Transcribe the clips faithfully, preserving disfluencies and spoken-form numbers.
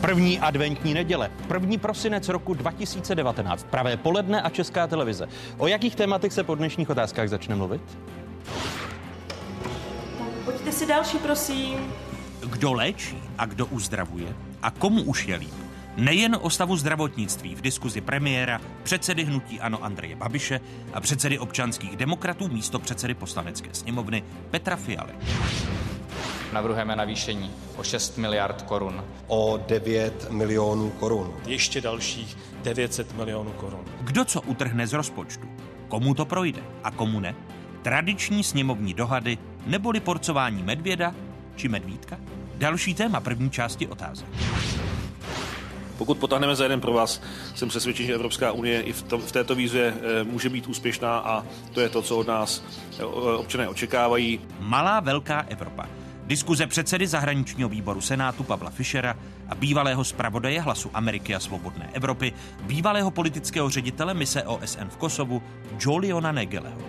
První adventní neděle, první prosinec roku dva tisíce devatenáct, pravé poledne a Česká televize. O jakých tématech se po dnešních otázkách začne mluvit? Pojďte si další, prosím. Kdo léčí a kdo uzdravuje a komu už je líp? Nejen o stavu zdravotnictví v diskuzi premiéra, předsedy hnutí ANO Andreje Babiše a předsedy občanských demokratů místopředsedy Poslanecké sněmovny Petra Fialy. Navrhujeme navýšení o šest miliard korun. O devět milionů korun. Ještě dalších devět set milionů korun. Kdo co utrhne z rozpočtu? Komu to projde a komu ne? Tradiční sněmovní dohady neboli porcování medvěda či medvídka? Další téma první části otázek. Pokud potáhneme za jeden pro vás, jsem přesvědčen, že Evropská unie i v, tom, v této výzvě může být úspěšná a to je to, co od nás občané očekávají. Malá velká Evropa. Diskuze předsedy zahraničního výboru Senátu Pavla Fischera a bývalého zpravodaje Hlasu Ameriky a svobodné Evropy, bývalého politického ředitele mise O S N v Kosovu Juliana Negeleho.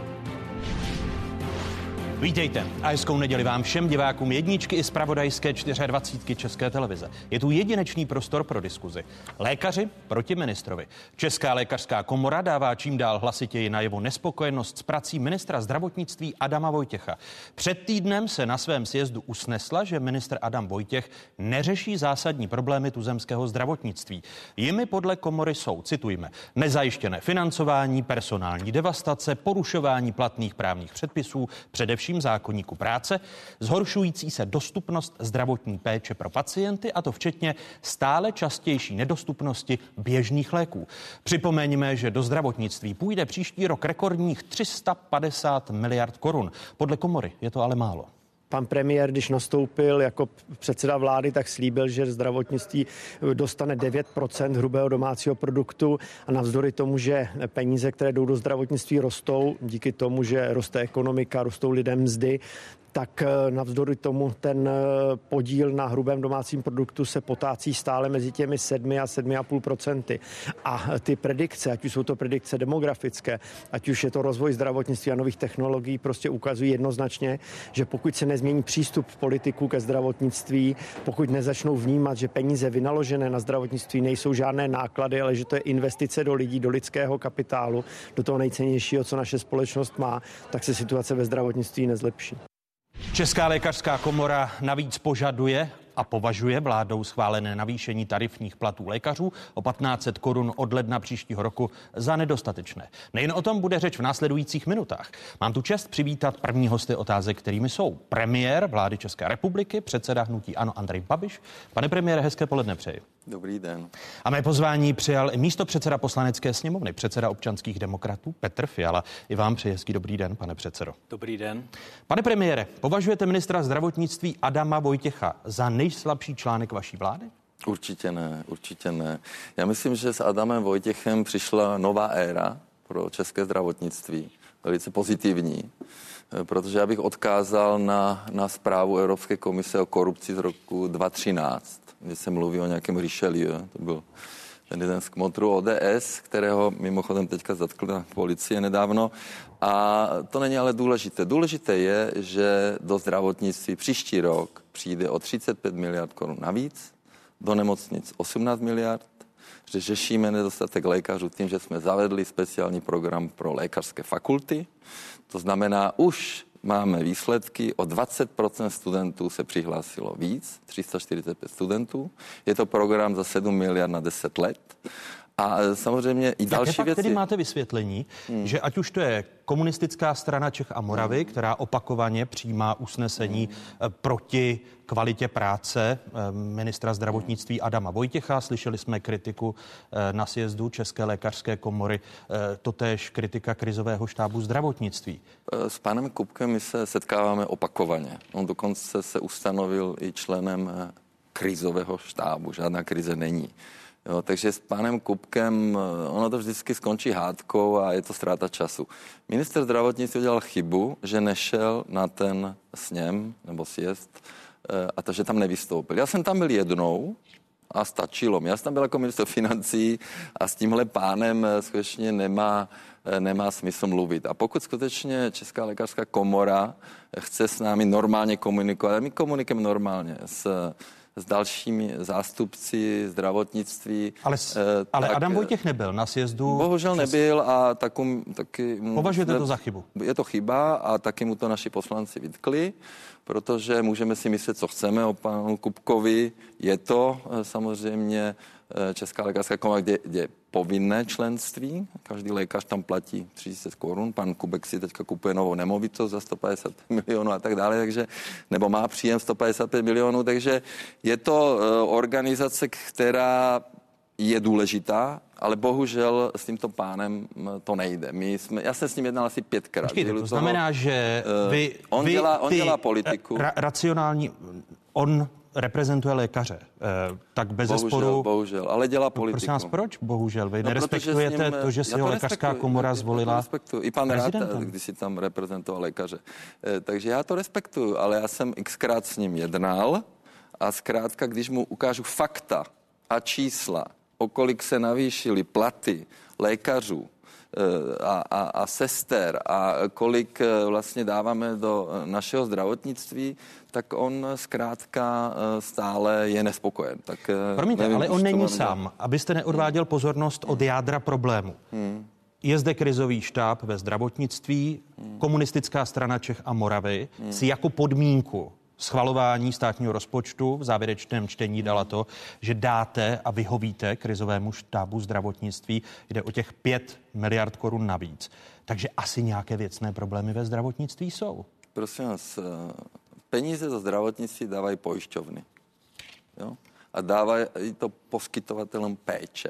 Vítejte a hezkou neděli vám všem divákům jedničky i zpravodajské dvacet čtyři České televize. Je tu jedinečný prostor pro diskuzi. Lékaři proti ministrovi. Česká lékařská komora dává čím dál hlasitěji najevo nespokojenost s prací ministra zdravotnictví Adama Vojtěcha. Před týdnem se na svém sjezdu usnesla, že ministr Adam Vojtěch neřeší zásadní problémy tuzemského zdravotnictví. Jimi podle komory jsou, citujme, nezajištěné financování, personální devastace, porušování platných právních předpisů, především zákoníku práce, zhoršující se dostupnost zdravotní péče pro pacienty, a to včetně stále častější nedostupnosti běžných léků. Připomeňme, že do zdravotnictví půjde příští rok rekordních tři sta padesát miliard korun. Podle komory je to ale málo. Pan premiér, když nastoupil jako předseda vlády, tak slíbil, že zdravotnictví dostane devět procent hrubého domácího produktu a navzdory tomu, že peníze, které jdou do zdravotnictví, rostou, díky tomu, že roste ekonomika, rostou lidem mzdy, tak navzdory tomu ten podíl na hrubém domácím produktu se potácí stále mezi těmi sedmi a sedmi a půl procenty. A ty predikce, ať už jsou to predikce demografické, ať už je to rozvoj zdravotnictví a nových technologií, prostě ukazují jednoznačně, že pokud se nezmění přístup politiků ke zdravotnictví, pokud nezačnou vnímat, že peníze vynaložené na zdravotnictví nejsou žádné náklady, ale že to je investice do lidí, do lidského kapitálu, do toho nejcennějšího, co naše společnost má, tak se situace ve zdravotnictví nezlepší. Česká lékařská komora navíc požaduje a považuje vládou schválené navýšení tarifních platů lékařů o patnáct set korun od ledna příštího roku za nedostatečné. Nejen o tom bude řeč v následujících minutách. Mám tu čest přivítat první hosty otázek, kterými jsou premiér vlády České republiky, předseda hnutí ANO Andrej Babiš. Pane premiére, hezké poledne přeji. Dobrý den. A mé pozvání přijal i místopředseda Poslanecké sněmovny, předseda občanských demokratů Petr Fiala. I vám přeji hezký dobrý den, pane předsedo. Dobrý den. Pane premiére, považujete ministra zdravotnictví Adama Vojtěcha za nejslabší článek vaší vlády? Určitě ne, určitě ne. Já myslím, že s Adamem Vojtěchem přišla nová éra pro české zdravotnictví, velice pozitivní, protože já bych odkázal na, na zprávu Evropské komise o korupci z roku dva tisíce třináct, kde se mluví o nějakém Richelieu, to byl ten jeden z kmotrů O D S, kterého mimochodem teďka zatkla policie nedávno. A to není ale důležité. Důležité je, že do zdravotnictví příští rok přijde o třicet pět miliard korun navíc, do nemocnic osmnáct miliard, že řešíme nedostatek lékařů tím, že jsme zavedli speciální program pro lékařské fakulty. To znamená, už máme výsledky, o dvacet procent studentů se přihlásilo víc, tři sta čtyřicet pět studentů. Je to program za sedm miliard na deset let. A samozřejmě i další Jaké věci. Tedy máte vysvětlení, hmm. že ať už to je komunistická strana Čech a Moravy, hmm. která opakovaně přijímá usnesení hmm. proti kvalitě práce ministra zdravotnictví Adama Vojtěcha. Slyšeli jsme kritiku na sjezdu České lékařské komory, totéž kritika krizového štábu zdravotnictví. S panem Kupkem my se setkáváme opakovaně. On dokonce se ustanovil i členem krizového štábu. Žádná krize není. Jo, takže s panem Kupkem ono to vždycky skončí hádkou a je to ztráta času. Minister zdravotnictví udělal chybu, že nešel na ten sněm nebo sjezd a to, že tam nevystoupil. Já jsem tam byl jednou a stačilo mi. Já jsem tam byl jako minister financí a s tímhle pánem skutečně nemá, nemá smysl mluvit. A pokud skutečně Česká lékařská komora chce s námi normálně komunikovat, my komunikujeme normálně s s dalšími zástupci zdravotnictví. Ale, ale tak, Adam Vojtěch nebyl na sjezdu? Bohužel přes... nebyl a takum, taky... Považujete to za chybu? Je to chyba a taky mu to naši poslanci vytkli, protože můžeme si myslet, co chceme o panu Kupkovi. Je to samozřejmě Česká lékařská komora, kde, kde je povinné členství. Každý lékař tam platí tři tisíce korun. Pan Kubek si teďka kupuje novou nemovitost za sto padesát milionů a tak dále, takže, nebo má příjem sto padesát pět milionů, takže je to uh, organizace, která je důležitá, ale bohužel s tímto pánem to nejde. My jsme, já jsem s ním jednal asi pětkrát. Počkejte, to znamená, že vy, on, vy dělá, on dělá politiku. Ra, racionální, on reprezentuje lékaře, tak bez bohužel, zesporu... Bohužel, ale dělá politiku. Prosím vás, proč bohužel? Vy no, nerespektujete ním, to, že si ho lékařská komora zvolila respektuju. I pan Ráta, když si tam reprezentoval lékaře. Takže já to respektuju, ale já jsem xkrát s ním jednal a zkrátka, když mu ukážu fakta a čísla, o kolik se navýšily platy lékařů a, a, a sester a kolik vlastně dáváme do našeho zdravotnictví, tak on zkrátka stále je nespokojen. Tak promiňte, nevím, ale on není mám sám. Dělat. Abyste neodváděl pozornost od jádra problému. Hmm. Je zde krizový štáb ve zdravotnictví, hmm. Komunistická strana Čech a Moravy hmm. si jako podmínku schvalování státního rozpočtu v závěrečném čtení dala to, že dáte a vyhovíte krizovému štábu zdravotnictví. Jde o těch pět miliard korun navíc. Takže asi nějaké věcné problémy ve zdravotnictví jsou. Prosím vás, peníze za zdravotnictví dávají pojišťovny. Jo? A dávají to poskytovatelům péče.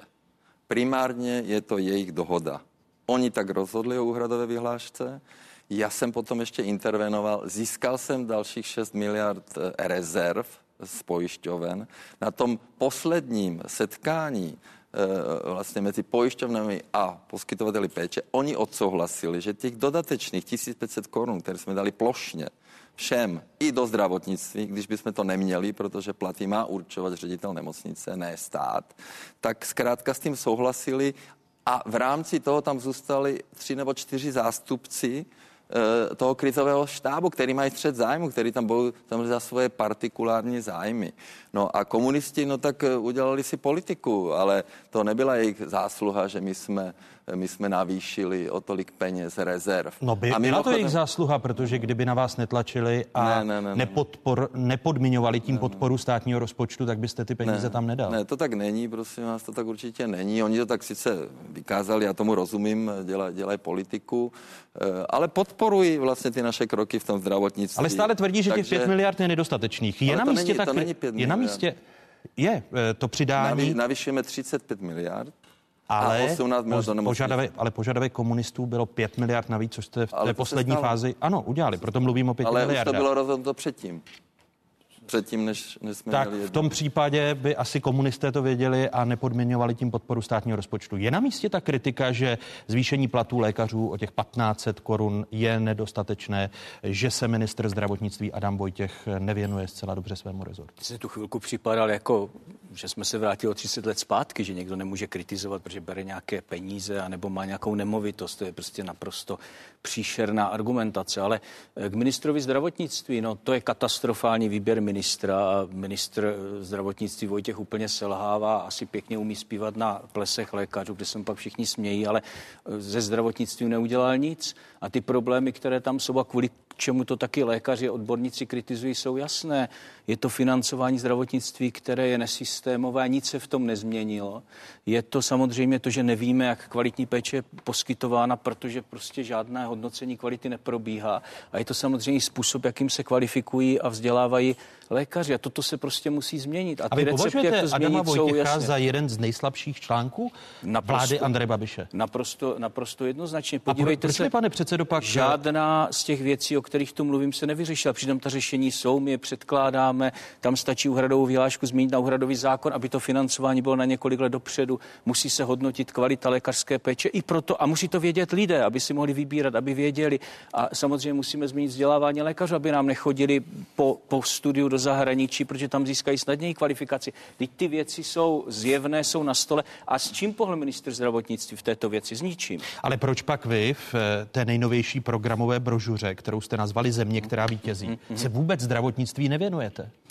Primárně je to jejich dohoda. Oni tak rozhodli o úhradové vyhlášce. Já jsem potom ještě intervenoval, získal jsem dalších šest miliard rezerv z pojišťoven. Na tom posledním setkání vlastně mezi pojišťovnami a poskytovateli péče, oni odsouhlasili, že těch dodatečných tisíc pět set korun, které jsme dali plošně všem i do zdravotnictví, když bychom to neměli, protože platy má určovat ředitel nemocnice, ne stát, tak zkrátka s tím souhlasili a v rámci toho tam zůstali tři nebo čtyři zástupci toho krizového štábu, který mají střet zájmu, který tam budou tam za svoje partikulární zájmy. No a komunisti, no tak udělali si politiku, ale to nebyla jejich zásluha, že my jsme, my jsme navýšili o tolik peněz rezerv. No by, a byla mimochodem... to jejich zásluha, protože kdyby na vás netlačili a ne, ne, ne, nepodpor, nepodmiňovali tím ne, podporu státního rozpočtu, tak byste ty peníze ne, tam nedal. Ne, to tak není, prosím vás, to tak určitě není. Oni to tak sice vykázali, já tomu rozumím, dělají dělaj politiku, ale podporují vlastně ty naše kroky v tom zdravotnictví. Ale stále tvrdí, že takže... těch pět miliard je nedostatečných. Je na místě není, tak... To není pět je na místě... Je to přidání... Naví, navyšujeme třicet pět miliard. Ale, požadavek, ale požadavek komunistů bylo pět miliard navíc, což jste v té poslední fázi, ano, udělali, proto mluvím o pěti miliardách. Ale už to bylo rozhodnuto předtím. Předtím, než, než jsme tak měli v tom případě by asi komunisté to věděli a nepodmiňovali tím podporu státního rozpočtu. Je na místě ta kritika, že zvýšení platů lékařů o těch patnáct set korun je nedostatečné, že se ministr zdravotnictví Adam Vojtěch nevěnuje zcela dobře svému rezortu? Mně tu chvilku připadal jako, že jsme se vrátili o třicet let zpátky, že někdo nemůže kritizovat, protože bere nějaké peníze anebo má nějakou nemovitost. To je prostě naprosto příšerná argumentace. Ale k ministrovi zdravotnictví, no to je katastrofální výběr ministra a ministr zdravotnictví Vojtěch úplně selhává, asi pěkně umí zpívat na plesech lékařů, kde se pak všichni smějí, ale ze zdravotnictví neudělal nic a ty problémy, které tam jsou a kvůli čemu to taky lékaři a odborníci kritizují, jsou jasné. Je to financování zdravotnictví, které je nesystémové, nic se v tom nezměnilo. Je to samozřejmě to, že nevíme, jak kvalitní péče je poskytována, protože prostě žádné hodnocení kvality neprobíhá. A je to samozřejmě způsob, jakým se kvalifikují a vzdělávají lékaři. A toto se prostě musí změnit. A, a vy ty recepty, jak to změnit, Adama Vojtěcha jsou za jeden z nejslabších článků naprosto, vlády Andreje Babiše? Naprosto, naprosto jednoznačně. Podívejte a pro, proč se, mi, pane předsedo, pak... žádná z těch věcí, o kterých tu mluvím, se nevyřešila. Přitom ta řešení jsou, my je předkládáme, tam stačí úhradovou vyhlášku změnit na úhradový zákon, aby to financování bylo na několik let dopředu. Musí se hodnotit kvalita lékařské péče i proto, a musí to vědět lidé, aby si mohli vybírat, aby věděli. A samozřejmě musíme změnit vzdělávání lékařů, aby nám nechodili po, po studiu do zahraničí, protože tam získají snadněji kvalifikaci. Teď ty věci jsou zjevné, jsou na stole. A s čím pohl ministr zdravotnictví v této věci? S ničím. Ale proč pak vy v té nejnovější programové brožuře, kterou jste nazvali Země, která vítězí, se vůbec zdravotnictví nevěnujete?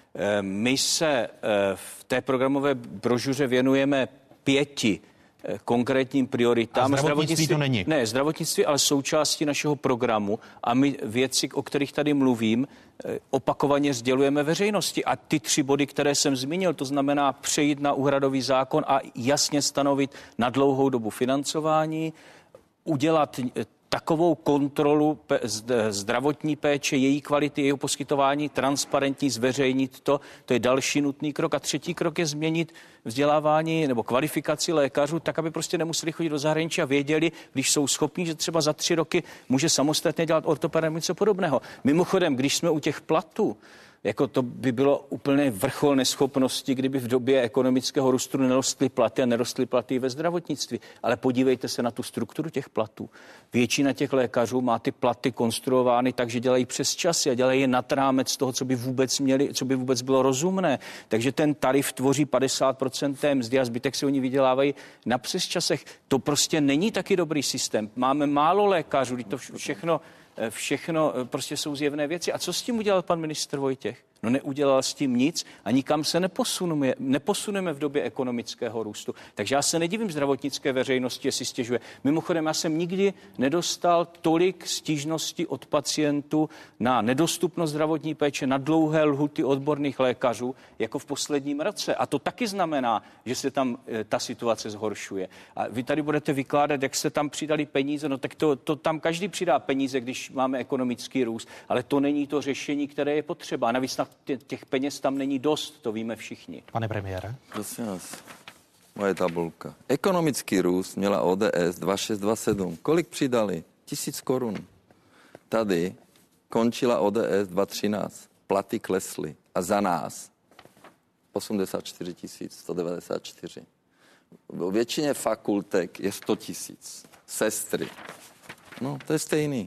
My se v té programové brožuře věnujeme pěti konkrétním prioritám. A zdravotnictví, zdravotnictví to není? Ne, zdravotnictví, ale součástí našeho programu a my věci, o kterých tady mluvím, opakovaně sdělujeme veřejnosti. A ty tři body, které jsem zmínil, to znamená přejít na úhradový zákon a jasně stanovit na dlouhou dobu financování, udělat takovou kontrolu zdravotní péče, její kvality, jejího poskytování, transparentní, zveřejnit to, to je další nutný krok. A třetí krok je změnit vzdělávání nebo kvalifikaci lékařů, tak, aby prostě nemuseli chodit do zahraničí a věděli, když jsou schopní, že třeba za tři roky může samostatně dělat ortoped nebo něco podobného. Mimochodem, když jsme u těch platů, jako to by bylo úplně vrchol neschopnosti, kdyby v době ekonomického růstu nerostly platy a nerostly platy ve zdravotnictví. Ale podívejte se na tu strukturu těch platů. Většina těch lékařů má ty platy konstruovány tak, že dělají přes časy a dělají je nad rámec toho, co by vůbec měli, co by vůbec bylo rozumné. Takže ten tarif tvoří padesát procent té mzdy a zbytek si oni vydělávají na přesčasech. To prostě není taky dobrý systém. Máme málo lékařů, to všechno Všechno prostě jsou zjevné věci. A co s tím udělal pan ministr Vojtěch? No neudělal s tím nic a nikam se neposuneme, neposuneme v době ekonomického růstu. Takže já se nedivím zdravotnické veřejnosti, jestli stěžuje. Mimochodem, já jsem nikdy nedostal tolik stížností od pacientů na nedostupnost zdravotní péče, na dlouhé lhuty odborných lékařů, jako v posledním roce. A to taky znamená, že se tam e, ta situace zhoršuje. A vy tady budete vykládat, jak se tam přidali peníze, no tak to, to tam každý přidá peníze, když máme ekonomický růst, ale to není to řešení, které je potřeba. A navíc na těch peněz tam není dost, to víme všichni. Pane premiére. Prosím vás, moje tabulka. Ekonomický růst měla O D S dva šest dva sedm. Kolik přidali? Tisíc korun. Tady končila O D S dva třináct. Platy klesly. A za nás osmdesát čtyři tisíc sto devadesát čtyři. V většině fakultek je sto tisíc. Sestry. No, to je stejný.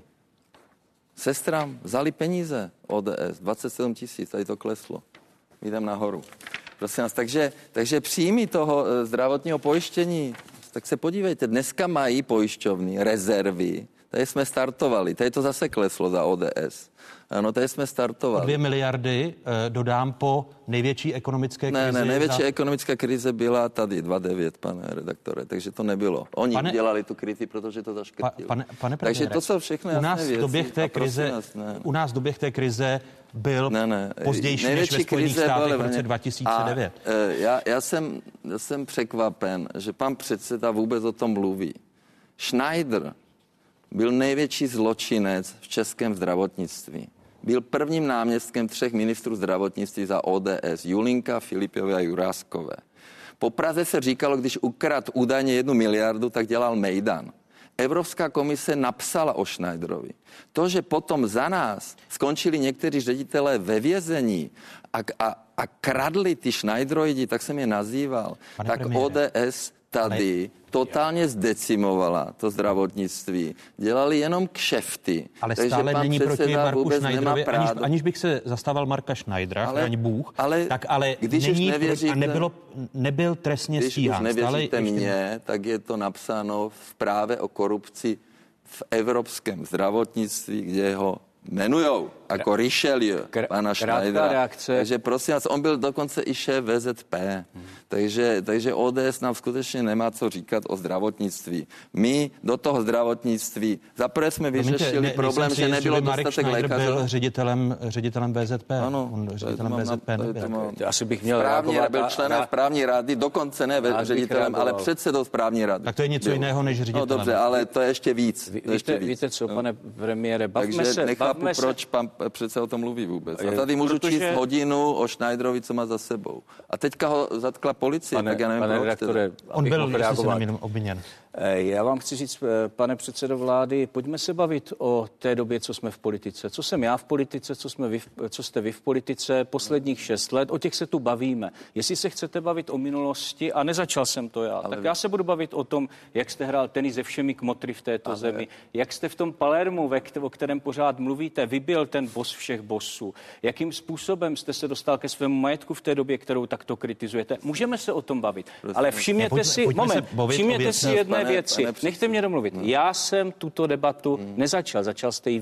Sestrám vzali peníze O D S, dvacet sedm tisíc, tady to kleslo. Jdem nahoru. Prosím vás, takže, takže příjmy toho zdravotního pojištění, tak se podívejte, dneska mají pojišťovny rezervy, tady jsme startovali, tady to zase kleslo za O D S. Ano, tady jsme startovali. Dvě miliardy eh, dodám po největší ekonomické krizi. Ne, ne, největší za... ekonomická krize byla tady dva devět, pane redaktore, takže to nebylo. Oni pane... dělali tu krizi, protože to zaškrtili. Pa, pane, pane takže to jsou všechno jasné u nás věci. Doběh té krize, nás, u nás v době té krize byl ne, ne. pozdější než ve Spojených státech v roce dva tisíce devět. A, e, já, já, jsem, já jsem překvapen, že pan předseda vůbec o tom mluví. Schneider byl největší zločinec v českém zdravotnictví. Byl prvním náměstkem třech ministrů zdravotnictví za O D S. Julinka, Filipové a Juráskové. Po Praze se říkalo, když ukradl údajně jednu miliardu, tak dělal mejdan. Evropská komise napsala o Schneiderovi. To, že potom za nás skončili někteří ředitelé ve vězení a, a, a kradli ty Schneideroidi, tak jsem je nazýval, Pane tak premiére. O D S tady totálně zdecimovala to zdravotnictví. Dělali jenom kšefty. Ale stále není proti Marku Schneiderovi, aniž, aniž bych se zastával Marka Schneidera, ale, chraň Bůh, ale, tak ale když není nevěříte, a nebylo, nebyl trestně když stíhán. Když nevěříte stále mně, ještě... tak je to napsáno v právě o korupci v evropském zdravotnictví, kde ho jmenujou jako Richelieu, pana Schneidera. Reakce. Takže prosím vás, on byl dokonce i šéf V Z P. Hmm. Takže, takže O D S nám skutečně nemá co říkat o zdravotnictví. My do toho zdravotnictví, zaprvé jsme vyřešili ne, problém, že nebylo dostatek lékařů. Byl ředitelem, ředitelem V Z P. Ano. On ředitelem V Z P nebyl. Asi bych měl správní, byl členem správní rady, dokonce ne ředitelem, ale předsedou správní rady. Tak to je něco byl. jiného než ředitelem. No dobře, ale to je ještě víc. Ví, to je ještě víte, víc. víte co, no. Pane premiére, bavme Takže se. nechápu, bavme proč se. pan přece o tom mluví vůbec. A tady můžu Protože... číst hodinu o Schneiderovi, co má za sebou. A teďka ho zatkla policie, pane, tak já nevím, pane proč. redaktore, On byl, jestli se nemýlím, obviněn. Já vám chci říct, pane předsedo vlády, pojďme se bavit o té době, co jsme v politice. Co jsem já v politice, co, jsme vy, co jste vy v politice posledních šest let, o těch se tu bavíme. Jestli se chcete bavit o minulosti, a nezačal jsem to já, ale tak já se budu bavit o tom, jak jste hrál tenis se všemi kmotry v této ale... zemi, jak jste v tom Palermu, ve, o kterém pořád mluvíte, vy byl ten boss všech bossů, jakým způsobem jste se dostal ke svému majetku v té době, kterou takto kritizujete. Můžeme se o tom bavit, Prosím. ale všimněte ne, si, moment, všimněte si jedné věci. Nechte mě domluvit. Hmm. Já jsem tuto debatu hmm. nezačal, začal jste ji vy.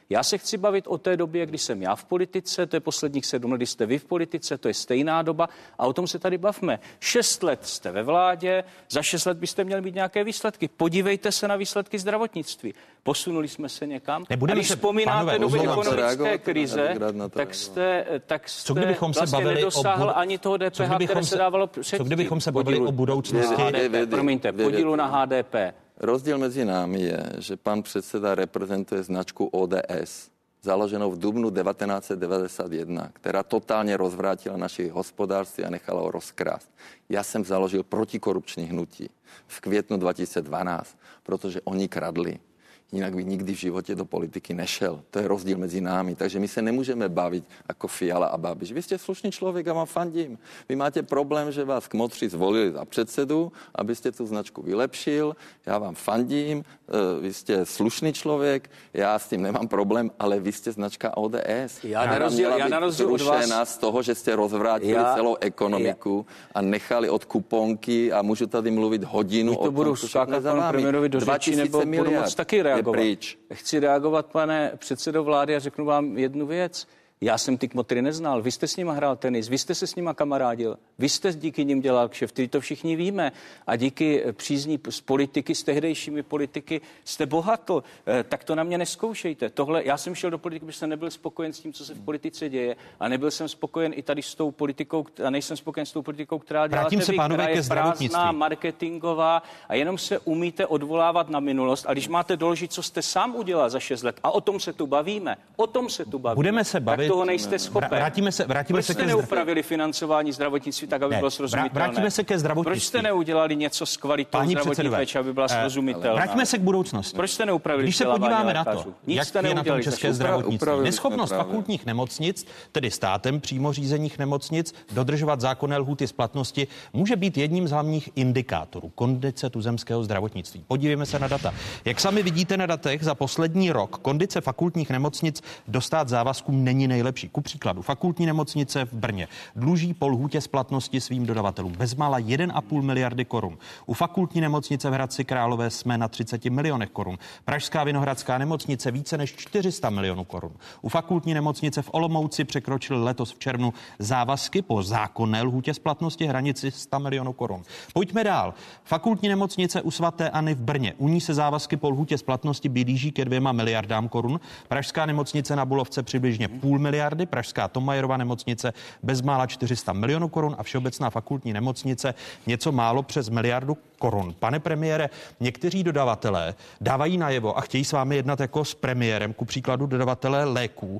Já se chci bavit o té době, kdy jsem já v politice, to je posledních sedm let, kdy jste vy v politice, to je stejná doba a o tom se tady bavme. Šest let jste ve vládě, za šest let byste měli mít nějaké výsledky. Podívejte se na výsledky zdravotnictví. Posunuli jsme se někam. Nebudeme a když se, vzpomínáte dobu ekonomické krize, tak jste, tak jste co kdybychom se vlastně bavili nedosáhl o ani toho D P H, které se dávalo předtím. Co kdybychom se bavili o budoucnosti? H D P, promiňte, podílu na H D P. Rozdíl mezi námi je, že pan předseda reprezentuje značku O D S, založenou v dubnu devatenáct set devadesát jedna, která totálně rozvrátila naše hospodářství a nechala ho rozkrást. Já jsem založil protikorupční hnutí v květnu dva tisíce dvanáct, protože oni kradli. Jinak by nikdy v životě do politiky nešel. To je rozdíl mezi námi. Takže my se nemůžeme bavit jako Fiala a Babiš. Vy jste slušný člověk a vám fandím. Vy máte problém, že vás kmotři zvolili za předsedu, abyste tu značku vylepšil. Já vám fandím. Vy jste slušný člověk. Já s tím nemám problém, ale vy jste značka O D S. Já na rozdíl, já na rozdíl od vás... z toho, že jste rozvrátili já... celou ekonomiku já... a nechali od kuponky a můžu tady mluvit hodinu Vy to o tom, budu skákat panu premiérovi do řeči, nebo budu moc taky reagovat. Chci reagovat, pane předsedo vlády, a řeknu vám jednu věc. Já jsem ty kmotry neznal, vy jste s nima hrál tenis, vy jste se s nima kamarádil, vy jste díky nim dělal kšefty, to všichni víme. A díky přízní z politiky, s tehdejšími politiky jste bohatl, tak to na mě neskoušejte. Tohle, já jsem šel do politiky, protože jsem nebyl spokojen s tím, co se v politice děje, a nebyl jsem spokojen i tady s tou politikou, a nejsem spokojen s tou politikou, která děláte vy, která je prázdná, marketingová, a jenom se umíte odvolávat na minulost. A když máte doložit, co jste sám udělal za šest let, a o tom se tu bavíme, o tom se tu bavíme. Budeme se bavit. Toho nejste schopen. Vrátíme se, vrátíme Proč se jste ke neupravili financování zdravotnictví tak, aby ne, bylo srozumitelné? Vrátíme se ke zdravotnictví. Proč jste neudělali něco s kvalitou zdravotní péče, aby byla srozumitelná? Vrátíme se k budoucnosti. Proč jste neupravili? Když se podíváme na to, Nic jak jste je na tom české zdravotnictví. Neschopnost právě. fakultních nemocnic, tedy státem přímo řízených nemocnic, dodržovat zákonné lhůty splatnosti, může být jedním z hlavních indikátorů kondice tuzemského zdravotnictví. Podívejme se na data. Jak sami vidíte na datech, za poslední rok kondice fakultních nemocnic dostát závazkům není nejlepší. Ku příkladu, fakultní nemocnice v Brně dluží po lhůtě splatnosti svým dodavatelům bezmála jeden a půl miliardy korun. U fakultní nemocnice v Hradci Králové jsme na třiceti milionech korun. Pražská Vinohradská nemocnice více než čtyři sta milionů korun. U fakultní nemocnice v Olomouci překročil letos v červnu závazky po zákonné lhůtě splatnosti hranici sto milionů korun. Pojďme dál. Fakultní nemocnice u svaté Anny v Brně. U ní se závazky po lhůtě splatnosti blíží ke dvěma miliardám korun. Pražská nemocnice na Bulovce přibližně půl miliardy. Pražská Tomajerova nemocnice bezmála čtyři sta milionů korun a Všeobecná fakultní nemocnice něco málo přes miliardu korun. Pane premiére, někteří dodavatelé dávají najevo a chtějí s vámi jednat jako s premiérem, ku příkladu dodavatelé léků,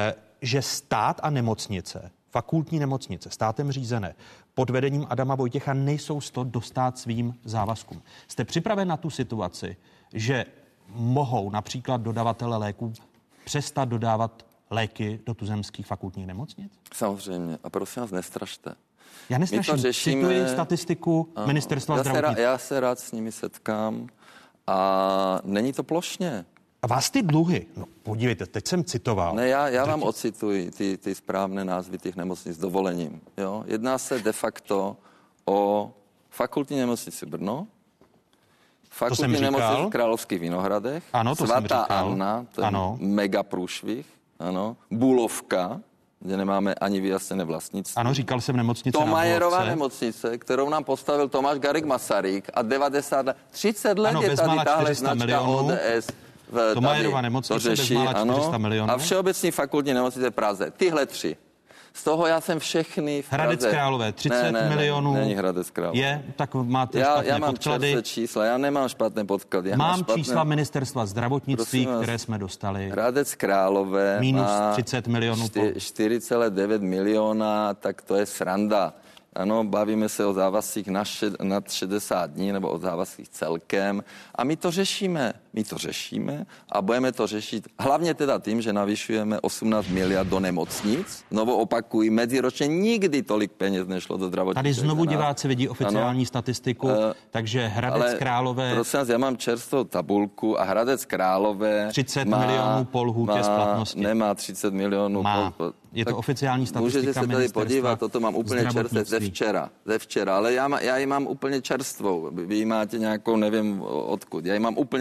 že stát a nemocnice, fakultní nemocnice, státem řízené, pod vedením Adama Vojtěcha nejsou z toho dostát svým závazkům. Jste připraven na tu situaci, že mohou například dodavatelé léků přestat dodávat léky do tuzemských fakultních nemocnic? Samozřejmě. A prosím vás, nestrašte. Já nestraším. Řešíme... Cituji statistiku ano. Ministerstva já zdravotnictví. Se, já se rád s nimi setkám a není to plošně. A vás ty dluhy, no podívejte, teď jsem citoval. Ne, já, já vám ocituji ty, ty správné názvy těch nemocnic s dovolením. Jo? Jedná se de facto o fakultní nemocnici Brno, fakultní nemocnici v Královských Vinohradech, ano, to Svatá Anna, to je ano. mega průšvih, ano, Bulovka, kde nemáme ani vyjasněné vlastnictví. Ano, říkal jsem nemocnice Tomajerova nemocnice, kterou nám postavil Tomáš Garrigue Masaryk a devadesát let, třicet let ano, je tady tahle značka O D S. Tomajerova nemocnice bezmála čtyři sta milionů. A Všeobecní fakultní nemocnice v Praze. Tyhle tři. Z toho já jsem všechny v Praze. Hradec Králové, třicet ne, ne, milionů. Není Hradec Králové. Je, tak máte já, špatné já mám podklady. čerstvé čísla, já nemám špatné podklady. Já mám mám špatné... čísla ministerstva zdravotnictví, vás, které jsme dostali. Hradec Králové minus třicet milionů. čtyři celá devět miliona, tak to je sranda. Ano, bavíme se o závazcích na šed, nad šedesát dní nebo o závazcích celkem a my to řešíme. My to řešíme a budeme to řešit hlavně teda tím, že navyšujeme osmnáct miliard do nemocnic. Znovu opakuji, meziročně nikdy tolik peněz nešlo do zdravotnictví. Tady znovu diváci vidí oficiální ano. statistiku, uh, takže Hradec ale, Králové... Prosím vás, já mám čerstvou tabulku a Hradec Králové... třicet milionů po lhůtě splatnosti. Nemá třicet milionů. Má. Po, Je to oficiální statistika. Můžete se tady podívat, toto mám úplně čerstvé ze včera, ze včera, ale já, já ji mám úplně čerstvou. Vy máte nějakou, nevím odkud, já ji mám úplně z čerstvou.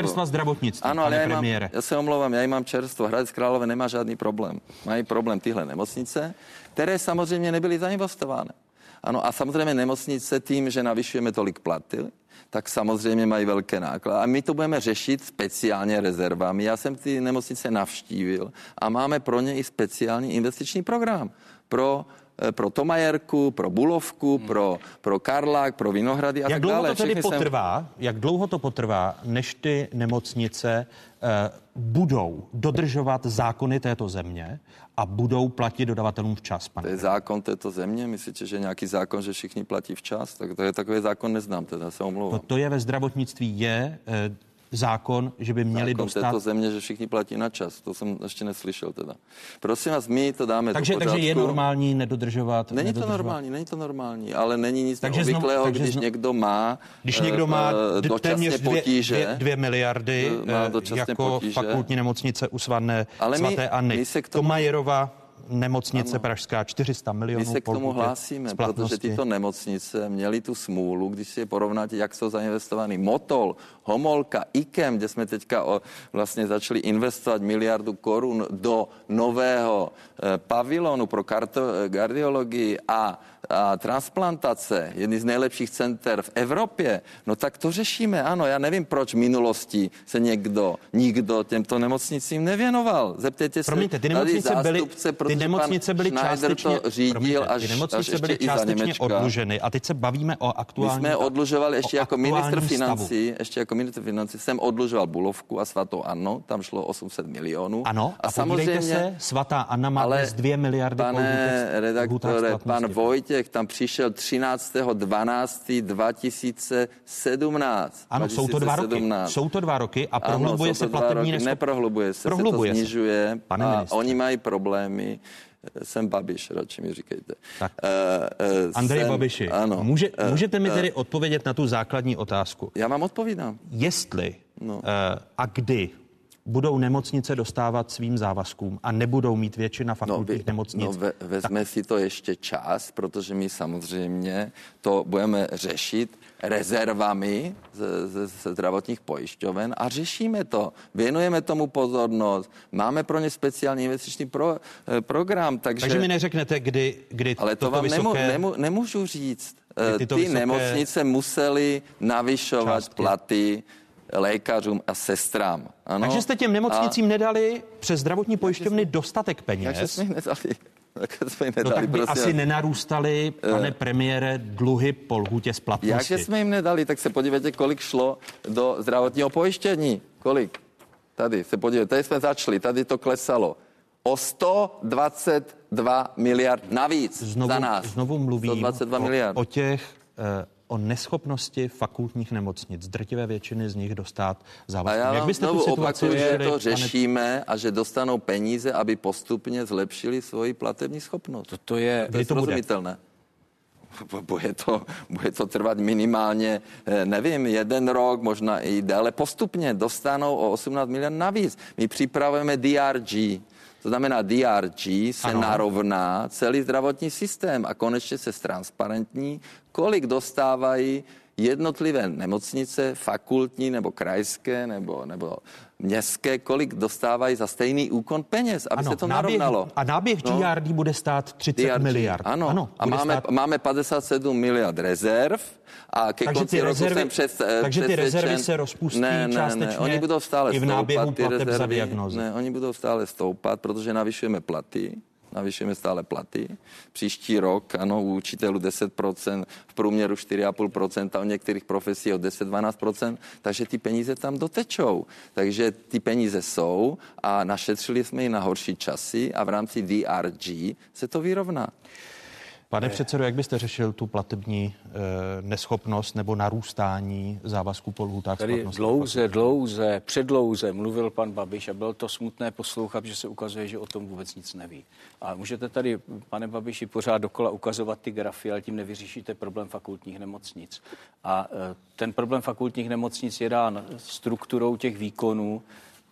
ministerstva zdravotnictví, ano, ale pane já, mám, premiére. já se omlouvám, já mám čerstvo. Hradec Králové nemá žádný problém. Mají problém tyhle nemocnice, které samozřejmě nebyly zainvestovány. Ano, a samozřejmě nemocnice tím, že navyšujeme tolik platy, tak samozřejmě mají velké náklady. A my to budeme řešit speciálně rezervami. Já jsem ty nemocnice navštívil a máme pro ně i speciální investiční program. Pro pro Tomajerku, pro Bulovku, hmm. pro, pro Karlák, pro Vinohrady a jak tak dlouho dále. to tedy Všechny potrvá, jsem... jak dlouho to potrvá, než ty nemocnice uh, budou dodržovat zákony této země a budou platit dodavatelům včas, pane? To je zákon této země? Myslíte, že nějaký zákon, že všichni platí včas? Tak to je takový zákon, neznám, teda se omlouvám. To, to je ve zdravotnictví, je uh, zákon, že by měli zákon dostat... této země, že všichni platí na čas. To jsem ještě neslyšel teda. Prosím vás, my to dáme takže, do pořádku. Takže je normální nedodržovat... Není nedodržovat. to normální, není to normální, ale není nic takže neobvyklého, znovu, když znovu, někdo má Když někdo má uh, dočasně dvě, potíže, dvě, dvě miliardy má jako potíže. fakultní nemocnice u svané, ale my, svaté Anny. My se k tomu... Tomajerova nemocnice ano. pražská čtyři sta milionů. My se k tomu hlásíme, protože tyto nemocnice měly tu smůlu, když si je porovnáte, jak jsou zainvestovány Motol, Homolka, IKEM, kde jsme teďka o, vlastně začali investovat miliardu korun do nového eh, pavilonu pro karto, kardiologii a, a transplantace, jedný z nejlepších center v Evropě, no tak to řešíme. Ano, já nevím, proč v minulosti se někdo, nikdo těmto nemocnicím nevěnoval. Zeptejte se, promiňte, ty nemocnice byly, ty nemocnice byly částečně, to řídil promiňte, až, ty nemocnice až byly částečně odluženy. A teď se bavíme o aktuální. My jsme odlužovali ještě jako ministr stavu. financí, ještě jako ministr financí jsem odlužoval Bulovku a svatou Annu, tam šlo osm set milionů. Ano, a, a samozřejmě se, svatá Anna má dnes dvě miliardy. Pane redaktore, pan Vojtěch tam přišel třináctého dvanáctého dva tisíce sedmnáct. Ano, jsou to dva roky. Jsou to dva roky a prohlubuje ano, se platební neschopnost. Neprohlubuje se, prohlubuje se to snižuje. Pane a oni mají problémy. Jsem Babiš, radši mi říkejte. Tak. Uh, uh, Andrej jsem, Babiši, ano, Může, uh, můžete mi tedy uh, odpovědět na tu základní otázku? Já vám odpovídám. Jestli no. uh, a kdy budou nemocnice dostávat svým závazkům a nebudou mít většina fakultních no, nemocnic. No ve, vezme tak... si to ještě čas, protože my samozřejmě to budeme řešit rezervami ze, ze, ze zdravotních pojišťoven a řešíme to. Věnujeme tomu pozornost. Máme pro ně speciální investiční pro, eh, program. Takže... takže mi neřeknete, kdy, kdy ale to vám vysoké... nemu, nemu, nemůžu říct. Ty vysoké... nemocnice musely navyšovat částky. Platy lékařům a sestrám. Ano? Takže jste těm nemocnicím a... nedali přes zdravotní pojišťovny jsme... dostatek peněz. Takže jsme jim nedali. Tak jsme jim nedali, no tak by prostě. asi nenarůstaly, pane premiére, dluhy po lhůtě splatnosti. Jak jsme jim nedali, tak se podívejte, kolik šlo do zdravotního pojištění. Kolik? Tady se podívejte, tady jsme začali, tady to klesalo. O sto dvacet dva miliard navíc znovu, za nás. Znovu mluvím sto dvacet dva o, miliard. o těch... Eh, o neschopnosti fakultních nemocnic, drtivé většiny z nich dostat závazky. A já Jak byste znovu tu situaci opakuju, že to pane... řešíme a že dostanou peníze, aby postupně zlepšili svoji platební schopnost. To, to je, to je srozumitelné. Bude to, bude to trvat minimálně, nevím, jeden rok, možná i déle. Postupně dostanou o osmnáct miliard navíc. My připravujeme D R G. To znamená, D R G se ano. narovná celý zdravotní systém a konečně se ztransparentní, kolik dostávají jednotlivé nemocnice, fakultní nebo krajské nebo, nebo městské, kolik dostávají za stejný úkon peněz, aby ano, se to náběh, narovnalo. A náběh no. D R D bude stát třicet D R G, miliard. Ano, ano a máme, stát... máme padesát sedm miliard rezerv a ke takže konci roku rezervy, jsem před, takže ty přesvědčen... rezervy se rozpustí ne, ne, částečně ne, oni budou stále i v náběhu stoupat, plateb za diagnózy. Ne, oni budou stále stoupat, protože navyšujeme platy. Navyšujeme stále platy. Příští rok, ano, u učitelů deset procent, v průměru čtyři a půl procenta, u některých profesí o deset až dvanáct procent, takže ty peníze tam dotečou. Takže ty peníze jsou a našetřili jsme i na horší časy a v rámci D R G se to vyrovná. Pane předsedo, jak byste řešil tu platební e, neschopnost nebo narůstání závazků po lhůtách splatnosti? Dlouze, dlouze, předlouze mluvil pan Babiš a bylo to smutné poslouchat, že se ukazuje, že o tom vůbec nic neví. A můžete tady, pane Babiši, pořád dokola ukazovat ty grafy, ale tím nevyřešíte problém fakultních nemocnic. A e, ten problém fakultních nemocnic je dán strukturou těch výkonů,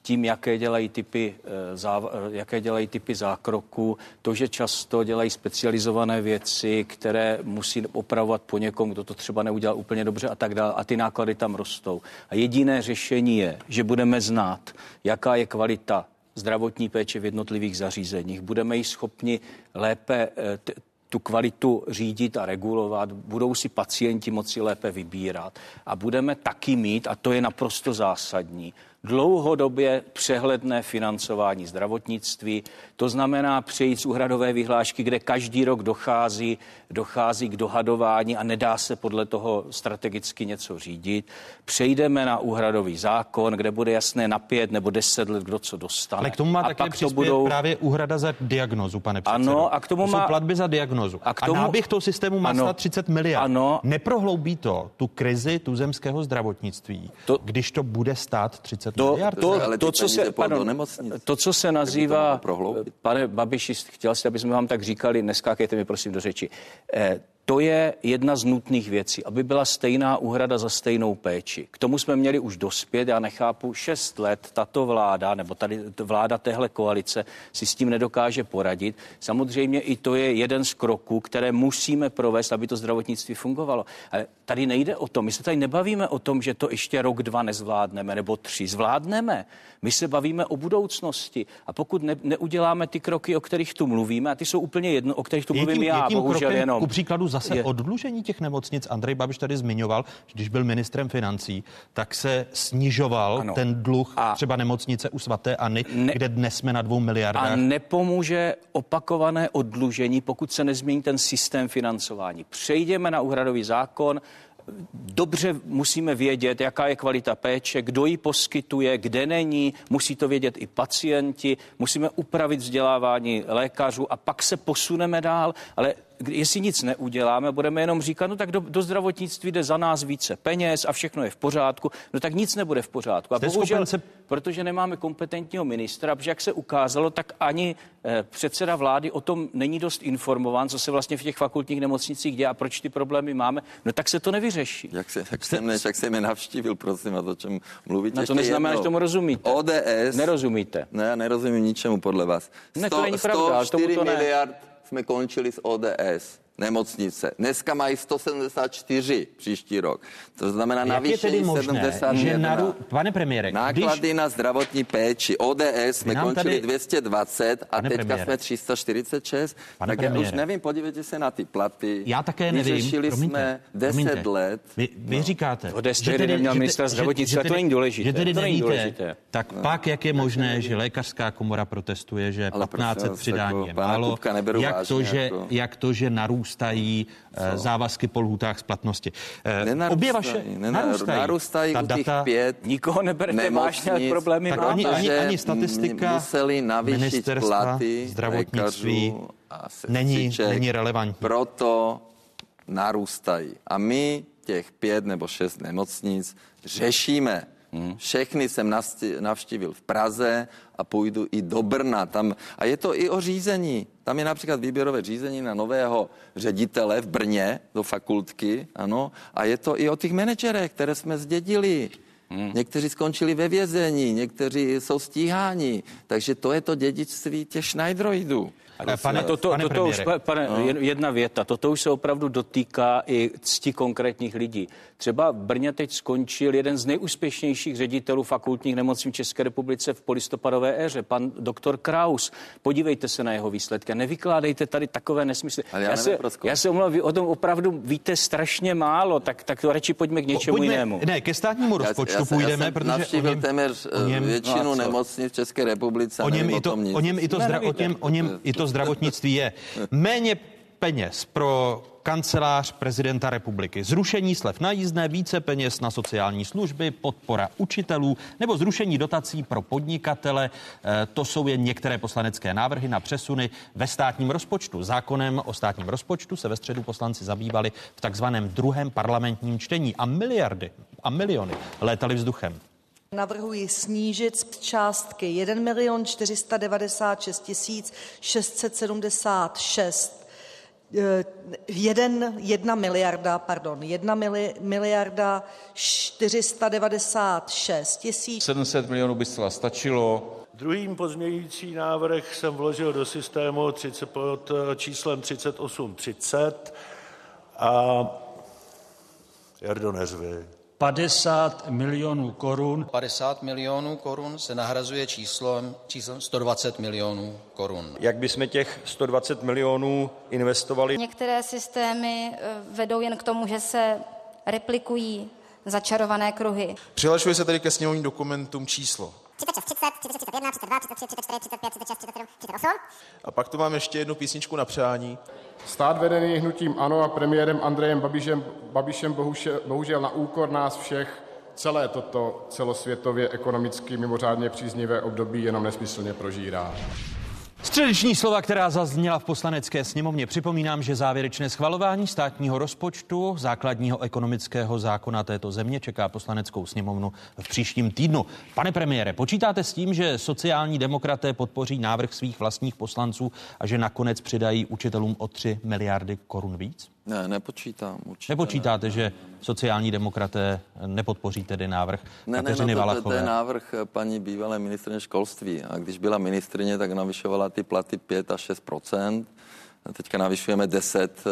tím, jaké dělají typy, záv, jaké dělají typy zákroků, to, že často dělají specializované věci, které musí opravovat po někom, kdo to třeba neudělal úplně dobře a tak dále, a ty náklady tam rostou. A jediné řešení je, že budeme znát, jaká je kvalita zdravotní péče v jednotlivých zařízeních, budeme ji schopni lépe t- tu kvalitu řídit a regulovat, budou si pacienti moci lépe vybírat a budeme taky mít, a to je naprosto zásadní, dlouhodobě přehledné financování zdravotnictví. To znamená přejít z úhradové vyhlášky, kde každý rok dochází, dochází k dohadování a nedá se podle toho strategicky něco řídit. Přejdeme na úhradový zákon, kde bude jasné na pět nebo deset let, kdo co dostane. Ale k tomu má a také přispět budou... právě úhrada za diagnózu, pane předsedo. Ano, a k tomu to má... jsou platby za diagnózu. A, k tomu... a náběh toho systému má ano. stát třicet miliard. Ano. Neprohloubí to tu krizi tuzemského zdravotnictví, to... když to bude stát třicet To, miliard. to, to, to, co se, pardon, to, co se nazývá, pane Babiši, chtěl jste, aby jsme vám tak říkali, neskákejte mi prosím do řeči, eh, to je jedna z nutných věcí, aby byla stejná úhrada za stejnou péči. K tomu jsme měli už dospět, já nechápu, šest let tato vláda, nebo tady vláda téhle koalice si s tím nedokáže poradit. Samozřejmě i to je jeden z kroků, které musíme provést, aby to zdravotnictví fungovalo. Ale tady nejde o to, my se tady nebavíme o tom, že to ještě rok, dva nezvládneme, nebo tři zvládneme. My se bavíme o budoucnosti. A pokud ne, neuděláme ty kroky, o kterých tu mluvíme, a ty jsou úplně jedno, o kterých tu je mluvím tím, já, bohužel jenom. Ku příkladu zase je... oddlužení těch nemocnic. Andrej Babiš tady zmiňoval, že když byl ministrem financí, tak se snižoval ano. ten dluh a třeba nemocnice u svaté Anny, ne... kde dnes jsme na dvou miliardách. A nepomůže opakované oddlužení, pokud se nezmění ten systém financování. Přejdeme na úhradový zákon. Dobře musíme vědět, jaká je kvalita péče, kdo ji poskytuje, kde není, musí to vědět i pacienti, musíme upravit vzdělávání lékařů a pak se posuneme dál, ale jestli nic neuděláme, budeme jenom říkat, no tak do, do zdravotnictví jde za nás více peněz a všechno je v pořádku, no tak nic nebude v pořádku. A bohužel, se... protože nemáme kompetentního ministra, protože jak se ukázalo, tak ani eh, předseda vlády o tom není dost informován, co se vlastně v těch fakultních nemocnicích děje a proč ty problémy máme, no tak se to nevyřeší. Jak, se, jak, jsem, ne, jak jsem je navštívil, prosím, a to čem mluvíte. No to neznamená, že tomu rozumíte. O D S. Nerozumíte. Ne, já nerozumím ničemu podle vás. Ne, to není pravda. sto čtyři miliard jsme končili z O D S. Nemocnice. Dneska mají sto sedmdesát čtyři příští rok. To znamená navýšení sedmdesát jedna. Naru... Pane premiére, náklady když... na zdravotní péči. O D S jsme končili tady... dvě stě dvacet a Pane teďka premiére. Jsme tři sta čtyřicet šest. Pane tak premiére. Já už nevím, podívejte se na ty platy. Já také nevím. Vyřešili jsme deset let. Vy, vy no. říkáte, že tedy neměl ministra zdravotnictví, to není důležité. Že tedy to není důležité. Tak no. Pak, jak je možné, že lékařská komora protestuje, že patnáct set přidání je málo. Jak to, že narůstají Co? závazky po lhůtách splatnosti. Obě vaše narůstají. Narůstají u těch pět. Nikoho neberete vážně, ale problémy tak ani, ani, ani statistika museli navýšit platy zdravotnictví není, není relevantní. Proto narůstají. A my těch pět nebo šest nemocnic řešíme. Hmm. Všechny jsem navštívil v Praze a půjdu i do Brna. Tam, a je to i o řízení. Tam je například výběrové řízení na nového ředitele v Brně do fakultky. Ano. A je to i o těch manažerech, které jsme zdědili. Hmm. Někteří skončili ve vězení, někteří jsou stíháni. Takže to je to dědictví těch Schneideroidů. Pane, toto, pane, toto už, pane, no. jedna věta, toto už se opravdu dotýká i cti konkrétních lidí. Třeba v Brně teď skončil jeden z nejúspěšnějších ředitelů fakultních nemocnic v České republice v polistopadové éře, pan doktor Kraus. Podívejte se na jeho výsledky, nevykládejte tady takové nesmysly. Já, já, se, já se omlouvám, vy o tom opravdu víte strašně málo, tak, tak to radši pojďme k něčemu pojďme, jinému. Ne, ke státnímu rozpočtu já, já půjdeme, já protože navštívil o něm, téměř o něm, většinu no nemocnic v České republice. O něm i to, o něm i to, zdra, o něm, o něm i to zdravotnictví je. Méně peněz pro kancelář prezidenta republiky, zrušení slev na jízdné, více peněz na sociální služby, podpora učitelů nebo zrušení dotací pro podnikatele. To jsou jen některé poslanecké návrhy na přesuny ve státním rozpočtu. Zákonem o státním rozpočtu se ve středu poslanci zabývali v takzvaném druhém parlamentním čtení a miliardy a miliony létaly vzduchem. Navrhuji snížit z částky jeden milion čtyři sta devadesát šest tisíc šest set sedmdesát šest jeden, jedna miliarda, pardon, jedna mili, miliarda čtyři sta devadesát šest tisíc. sedm set milionů by zcela stačilo. Druhým pozměňující návrh jsem vložil do systému třicet, pod číslem třicet osm třicet a Jardo nezvy. padesát milionů korun. padesát milionů korun se nahrazuje číslem, číslem sto dvacet milionů korun. Jak bychom těch sto dvacet milionů investovali? Některé systémy vedou jen k tomu, že se replikují začarované kruhy. Přihlašuji se tedy ke sněmovním dokumentům číslo třicet šest třicet, třicet třicet jedna, třicet dva, třicet tři, třicet čtyři, třicet pět, třicet šest, třicet sedm, třicet osm. A pak tu mám ještě jednu písničku na přání. Stát vedený hnutím ANO a premiérem Andrejem Babišem, Babišem bohužel, bohužel na úkor nás všech celé toto celosvětově ekonomicky mimořádně příznivé období jenom nesmyslně prožírá. Středeční slova, která zazněla v Poslanecké sněmovně. Připomínám, že závěrečné schvalování státního rozpočtu, základního ekonomického zákona této země čeká Poslaneckou sněmovnu v příštím týdnu. Pane premiére, počítáte s tím, že sociální demokraté podpoří návrh svých vlastních poslanců a že nakonec přidají učitelům o tři miliardy korun víc? Ne, nepočítám. Určitě Nepočítáte, ne. že sociální demokraté nepodpoří tedy návrh Ne, ne, no to, to, to je návrh paní bývalé ministryně školství. A když byla ministryně, tak navyšovala ty platy pět až šest procent. Teďka navyšujeme deset,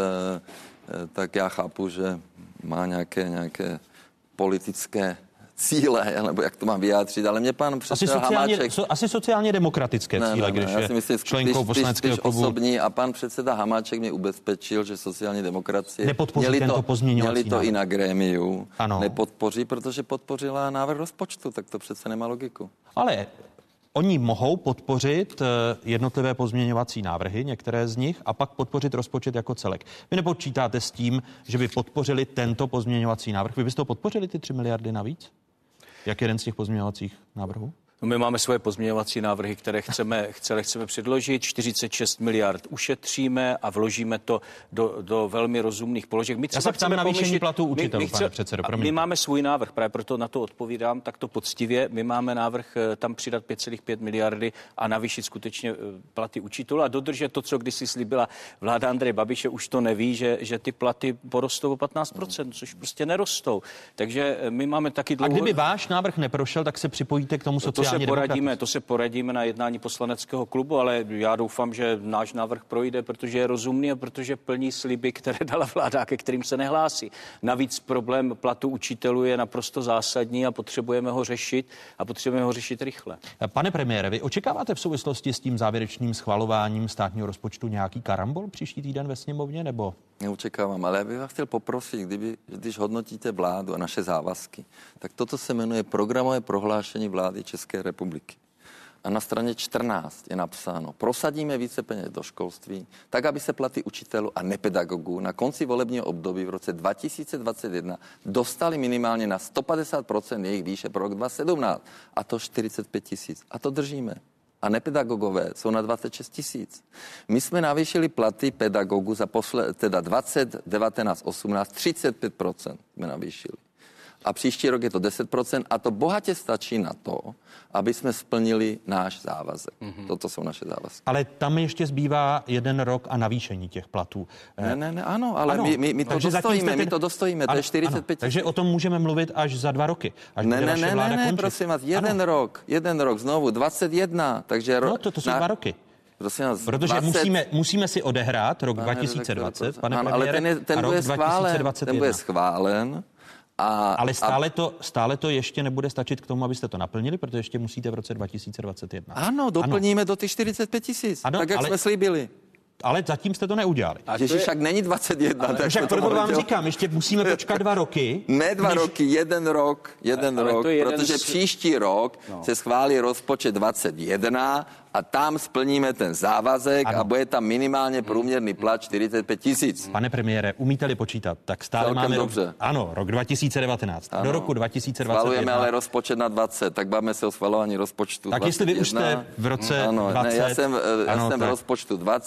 tak já chápu, že má nějaké, nějaké politické cíle, nebo jak to mám vyjádřit, ale mě pan předseda Hamáček... So, asi sociálně demokratické ne, cíle, ne, ne, když je myslím, členkou poslaneckého klubu. Osobní a pan předseda Hamáček mě ubezpečil, že sociální demokracie nepodpoří měli tento to, pozměňovací měli to návrh. I na grémiu, ano. Nepodpoří, protože podpořila návrh rozpočtu, tak to přece nemá logiku. Ale oni mohou podpořit jednotlivé pozměňovací návrhy, některé z nich, a pak podpořit rozpočet jako celek. Vy nepočítáte s tím, že by podpořili tento pozměňovací návrh? Vy byste to podpořili ty tři miliardy navíc? Jak jeden z těch pozměňovacích návrhů? No, my máme svoje pozměňovací návrhy, které chceme, chceme, chceme předložit. čtyřicet šest miliard ušetříme a vložíme to do, do velmi rozumných položek. My Já se ptám navýšení platů učitelů, pane předsedo. Promiňte. My máme svůj návrh, právě proto na to odpovídám takto poctivě. My máme návrh tam přidat pět celá pět miliardy a navýšit skutečně platy učitelů a dodržet to, co kdysi slíbila vláda Andreje Babiše, už to neví, že, že ty platy porostou o patnáct procent, což prostě nerostou. Takže my máme taky dlouho... A kdyby váš návrh neprošel, tak se připojíte k tomu sociální To se poradíme, to se poradíme na jednání poslaneckého klubu, ale já doufám, že náš návrh projde, protože je rozumný a protože plní sliby, které dala vláda, ke kterým se nehlásí. Navíc problém platu učitelů je naprosto zásadní a potřebujeme ho řešit a potřebujeme ho řešit rychle. Pane premiére, vy očekáváte v souvislosti s tím závěrečným schvalováním státního rozpočtu nějaký karambol příští týden ve sněmovně, nebo? Neočekávám, ale já bych vás chtěl poprosit, kdyby, když hodnotíte vládu a naše závazky, tak toto se jmenuje programové prohlášení vlády České republiky. A na straně čtrnáct je napsáno, prosadíme více peněz do školství, tak, aby se platy učitelů a nepedagogů na konci volebního období v roce dva tisíce dvacet jedna dostali minimálně na sto padesát procent jejich výše pro rok dva tisíce sedmnáct. A to čtyřicet pět tisíc. A to držíme. A nepedagogové jsou na dvacet šest tisíc. My jsme navýšili platy pedagogů za posle, teda dvacet, devatenáct, osmnáct, třicet pět procent jsme navýšili. A příští rok je to deset procent a to bohatě stačí na to, aby jsme splnili náš závazek. Mm-hmm. Toto jsou naše závazky. Ale tam ještě zbývá jeden rok a navýšení těch platů. Ne, ne, ne, ano, ale ano. My, my, my to dostojíme, ten... my to dostojíme, to je čtyřicet pět tisíc. Takže o tom můžeme mluvit až za dva roky, až ne, bude ne, vaše ne, vláda ne, končit. prosím vás, jeden ano. rok, jeden rok, znovu, dvacet jedna, takže... No, to, to jsou na... dva roky. Nás, Protože dvacet... musíme, musíme si odehrát rok pane, dva tisíce dvacet, pane ano, premiére, ale ten, je, ten a rok bude schválen, dva tisíce dvacet jedna. Ten bude schválen. A, ale stále, a... to, stále to ještě nebude stačit k tomu, abyste to naplnili, protože ještě musíte v roce dva tisíce dvacet jedna. Ano, doplníme ano. do těch čtyřicet pět tisíc, tak jak ale... jsme slíbili. Ale zatím jste to neudělali. A Ježiš, je... však není dvacet jedna. Ale tak však proto vám dělat. Říkám, ještě musíme počkat dva roky. Ne dva než... roky, jeden rok, jeden ale, rok, ale jeden protože z... příští rok no. se schválí rozpočet dvacet jedna a tam splníme ten závazek ano. a bude tam minimálně průměrný plat čtyřicet pět tisíc. Pane premiére, umíte-li počítat, tak stále Celkem máme... Dobře. Rok, ano, rok dva tisíce devatenáct. Ano. Do roku dva tisíce dvacet jedna. Schvalujeme ale rozpočet na dvacet, tak bavíme se o schvalování rozpočtu tak dvacet jedna. Jestli vy už jste v roce ano, dvacet... Ne, já jsem, já ano, jsem v rozpočtu dvacet, ale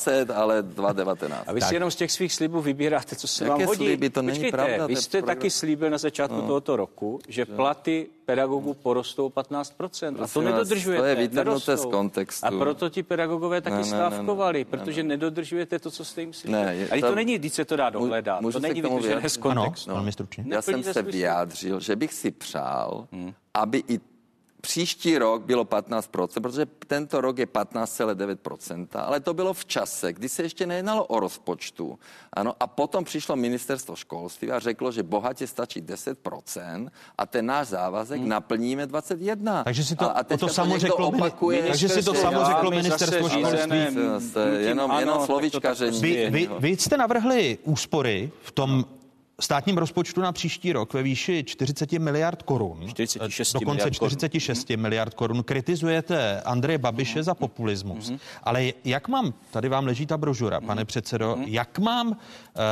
ale dva tisíce devatenáct. A vy si tak. jenom z těch svých slibů vybíráte, co se Jaké vám hodí. Sliby? To není Počkejte, pravda. Vy jste taky slíbil na začátku no. tohoto roku, že platy pedagogů porostou patnáct procent. A to nedodržujete. To je vytrhnuté z kontextu. A proto ti pedagogové taky ne, stávkovali, ne, ne, protože ne, ne. nedodržujete to, co jste jim slíbil. Ne, Ale to není, když se to dá dohledat. To není vytržené z kontextu. Ano, no. Já jsem se vyjádřil, že bych si přál, hmm. aby i příští rok bylo patnáct procent, protože tento rok je patnáct celá devět procent, ale to bylo v čase, kdy se ještě nejednalo o rozpočtu. Ano, a potom přišlo ministerstvo školství a řeklo, že bohatě stačí deset procent a ten náš závazek hmm. naplníme dvacet jedna. Takže si to, a, a to samo řeklo, opakuje, takže si to samo řeklo ministerstvo školství. Jenom, jenom slovíčkaření. Vy, vy, vy jste navrhli úspory v tom státním rozpočtu na příští rok ve výši čtyřicet miliard korun, čtyřicet šest dokonce čtyřicet šest korun. miliard korun, kritizujete Andreje Babiše mm. za populismus. Mm. Ale jak mám, tady vám leží ta brožura, mm. pane předsedo, mm. jak mám uh,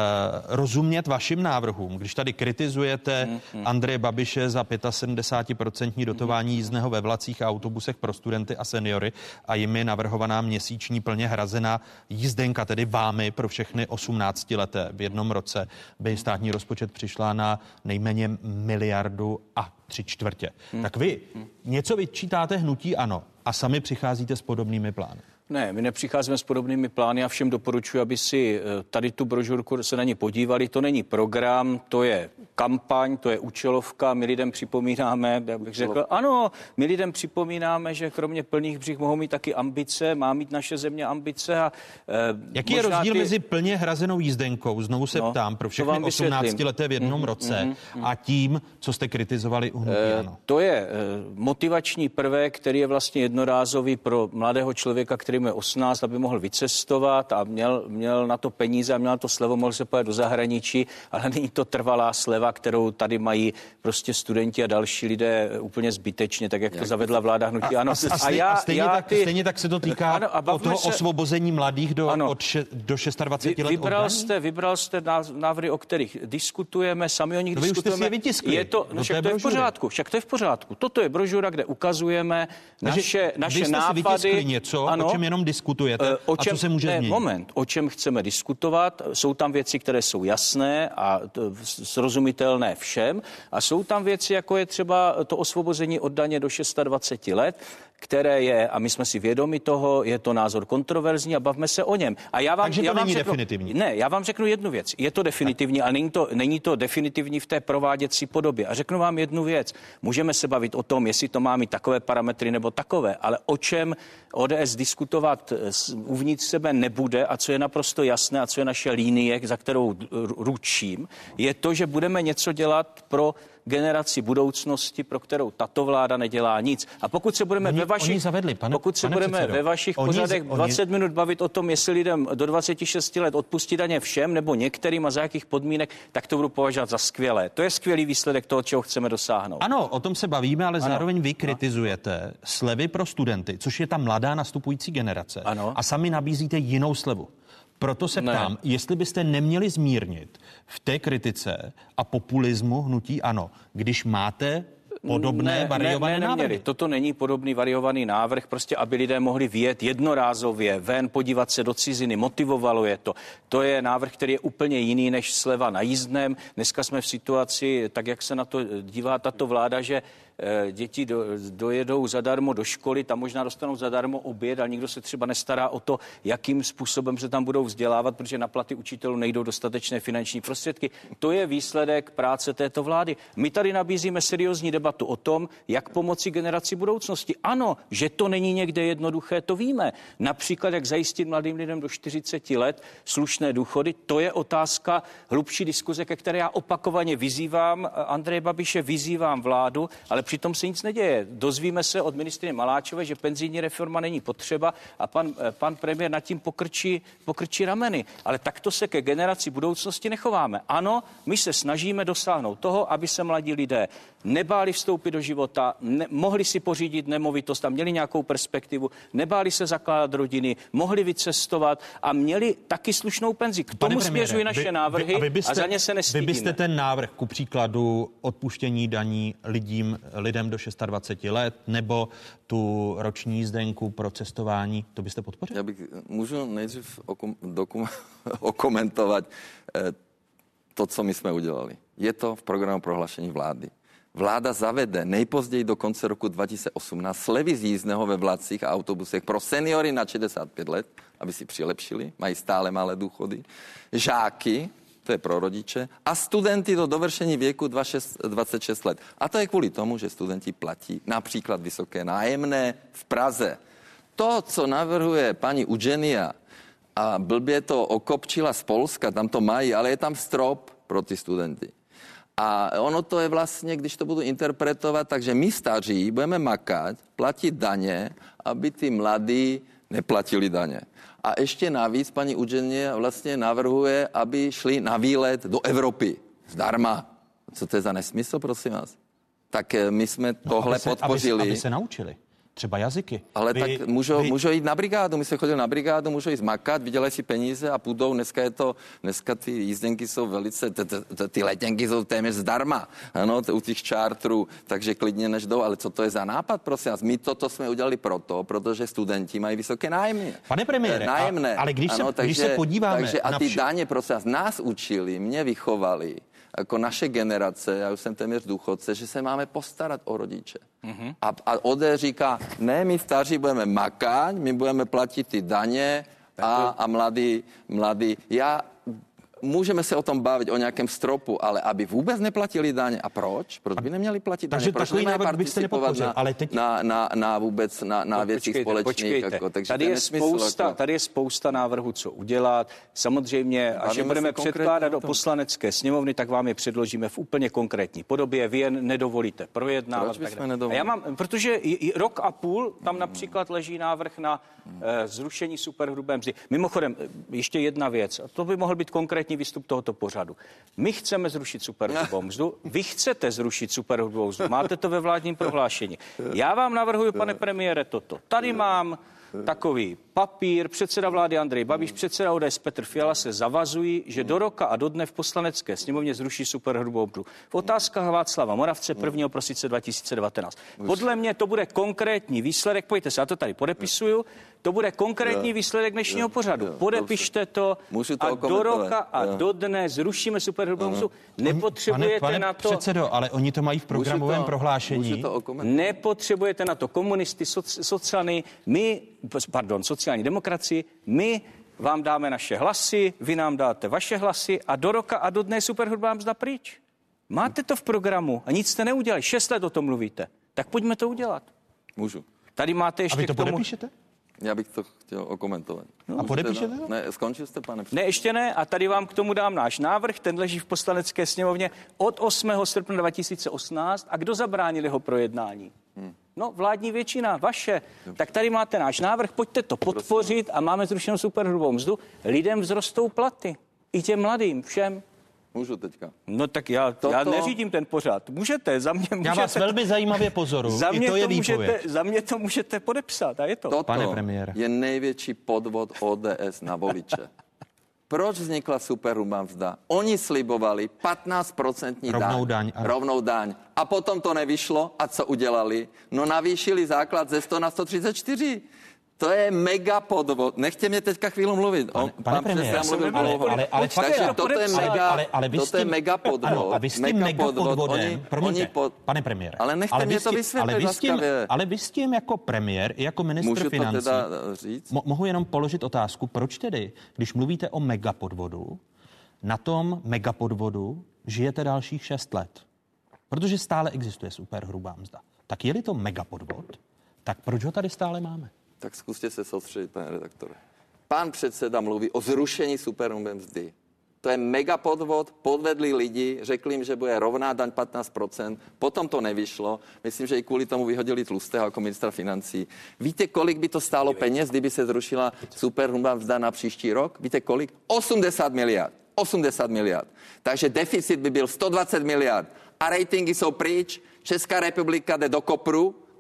rozumět vašim návrhům, když tady kritizujete mm. Andreje Babiše za sedmdesát pět procent dotování jízdného ve vlacích a autobusech pro studenty a seniory a jim je navrhovaná měsíční plně hrazená jízdenka, tedy vámi pro všechny osmnáctileté v jednom roce by státní rozpočet přišla na nejméně miliardu a tři čtvrtě. Hmm. Tak vy hmm. něco vyčítáte hnutí ANO a sami přicházíte s podobnými plány. Ne, my nepřicházíme s podobnými plány a všem doporučuji, aby si tady tu brožurku se na ní podívali. To není program, to je kampaň, to je účelovka. My lidem připomínáme, jak bych řekl, ano, my lidem připomínáme, že kromě plných břih mohou mít taky ambice, má mít naše země ambice. A, eh, Jaký je rozdíl ty... mezi plně hrazenou jízdenkou, znovu se no, ptám, pro všechny osmnáctileté v jednom mm, roce mm, mm, a tím, co jste kritizovali u hnutí eh, ANO? To je eh, motivační prvek, který je vlastně jednorázový pro mladého člověka, který je osmnáct, aby mohl vycestovat a měl, měl na to peníze a měl to slevo, mohl se pojet do zahraničí, ale není to trvalá sleva, kterou tady mají prostě studenti a další lidé úplně zbytečně, tak jak, jak to zavedla vláda hnutí. Ano. A, a, stejně, a, já, a stejně, já tak, ty... stejně tak se to týká ano, a toho se... osvobození mladých do, ano. od še, do dvacet šest Vy, let vybral jste, vybral jste návrhy, o kterých diskutujeme, sami o nich no diskutujeme. Je to, no, však to je v pořádku, však to je v pořádku. Toto je brožura, kde ukazujeme naše, naše nápady. Něco, ano, o čem jenom diskutujete o čem, a co se může ne, změnit? Moment, o čem chceme diskutovat. Jsou tam věci, které jsou jasné a srozumitelné všem a jsou tam věci, jako je třeba to osvobození od daně do dvacet šest let, které je, a my jsme si vědomi toho, je to názor kontroverzní a bavme se o něm. A já vám, Takže to já vám není řeknu, definitivní. Ne, já vám řeknu jednu věc. Je to definitivní, tak. ale není to, není to definitivní v té prováděcí podobě. A řeknu vám jednu věc. Můžeme se bavit o tom, jestli to má mít takové parametry nebo takové, ale o čem O D S diskutovat uvnitř sebe nebude a co je naprosto jasné a co je naše línie, za kterou ručím, je to, že budeme něco dělat pro generaci budoucnosti, pro kterou tato vláda nedělá nic. A pokud se budeme oni, ve vašich, zavedli, pane, pokud se pane budeme předsedo, ve vašich oni, pořadech oni, dvacet minut bavit o tom, jestli lidem do dvacet šest let odpustí daně všem nebo některým a za jakých podmínek, tak to budu považovat za skvělé. To je skvělý výsledek toho, čeho chceme dosáhnout. Ano, o tom se bavíme, ale ano. zároveň vy kritizujete ano. slevy pro studenty, což je ta mladá nastupující generace. Ano. A sami nabízíte jinou slevu. Proto se ptám, ne. jestli byste neměli zmírnit v té kritice a populismu hnutí ANO, když máte podobné ne, variované ne, ne, návrhy. Toto není podobný variovaný návrh, prostě aby lidé mohli vyjet jednorázově ven, podívat se do ciziny, motivovalo je to. To je návrh, který je úplně jiný než sleva na jízdném. Dneska jsme v situaci, tak jak se na to dívá tato vláda, že děti do, dojedou zadarmo do školy, tam možná dostanou zadarmo oběd, ale nikdo se třeba nestará o to, jakým způsobem se tam budou vzdělávat, protože na platy učitelů nejdou dostatečné finanční prostředky. To je výsledek práce této vlády. My tady nabízíme seriózní debatu o tom, jak pomoci generaci budoucnosti. Ano, že to není někde jednoduché, to víme. Například, jak zajistit mladým lidem do čtyřicet let slušné důchody, to je otázka hlubší diskuze, ke které já opakovaně vyzývám Andreje Babiše, vyzývám vládu, ale přitom se nic neděje. Dozvíme se od ministryně Maláčové, že penzijní reforma není potřeba a pan, pan premiér nad tím pokrčí, pokrčí rameny. Ale takto se ke generaci budoucnosti nechováme. Ano, my se snažíme dosáhnout toho, aby se mladí lidé nebáli vstoupit do života, ne, mohli si pořídit nemovitost a měli nějakou perspektivu, nebáli se zakládat rodiny, mohli vycestovat a měli taky slušnou penzi. K tomu směřují naše vy, návrhy vy, a, byste, a za ně se nestydíme. Vy byste ten návrh, ku příkladu odpuštění daní lidím lidem do dvacet šest let nebo tu roční jízdenku pro cestování, to byste podpořili? Já bych, můžu nejdřív okom, dokum, okomentovat eh, to, co my jsme udělali. Je to v programu prohlášení vlády. Vláda zavede nejpozději do konce roku dva tisíce osmnáct slevy z jízdného ve vlacích a autobusech pro seniory na šedesát pět let, aby si přilepšili, mají stále malé důchody, žáky, to je pro rodiče, a studenty do dovršení věku dvacet šest let. A to je kvůli tomu, že studenti platí například vysoké nájemné v Praze. To, co navrhuje paní Udženia, a blbě to okopčila z Polska, tam to mají, ale je tam strop pro ty studenty. A ono to je vlastně, když to budu interpretovat, takže my staří budeme makat, platit daně, aby ty mladí neplatili daně. A ještě navíc paní Udženia vlastně navrhuje, aby šli na výlet do Evropy. Zdarma. Co to je za nesmysl, prosím vás? Tak my jsme no, tohle aby se, podpořili. Aby, aby se naučili. Třeba jazyky. Ale vy, tak můžou, vy... můžou jít na brigádu, my jsme chodili na brigádu, můžou jít zmakat, vydělají si peníze a půjdou, dneska je to, dneska ty jízdenky jsou velice, t, t, t, ty letenky jsou téměř zdarma, ano, t, u těch čártrů, takže klidně než jdou, ale co to je za nápad, prosím vás, my toto jsme udělali proto, protože studenti mají vysoké nájemné. Pane premiére, nájemné, ale když, ano, se, takže, když se podíváme takže a ty vš... daně, prosím vás, nás učili, mě vychovali, jako naše generace, já už jsem téměř důchodce, že se máme postarat o rodiče. Mm-hmm. A, a ode říká, ne, my staří budeme makat, my budeme platit ty daně a, a mladí, mladí. Já, můžeme se o tom bavit, o nějakém stropu, ale aby vůbec neplatili daně. A proč? Proč by neměli platit daně? Takže proč takový návrh byste nepodpořil, na, ale teď... na, na, na vůbec, na, na no, věcích společných. Jako, takže tady, je nesmysl, spousta, jako... tady je spousta návrhů, co udělat. Samozřejmě, až je budeme předkládat do poslanecké sněmovny, tak vám je předložíme v úplně konkrétní podobě. Vy jen nedovolíte projednávat. Proč bychom nedovolili? A já mám, protože rok a půl tam například leží návrh na uh, zrušení superhrubé mzdy. Mimochodem, ještě jedna věc, a to by mohl být konkrétní výstup tohoto pořadu. My chceme zrušit superhrubou mzdu, vy chcete zrušit superhrubou mzdu, máte to ve vládním prohlášení. Já vám navrhuji, pane premiére, toto. Tady mám takový papír, předseda vlády Andrej Babiš, předseda O D S Petr Fiala se zavazují, že do roka a do dne v poslanecké sněmovně zruší superhrubou mzdu. V otázkách Václava Moravce prvního prosince dva tisíce devatenáct. Podle mě to bude konkrétní výsledek, pojďte se, já to tady podepisuju, to bude konkrétní výsledek dnešního pořadu. Podepište to a do roka a do dne zrušíme superhrubou mzdu. Nepotřebujete pane, pane na to... předsedo, ale oni to mají v programovém to, prohlášení. Nepotřebujete na to komunisty, soci, sociální, my, pardon, sociální demokracii, my vám dáme naše hlasy, vy nám dáte vaše hlasy a do roka a do dne je superhrubá mzda pryč. Máte to v programu a nic jste neudělali. Šest let o tom mluvíte. Tak pojďme to udělat. Můžu. Tady máte ještě a vy to k tomu... podepíšete? Já bych to chtěl okomentovat. No, a podepíšete to? Ne, skončil jste, pane předsedo? Ne, ještě ne. A tady vám k tomu dám náš návrh. Ten leží v poslanecké sněmovně od osmého srpna dva tisíce osmnáct. A kdo zabránil jeho projednání? Hmm. No, vládní většina, vaše. Dobře. Tak tady máte náš návrh, pojďte to podpořit a máme zrušenou superhrubou mzdu. Lidem vzrostou platy. I těm mladým, všem. Můžu teďka. No tak já, Toto... já neřídím ten pořad. Můžete, za mě můžete. Já vás velmi zajímavě pozoruju. Za mě, I to, je to můžete, za mě to můžete podepsat a je to. Toto Pane premiére. Je největší podvod O D S na voliče. Proč vznikla superhrubá mzda? Oni slibovali patnáct procentní rovnou daň. daň rovnou daň. A potom to nevyšlo. A co udělali? No navýšili základ ze sto na sto třicet čtyři. To je mega podvod. Nechte mě teďka chvíli mluvit. Pane, pane premiére, ale, ale, ale takže fakt, toto je mega, ale, ale vy toto je mega podvod. Ano, a vy s tím mega, mega podvodem, oni, promiňte, oni pod... pane premiére. Ale nechte ale mě to vysvětlit, ale, vy tím, ale vy s tím jako premiér i jako ministr Můžu financí, to teda říct? Mo- mohu jenom položit otázku, proč tedy, když mluvíte o mega podvodu, na tom mega podvodu žijete dalších šest let? Protože stále existuje superhrubá mzda. Tak je-li to mega podvod, tak proč ho tady stále máme? Tak zkuste se soustředit, pane redaktore. Pán předseda mluví o zrušení superhrubé mzdy. To je mega podvod, podvedli lidi, řekli jim, že bude rovná daň patnáct procent, potom to nevyšlo. Myslím, že i kvůli tomu vyhodili Tlustého jako ministra financí. Víte, kolik by to stálo peněz, kdyby se zrušila superhrubá mzda na příští rok? Víte, kolik? osmdesát miliard. osmdesát miliard. Takže deficit by byl sto dvacet miliard. A ratingy jsou pryč, Česká republika jde do kopru.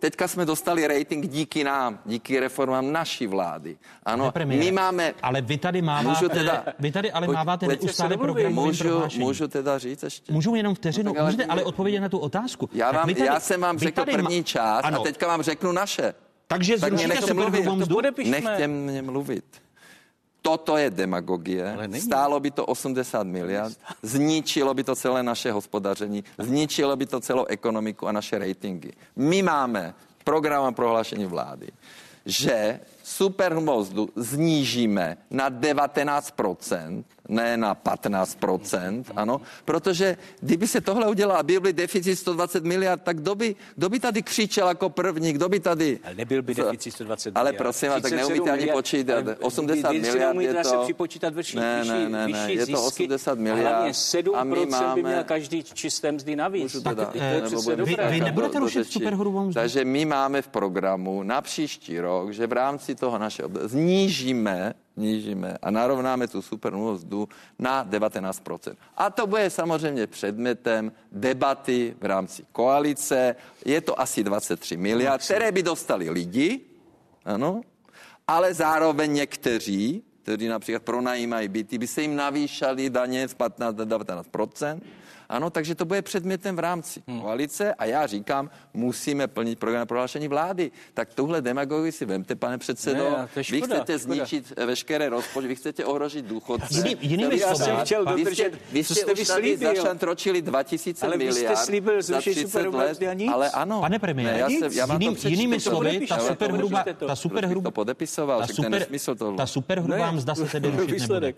teďka jsme dostali rating díky nám, díky reformám naší vlády. Ano, my máme... Ale vy tady máváte, teda, vy tady ale máváte neustále programovým prohlášení. Můžu teda říct ještě? Můžu jenom vteřinu, ale můžete ale odpovědět na tu otázku. Já, vám, tady, já jsem vám řekl první ma... část ano. a teďka vám řeknu naše. Takže tak zrušíte superhrubou mzdu? Nechte mě mluvit. Toto je demagogie, stálo by to osmdesát miliard, zničilo by to celé naše hospodaření, zničilo by to celou ekonomiku a naše ratingy. My máme program prohlášení vlády, že superhrubou mzdu znížíme na devatenáct procent, ne na patnáct procent, ano, protože kdyby se tohle udělalo a byl by deficit sto dvacet miliard, tak kdo by, kdo by tady křičel jako první, kdo by tady... Ale nebyl by deficit sto dvacet miliard. Ale prosím, tak neumíte ani počítat. osmdesát miliard je to... se připočítat vyšší, ne, ne, ne, ne, vyšší je to osmdesát miliard. Hlavně sedm procent by měl každý čisté mzdy navíc. Tak, to je přece vy, vy nebudete rušit superhrubou mzdu? Takže my máme v programu na příští rok, že v rámci toho našeho znížíme, znížíme a narovnáme tu superhrubou mzdu na devatenáct procent. A to bude samozřejmě předmětem debaty v rámci koalice. Je to asi dvacet tři miliard, které by dostali lidi, ano, ale zároveň někteří, kteří například pronajímají byty, by se jim navýšali daně z patnáct na devatenáct procent. Ano, takže to bude předmětem v rámci hmm. koalice a já říkám, musíme plnit program prohlášení vlády. Tak tuhle demagogii si vemte, pane předsedo. Ne, vy chcete zničit veškeré rozpočty, vy chcete ohrožit důchodce. Jiný, jinými slovy, vy jste, vy jste, jste už tady začantročili dva tisíce miliard. Ale vy jste slíbil zrušit superhrubou mzdu a nic. Ale ano. Pane premiére, já se, já jiným, jinými slovy, ta superhrubá, ta superhrubá, to podepisoval, ta, super, ta superhrubá mzda se tedy rušit nebude.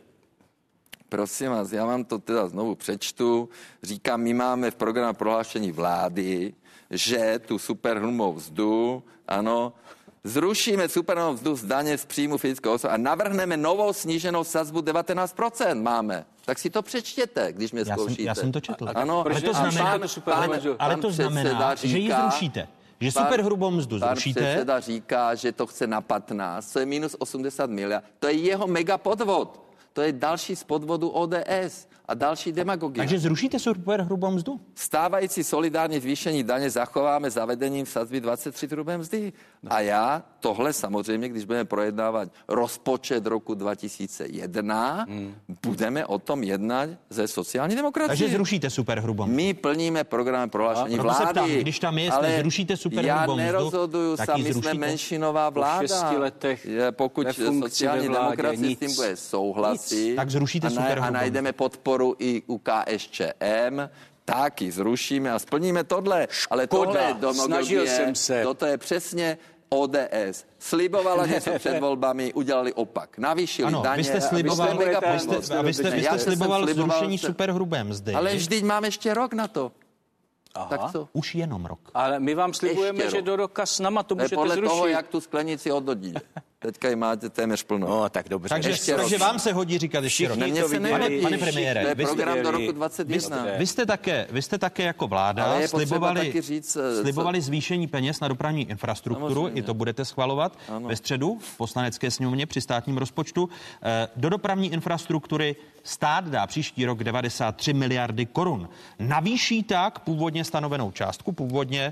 Prosím vás, já vám to teda znovu přečtu. Říkám, my máme v programu prohlášení vlády, že tu superhrubou mzdu, ano, zrušíme superhrubou mzdu z daně z příjmu fyzického osoby a navrhneme novou sníženou sazbu devatenáct procent máme. Tak si to přečtěte, když mě já zkoušíte. Jsem, já jsem to četl. Ano, ale to znamená, pan, ale, ale to znamená říká, že ji zrušíte. Že superhrubou mzdu zrušíte. Pan předseda říká, že to chce na patnáct, co je minus osmdesát miliard. To je jeho mega podvod. To je další z podvodu O D S a další demagogie. Takže zrušíte superhrubou mzdu? Stávající solidární zvýšení daně zachováme zavedením sazby dvacet tři hrubé mzdy. No. A já tohle samozřejmě, když budeme projednávat rozpočet roku dva tisíce jedna, hmm. budeme o tom jednat ze sociální demokracie. Takže zrušíte superhrubou mzdu? My plníme program prohlášení vlády. Ptám, když tam je, ale zrušíte superhrubou mzdu, já nerozhoduju sami, jsme menšinová vláda. Po šesti letech pokud sociální demokracie s tím bude souhlasit, tak zrušíte superhrubou mzdu. A najdeme podporu i u K S Č M, tak ji zrušíme a splníme tohle. Ale tohle je demagogie, toto je přesně O D S. Slibovala něco před volbami, udělali opak. Navýšili ano, daně. Vy jste sliboval, a vy jste, a vy jste, vy jste, vy jste sliboval zrušení se... superhrubé mzdy. Ale vždyť máme ještě rok na to. Aha, tak co? Už jenom rok. Ale my vám slibujeme, že do roka s náma to můžete podle zrušit. Podle toho, jak tu sklenici odhodíte. Teďka ji máte téměř plnou. No, tak dobře. Takže, takže vám se hodí říkat ještě rok. Pane, pane premiére, to je program do roku dvacet jedna. Vy, vy, jste také, vy jste také jako vláda slibovali, říct, slibovali zvýšení peněz na dopravní infrastrukturu, samozřejmě. I to budete schvalovat ano. ve středu v poslanecké sněmovně při státním rozpočtu. Do dopravní infrastruktury stát dá příští rok devadesát tři miliardy korun. Navýší tak původně stanovenou částku, původně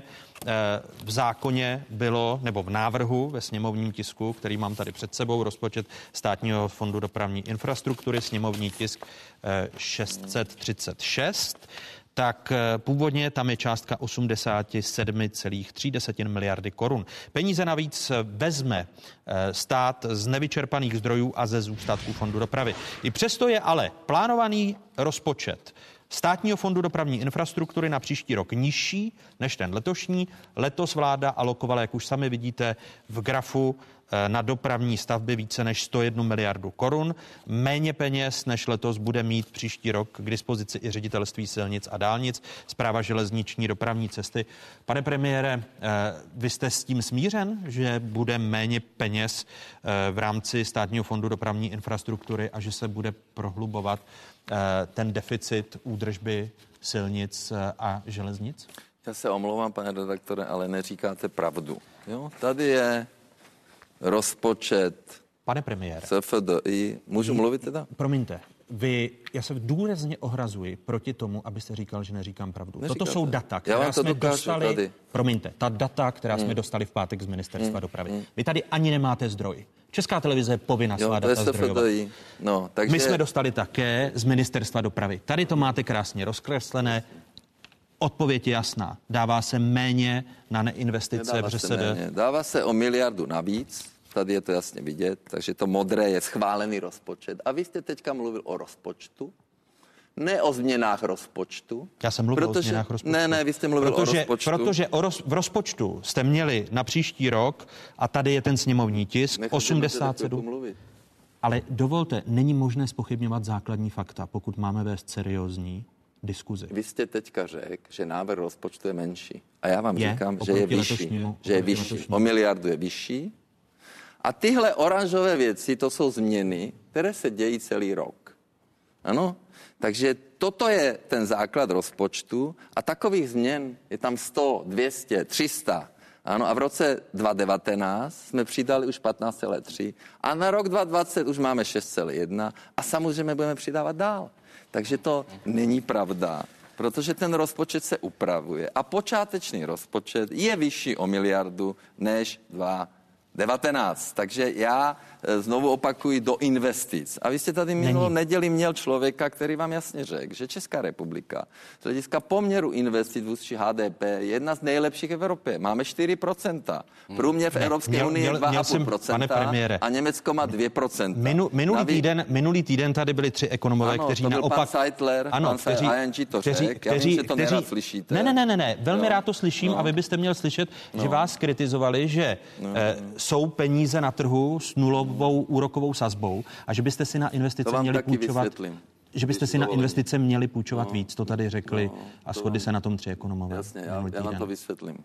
v zákoně bylo, nebo v návrhu ve sněmovním tisku, který mám tady před sebou, rozpočet Státního fondu dopravní infrastruktury, sněmovní tisk šest set třicet šest, tak původně tam je částka osmdesát sedm celá tři miliardy korun. Peníze navíc vezme stát z nevyčerpaných zdrojů a ze zůstatků fondu dopravy. I přesto je ale plánovaný rozpočet Státního fondu dopravní infrastruktury na příští rok nižší než ten letošní. Letos vláda alokovala, jak už sami vidíte v grafu, na dopravní stavby více než sto jedna miliardu korun. Méně peněz než letos bude mít příští rok k dispozici i Ředitelství silnic a dálnic, Správa železniční dopravní cesty. Pane premiére, vy jste s tím smířen, že bude méně peněz v rámci Státního fondu dopravní infrastruktury a že se bude prohlubovat ten deficit údržby silnic a železnic? Já se omlouvám, pane redaktore, ale neříkáte pravdu. Jo? Tady je rozpočet Pane premiére. S F D I. Můžu mluvit teda? Promiňte. vy, já se důrazně ohrazuji proti tomu, abyste říkal, že neříkám pravdu. Neříkáte. Toto jsou data, která to jsme dostali. Tady. Promiňte, ta data, která hmm. jsme dostali v pátek z Ministerstva hmm. dopravy. Hmm. Vy tady ani nemáte zdroj. Česká televize je povinna svá data zdrojovat. No, takže... My jsme dostali také z Ministerstva dopravy. Tady to máte krásně rozkreslené. Odpověď je jasná. Dává se méně na neinvestice v ŘSD. Dává se o miliardu navíc. Tady je to jasně vidět. Takže to modré je schválený rozpočet. A vy jste teďka mluvil o rozpočtu. Ne o změnách rozpočtu. Já jsem mluvil protože, o změnách rozpočtu. Ne, ne, vy jste mluvil protože, o rozpočtu. Protože o roz, v rozpočtu jste měli na příští rok, a tady je ten sněmovní tisk, Nechci osmdesát sedm. Ale dovolte, není možné zpochybňovat základní fakta, pokud máme vést seriózní diskuzi. Vy jste teďka řekl, že návrh rozpočtu je menší. A já vám je, říkám, že je vyšší. Že je vyšší. O miliardu je vyšší. A tyhle oranžové věci, to jsou změny, které se dějí celý rok. Ano? Takže toto je ten základ rozpočtu a takových změn je tam sto, dvě stě, tři sta. Ano, a v roce dva tisíce devatenáct jsme přidali už patnáct celá tři a na rok dva tisíce dvacet už máme šest celá jedna a samozřejmě budeme přidávat dál. Takže to není pravda, protože ten rozpočet se upravuje a počáteční rozpočet je vyšší o miliardu než dva tisíce devatenáct. Takže já znovu opakuji do investic. A vy jste tady minulou neděli měl člověka, který vám jasně řekl, že Česká republika z hlediska poměru investic vůči H D P je jedna z nejlepších v Evropě. Máme čtyři procenta. Průměr v Evropské unii je dva celá pět procenta a Německo má dvě procenta. Minu, minulý, Naví... týden, minulý týden tady byli tři ekonomové, ano, kteří to byl naopak... pan Seidler, ano, pan kteří, I N G to kteří, řek. kteří, Já vím, že to kteří, nerad slyšíte. Ne, ne, ne, ne, ne. velmi no. rád to slyším no. a vy byste měl slyšet, no. že vás kritizovali, že no. eh, jsou peníze na trhu s nulovou úrokovou sazbou a že byste si na investice měli půjčovat. Vysvětlím. Že byste si na investice měli půjčovat no, víc, to tady řekli no, a shodli se na tom tři ekonomové. Jasně, já, já na to vysvětlím.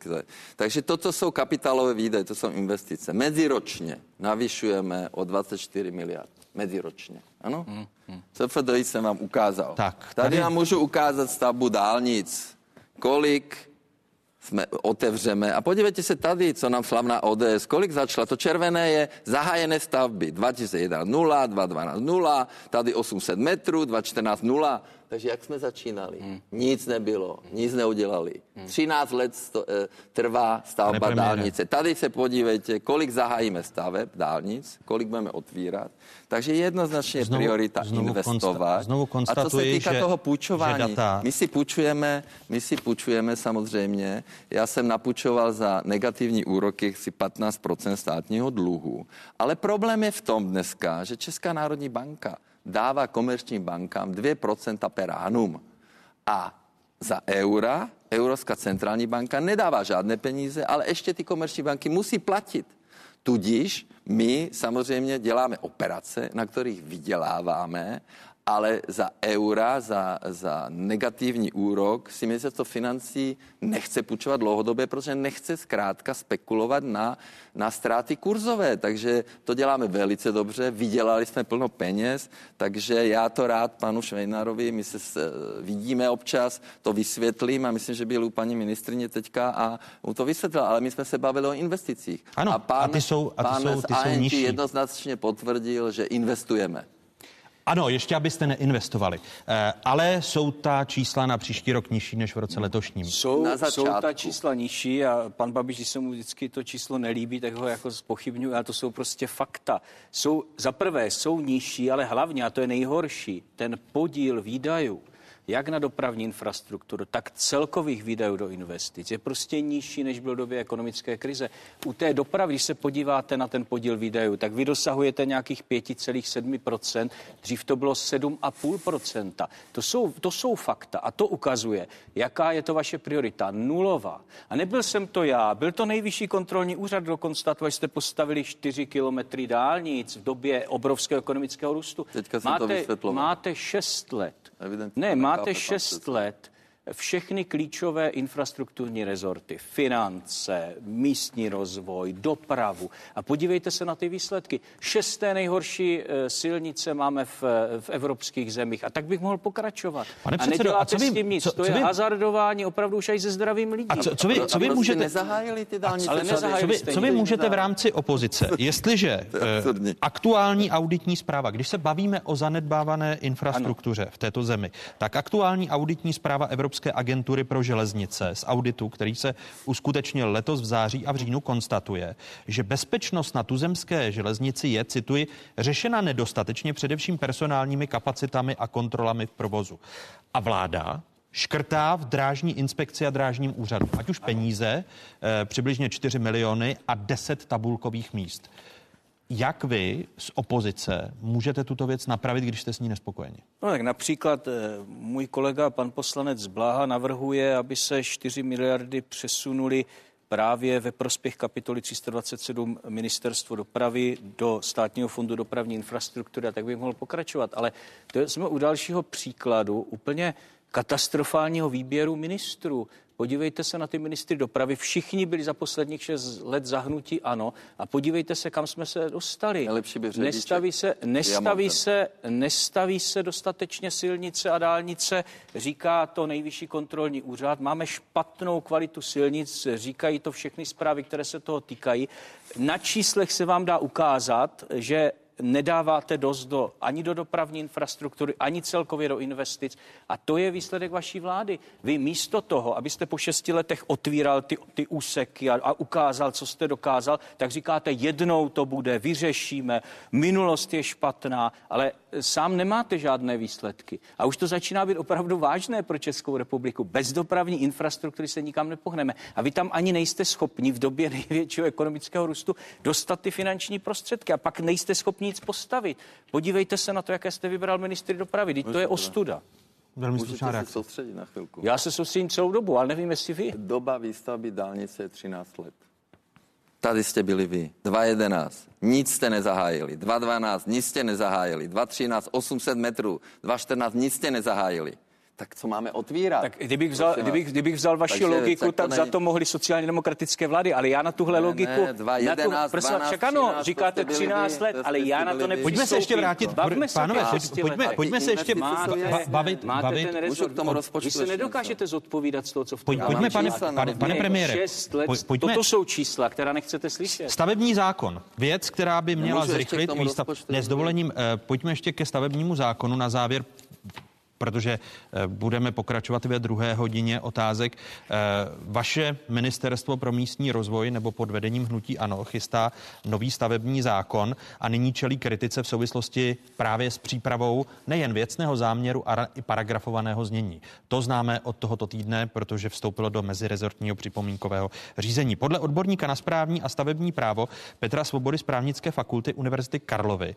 Takže toto jsou kapitálové výdaje, to jsou investice. Meziročně navyšujeme o dvacet čtyři miliard. Meziročně, ano? Hmm, hmm. C F D I jsem vám ukázal. Tak, tady... tady vám můžu ukázat stavbu dálnic. Kolik jsme otevřeme. A podívejte se tady, co nám slavná O D S, kolik začala. To červené je zahájené stavby. dva tisíce jedenáct nula, dva tisíce dvanáct nula, tady osm set metrů, dva tisíce čtrnáct nula. Takže jak jsme začínali? Hmm. Nic nebylo, nic neudělali. Hmm. třináct let sto, eh, trvá stavba dálnice. Tady se podívejte, kolik zahájíme staveb dálnic, kolik budeme otvírat. Takže jednoznačně znovu, priorita znovu investovat. Konsta, znovu a co se týká že, toho půjčování, data... my si půjčujeme, my si půjčujeme samozřejmě. Já jsem napůjčoval za negativní úroky si patnáct procent státního dluhu. Ale problém je v tom dneska, že Česká národní banka dává komerčním bankám dvě procenta per annum. A za eura, Evropská centrální banka nedává žádné peníze, ale ještě ty komerční banky musí platit. Tudíž my samozřejmě děláme operace, na kterých vyděláváme, ale za eura, za, za negativní úrok si ministerstvo financí nechce půjčovat dlouhodobě, protože nechce zkrátka spekulovat na, na ztráty kurzové. Takže to děláme velice dobře, vydělali jsme plno peněz, takže já to rád panu Švejnarovi, my se vidíme občas, to vysvětlím a myslím, že byl u paní ministryně teďka a mu to vysvětlil, ale my jsme se bavili o investicích. Ano, a pán, a ty jsou, a ty pán jsou, ty jsou nižší. jednoznačně potvrdil, že investujeme. Ano, ještě abyste neinvestovali. E, ale jsou ta čísla na příští rok nižší než v roce letošním? Jsou, jsou ta čísla nižší a pan Babiš, když se mu vždycky to číslo nelíbí, tak ho jako zpochybňuje, ale to jsou prostě fakta. Jsou, za prvé jsou nižší, ale hlavně, a to je nejhorší, ten podíl výdajů, jak na dopravní infrastrukturu, tak celkových výdajů do investic je prostě nižší, než byl v době ekonomické krize. U té dopravy, když se podíváte na ten podíl výdajů, tak vy dosahujete nějakých pět celá sedm procenta, dřív to bylo sedm celá pět procenta. To jsou, to jsou fakta a to ukazuje, jaká je to vaše priorita. Nulová. A nebyl jsem to já, byl to Nejvyšší kontrolní úřad, kdo konstatoval, že jste postavili čtyři kilometry dálnic v době obrovského ekonomického růstu. Teďka jsem máte, to vysvětloval. máte šest let. Evidentně ne, máte šest let všechny klíčové infrastrukturní rezorty, finance, místní rozvoj, dopravu. A podívejte se na ty výsledky. Šesté nejhorší silnice máme v, v evropských zemích. A tak bych mohl pokračovat. Pane a předsedo, neděláte a co vy, s tím nic. Co, to co je vy, hazardování opravdu už aj se zdravým lidí. A co, co vy, co vy můžete... Nezahájili ty dálnice. Ale co vy, co vy můžete v rámci opozice, jestliže eh, aktuální auditní zpráva, když se bavíme o zanedbávané infrastruktuře ano. v této zemi, tak aktuální auditní zpráva Evropské agentury pro železnice z auditu, který se uskutečnil letos v září a v říjnu, konstatuje, že bezpečnost na tuzemské železnici je, cituji, řešena nedostatečně především personálními kapacitami a kontrolami v provozu. A vláda škrtá v drážní inspekci a drážním úřadu, ať už peníze, eh, přibližně čtyři miliony a deset tabulkových míst. Jak vy z opozice můžete tuto věc napravit, když jste s ní nespokojeni? No tak například eh, můj kolega pan poslanec Bláha navrhuje, aby se čtyři miliardy přesunuli právě ve prospěch kapitoly tři sta dvacet sedm Ministerstvo dopravy do Státního fondu dopravní infrastruktury, a tak bych mohl pokračovat. Ale to jsme u dalšího příkladu úplně katastrofálního výběru ministrů. Podívejte se na ty ministry dopravy. Všichni byli za posledních šest let zahnutí ANO a podívejte se, kam jsme se dostali. Nestaví se, nestaví se, nestaví se dostatečně silnice a dálnice, říká to Nejvyšší kontrolní úřad. Máme špatnou kvalitu silnic, říkají to všechny zprávy, které se toho týkají. Na číslech se vám dá ukázat, že nedáváte dost do, ani do dopravní infrastruktury, ani celkově do investic. A to je výsledek vaší vlády. Vy místo toho, abyste po šesti letech otvíral ty, ty úseky a, a ukázal, co jste dokázal, tak říkáte, jednou to bude, vyřešíme, minulost je špatná, ale sám nemáte žádné výsledky. A už to začíná být opravdu vážné pro Českou republiku. Bez dopravní infrastruktury se nikam nepohneme. A vy tam ani nejste schopni v době největšího ekonomického růstu dostat ty finanční prostředky. A pak nejste schopni nic postavit. Podívejte se na to, jaké jste vybral ministry dopravy. Teď to je ostuda. Velmi slušná reakce. Můžete se soustředit na chvilku. Já se soustředím celou dobu, ale nevím, jestli vy. Doba výstavby dálnice je třináct let. Tady jste byli vy. dva jedenáct. Nic jste nezahájili. dva dvanáct. Nic jste nezahájili. dva třináct. osm set metrů. dva čtrnáct. Nic jste nezahájili. Tak co máme otvírat? Tak kdybych vzal, kdybych, kdybych vzal vaši Takže, logiku, tak, tak nej... za to mohli sociálně demokratické vlády, ale já na tuhle ne, logiku... Ne, dva, jedenáct, na tu, dvanáct, však ano, říkáte třináct let, ale já na to nepřistoupím. Pojďme se ještě vrátit, Bavme se pánové, pojďme, pojďme se ještě máte, bavit. Máte bavit ten rezort, vy se nedokážete zodpovídat z toho, co v tom Pojďme, pane, pane, pane premiére. Toto jsou čísla, která nechcete slyšet. Stavební zákon, věc, která by měla zrychlit výstavbu. Ne, s dovolením, pojďme ještě ke stavebnímu zákonu na závěr, protože budeme pokračovat ve druhé hodině otázek. Vaše ministerstvo pro místní rozvoj nebo pod vedením hnutí ANO chystá nový stavební zákon a nyní čelí kritice v souvislosti právě s přípravou nejen věcného záměru, ale i paragrafovaného znění. To známe od tohoto týdne, protože vstoupilo do mezirezortního připomínkového řízení. Podle odborníka na správní a stavební právo Petra Svobody z Právnické fakulty Univerzity Karlovy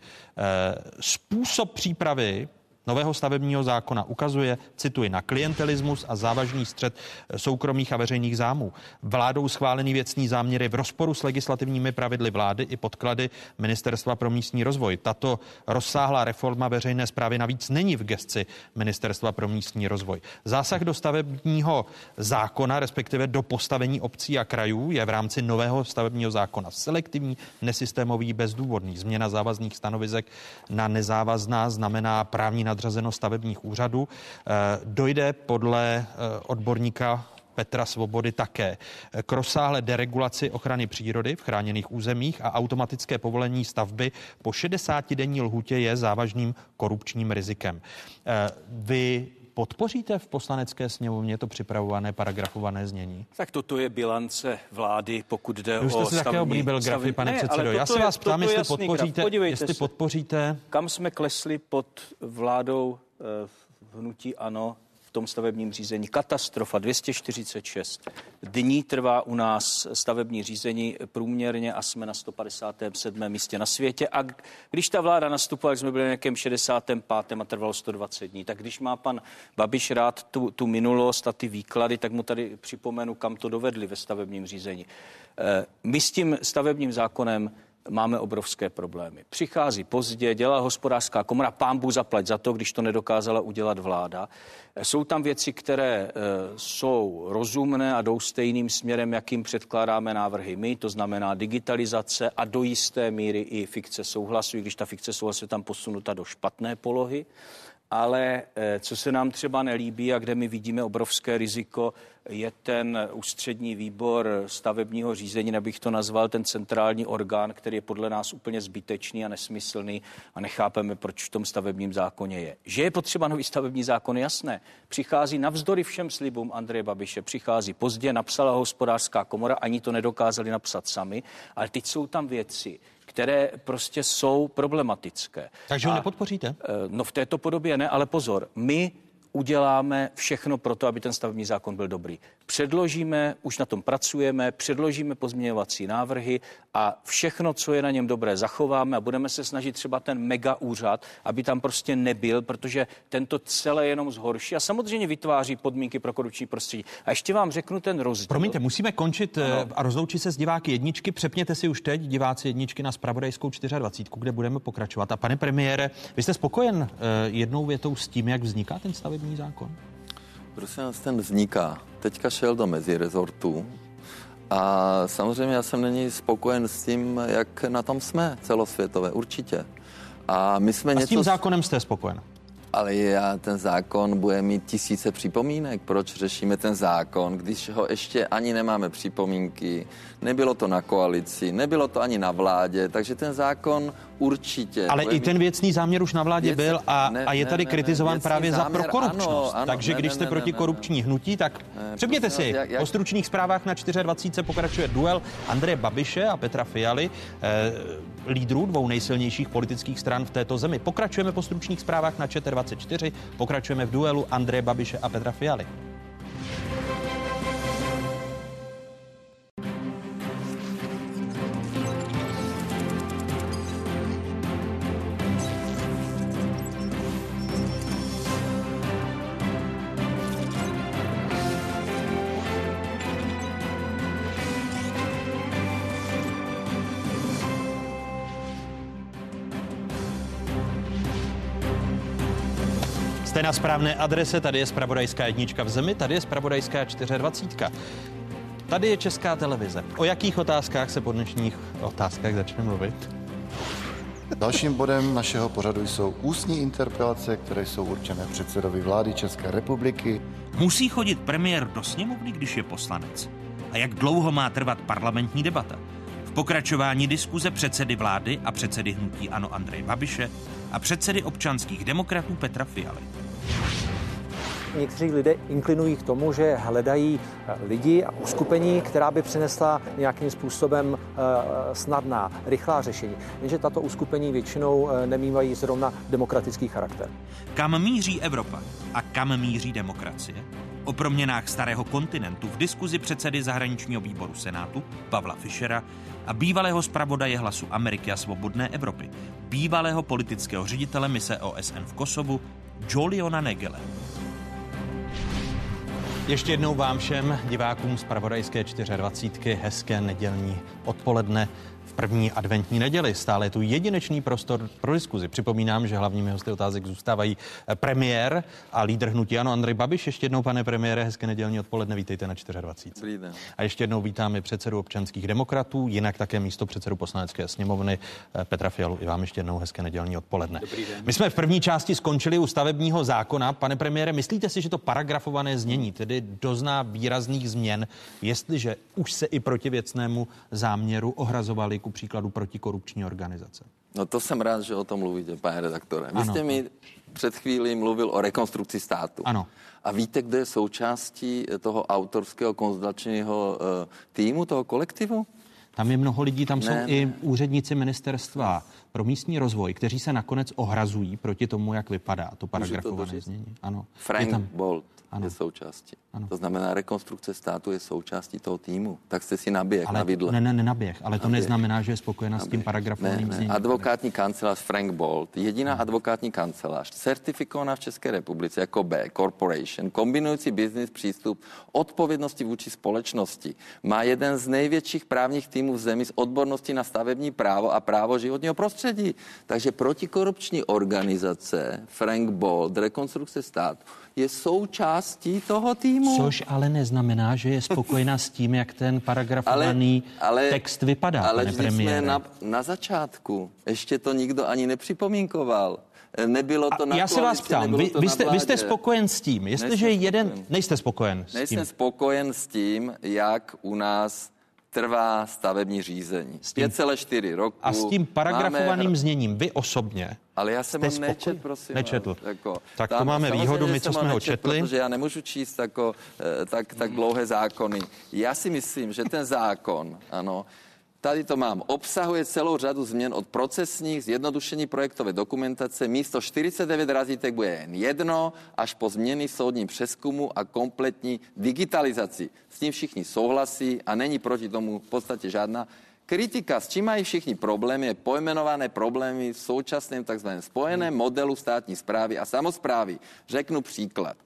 způsob přípravy nového stavebního zákona ukazuje, cituji, na klientelismus a závažný střet soukromých a veřejných zájmů. Vládou schválený věcný záměr je v rozporu s legislativními pravidly vlády i podklady Ministerstva pro místní rozvoj. Tato rozsáhlá reforma veřejné správy navíc není v gesci Ministerstva pro místní rozvoj. Zásah do stavebního zákona, respektive do postavení obcí a krajů, je v rámci nového stavebního zákona selektivní, nesystémový, bezdůvodný. Změna závazných stanovisek na nezávazná znamená právní nadřazenost stavebních úřadů. Dojde podle odborníka Petra Svobody také k rozsáhlé deregulaci ochrany přírody v chráněných územích a automatické povolení stavby po šedesátidenní lhůtě je závažným korupčním rizikem. Vy podpoříte v Poslanecké sněmovně to připravované paragrafované znění? Tak toto je bilance vlády, pokud jde o stavební... Už jste si také oblíbil grafy, pane ne, předsedo. Já se vás ptám, jestli podpoříte, jestli podpoříte... Kam jsme klesli pod vládou eh, hnutí ANO v tom stavebním řízení? Katastrofa, dvě stě čtyřicet šest dní trvá u nás stavební řízení průměrně a jsme na sto padesátém sedmém místě na světě. A když ta vláda nastupovala, jsme byli na nějakém šedesátém pátém a trvalo sto dvacet dní. Tak když má pan Babiš rád tu, tu minulost a ty výklady, tak mu tady připomenu, kam to dovedli ve stavebním řízení. My s tím stavebním zákonem máme obrovské problémy. Přichází pozdě, dělá hospodářská komora, pán Bůh zaplať za to, když to nedokázala udělat vláda. Jsou tam věci, které e, jsou rozumné a jdou stejným směrem, jakým předkládáme návrhy my, to znamená digitalizace a do jisté míry i fikce souhlasu, i když ta fikce souhlasu je tam posunuta do špatné polohy. Ale e, co se nám třeba nelíbí a kde my vidíme obrovské riziko, je ten ústřední výbor stavebního řízení, nebych to nazval, ten centrální orgán, který je podle nás úplně zbytečný a nesmyslný a nechápeme, proč v tom stavebním zákoně je. Že je potřeba nový stavební zákon, jasné. Přichází navzdory všem slibům Andreje Babiše, přichází pozdě, napsala hospodářská komora, ani to nedokázali napsat sami, ale teď jsou tam věci, které prostě jsou problematické. Takže ho nepodpoříte? No v této podobě ne, ale pozor, my uděláme všechno pro to, aby ten stavební zákon byl dobrý. Předložíme, už na tom pracujeme, předložíme pozměňovací návrhy a všechno, co je na něm dobré, zachováme a budeme se snažit třeba ten mega úřad, aby tam prostě nebyl, protože tento celé jenom zhorší a samozřejmě vytváří podmínky pro korupční prostředí. A ještě vám řeknu ten rozdíl. Promiňte, musíme končit ano. a rozloučit se s diváky jedničky. Přepněte si už teď, diváci jedničky, na zpravodajskou dvacet čtyři, kde budeme pokračovat. A pane premiére, vy jste spokojen uh, jednou větou s tím, jak vzniká ten stavební zákon? Prosím vás, ten vzniká. Teďka šel do mezirezortu a samozřejmě já jsem není spokojen s tím, jak na tom jsme celosvětové, určitě. A my jsme a něco... s tím zákonem jste spokojen? Ale já, ten zákon bude mít tisíce připomínek. Proč řešíme ten zákon, když ho ještě ani nemáme připomínky, nebylo to na koalici, nebylo to ani na vládě, takže ten zákon určitě... Ale i ten věcný záměr už na vládě věc... byl a, ne, a je tady ne, kritizován ne, právě záměr, za prokorupčnost. Ano, ano, takže ne, když jste ne, proti ne, korupční ne, hnutí, tak ne, přepněte si. Jak, jak... O stručných zprávách na dvacet čtyři pokračuje duel Andreje Babiše a Petra Fialy, eh, lídrů dvou nejsilnějších politických stran v této zemi. Pokračujeme po stručných zprávách na dvacet čtyři, pokračujeme v duelu Andreje Babiše a Petra Fialy. Jste na správné adrese, tady je zpravodajská jednička v zemi, tady je zpravodajská dvacet čtyři. Tady je Česká televize. O jakých otázkách se po dnešních otázkách začne mluvit? Dalším bodem našeho pořadu jsou ústní interpelace, které jsou určené předsedovi vlády České republiky. Musí chodit premiér do sněmovny, když je poslanec? A jak dlouho má trvat parlamentní debata? V pokračování diskuze předsedy vlády a předsedy hnutí ANO Andreje Babiše a předsedy občanských demokratů Petra Fialy. Někteří lidé inklinují k tomu, že hledají lidi a uskupení, která by přinesla nějakým způsobem snadná, rychlá řešení. Jenže tato uskupení většinou nemývají zrovna demokratický charakter. Kam míří Evropa a kam míří demokracie? O proměnách starého kontinentu v diskuzi předsedy zahraničního výboru Senátu Pavla Fischera a bývalého zpravodaje Hlasu Ameriky a svobodné Evropy, bývalého politického ředitele mise O S N v Kosovu Juliana Negele. Ještě jednou vám všem divákům zpravodajské dvacet čtyři hezké nedělní odpoledne v první adventní neděli. Stále je tu jedinečný prostor pro diskuzi. Připomínám, že hlavními hosty otázek zůstávají premiér a lídr hnutí ANO Andrej Babiš. Ještě jednou, pane premiére, hezké nedělní odpoledne, vítejte na dvacet čtyři. A ještě jednou vítáme předsedu občanských demokratů, jinak také místo předsedu Poslanecké sněmovny Petra Fialu. I vám ještě jednou hezké nedělní odpoledne. My jsme v první části skončili u stavebního zákona. Pane premiére, myslíte si, že to paragrafované znění tedy dozná výrazných změn, jestliže už se i proti věcnému záměru ohrazovali ku příkladu protikorupční organizace? No to jsem rád, že o tom mluvíte, pane redaktore. Vy ano. jste mi před chvílí mluvil o rekonstrukci státu. Ano. A víte, kdo je součástí toho autorského konzultačního uh, týmu, toho kolektivu? Tam je mnoho lidí, tam ne, jsou ne. i úředníci ministerstva pro místní rozvoj, kteří se nakonec ohrazují proti tomu, jak vypadá to paragrafované znění. Ano. Frank tam... Bolt. ano. je součástí. Ano. To znamená, rekonstrukce státu je součástí toho týmu. Tak jste si naběh ale na vidle. Ne, ne, ne naběh, ale to naběh. neznamená, že je spokojená naběh. s tím paragrafovaným ne, zněním. ne. Advokátní kancelář Frank Bolt, jediná hmm. advokátní kancelář, certifikovaná v České republice jako B Corporation, kombinující business přístup, odpovědnosti vůči společnosti, má jeden z největších právních týmů v zemi s odborností na stavební právo a právo životního prostředí. Takže protikorupční organizace Frank Bolt, rekonstrukce státu, je součástí toho týmu. Což ale neznamená, že je spokojená s tím, jak ten paragrafovaný ale, ale, text vypadá, ale pane premiére. jsme na, na začátku. Ještě to nikdo ani nepřipomínkoval. Nebylo to na Já se vás ptám, vy, vy, jste, vy jste spokojen s tím, jestliže jeden... Spokojen. Nejste spokojen s Nejsem tím. spokojen s tím, jak u nás trvá stavební řízení. pět celá čtyři roku. A s tím paragrafovaným máme... zněním, vy osobně. Ale já jsem ho nečet, prosím. Nečetl. Jako, tak to máme výhodu, my, co jsme ho četli. Protože já nemůžu číst jako, tak, tak dlouhé zákony. Já si myslím, že ten zákon, ano, tady to mám, obsahuje celou řadu změn od procesních, zjednodušení projektové dokumentace, místo čtyřicet devět razítek bude jen jedno, až po změny soudním přezkumu a kompletní digitalizaci. S tím všichni souhlasí a není proti tomu v podstatě žádná kritika. S čím mají všichni problémy, je pojmenované problémy v současném takzvaném spojeném modelu státní správy a samosprávy. Řeknu příklad.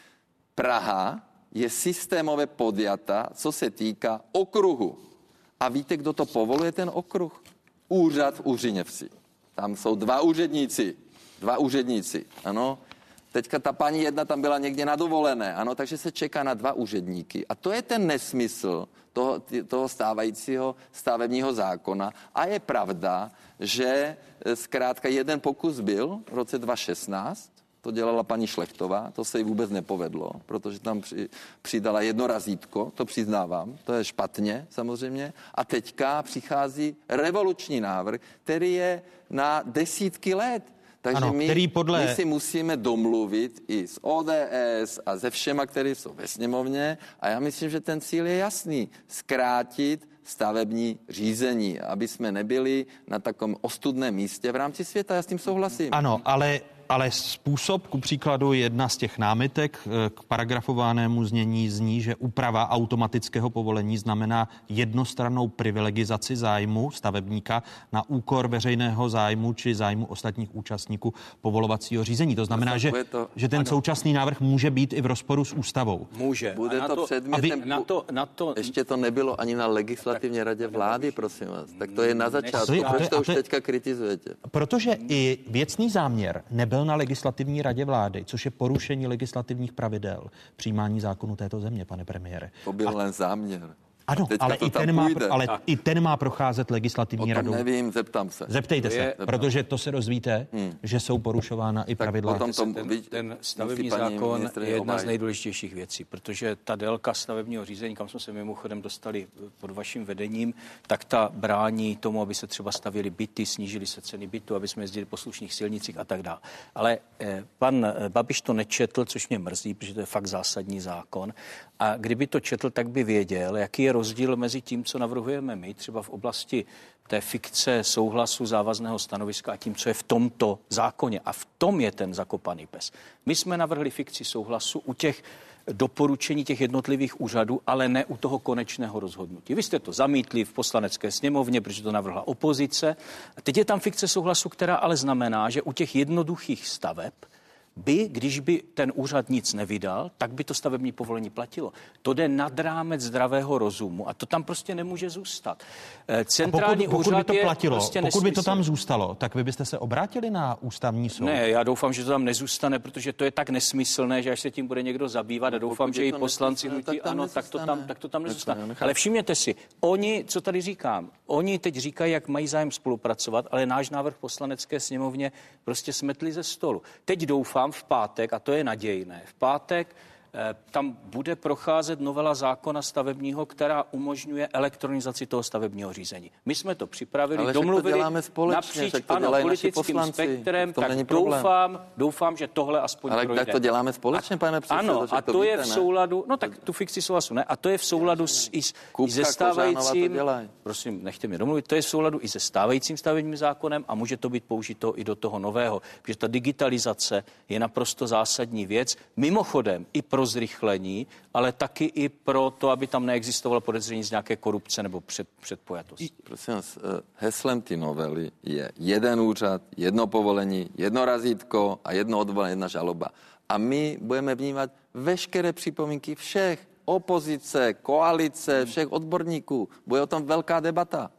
Praha je systémově podjata, co se týká okruhu. A víte, kdo to povoluje, ten okruh? Úřad v Uřiněvsi. Tam jsou dva úředníci. Dva úředníci, ano. Teďka ta paní jedna tam byla někde na dovolené, ano, takže se čeká na dva úředníky. A to je ten nesmysl toho, toho stávajícího stavebního zákona. A je pravda, že zkrátka jeden pokus byl v roce dva tisíce šestnáct, to dělala paní Šlechtová, to se jí vůbec nepovedlo, protože tam při, přidala jedno razítko, to přiznávám, to je špatně samozřejmě. A teďka přichází revoluční návrh, který je na desítky let. Takže ano, my, podle... my si musíme domluvit i s O D S a se všema, který jsou ve sněmovně. A já myslím, že ten cíl je jasný. Zkrátit stavební řízení, aby jsme nebyli na takovém ostudném místě v rámci světa. Já s tím souhlasím. Ano, ale... Ale způsob, ku příkladu, jedna z těch námitek k paragrafovanému znění zní, že úprava automatického povolení znamená jednostrannou privilegizaci zájmu stavebníka na úkor veřejného zájmu či zájmu ostatních účastníků povolovacího řízení. To znamená, že, to, že ten ano. současný návrh může být i v rozporu s ústavou. Může. Bude to, to předmětem... Na to, na to... Ještě to nebylo ani na legislativní radě vlády, prosím vás. Tak to je na začátku. Proč to už teďka kritizujete? Protože i věcný záměr nebyl na legislativní radě vlády, což je porušení legislativních pravidel přijímání zákonu této země, pane premiére. To byl len záměr. Ano, ale, i ten, má, ale i ten má procházet legislativní radou. Nevím, zeptám se. Zeptejte to se, je, protože to se dozvíte, hmm. že jsou porušována i pravidla. Potom tom, ten, ten stavební zákon je jedna z nejdůležitějších věcí, protože ta délka stavebního řízení, kam jsme se mimochodem dostali pod vaším vedením, tak ta brání tomu, aby se třeba stavěly byty, snížily se ceny bytu, aby jsme jezdili po slušných silnicích a tak dále. Ale eh, pan Babiš to nečetl, což mě mrzí, protože to je fakt zásadní zákon. A kdyby to četl, tak by věděl, jaký je rozdíl mezi tím, co navrhujeme my, třeba v oblasti té fikce souhlasu závazného stanoviska a tím, co je v tomto zákoně. A v tom je ten zakopaný pes. My jsme navrhli fikci souhlasu u těch doporučení těch jednotlivých úřadů, ale ne u toho konečného rozhodnutí. Vy jste to zamítli v poslanecké sněmovně, protože to navrhla opozice. A teď je tam fikce souhlasu, která ale znamená, že u těch jednoduchých staveb by, když by ten úřad nic nevydal, tak by to stavební povolení platilo. To jde nad rámec zdravého rozumu a to tam prostě nemůže zůstat. Centrální pokud, pokud úřad by to platilo, je prostě pokud by to tam zůstalo, tak vy byste se obrátili na ústavní soud? Ne, já doufám, že to tam nezůstane, protože to je tak nesmyslné, že až se tím bude někdo zabývat a doufám, že i poslanci hnutí ano, tak to tam, tak to tam nezůstane. Ale všimněte si, oni, co tady říkám, oni teď říkají, jak mají zájem spolupracovat, ale náš návrh poslanecké sněmovně prostě smetli ze stolu. Teď doufám, v pátek, a to je nadějné, v pátek eh, tam bude procházet novela zákona stavebního, která umožňuje elektronizaci toho stavebního řízení. My jsme to připravili, ale domluvili to společně, napříč to ano, politickým spektrem, tak doufám, doufám, že tohle aspoň ale projde. Ale tak to děláme společně, pane předsedo. Ano, a to, to je v souladu, no tak tu fikci souhlasu ne, a to je v souladu s, i, i se stávajícím, prosím, nechte mě domluvit, to je v souladu i se stávajícím stavebním zákonem a může to být použito i do toho nového, protože ta digitalizace je naprosto zásadní věc. Mimochodem, i pro zrychlení, ale taky i pro to, aby tam neexistovalo podezření z nějaké korupce nebo před, předpojatosti. Prosím vás, heslem ty novely je jeden úřad, jedno povolení, jedno razítko a jedno odvolání, jedna žaloba. A my budeme vnímat veškeré připomínky všech, opozice, koalice, všech odborníků. Bude o tom velká debata.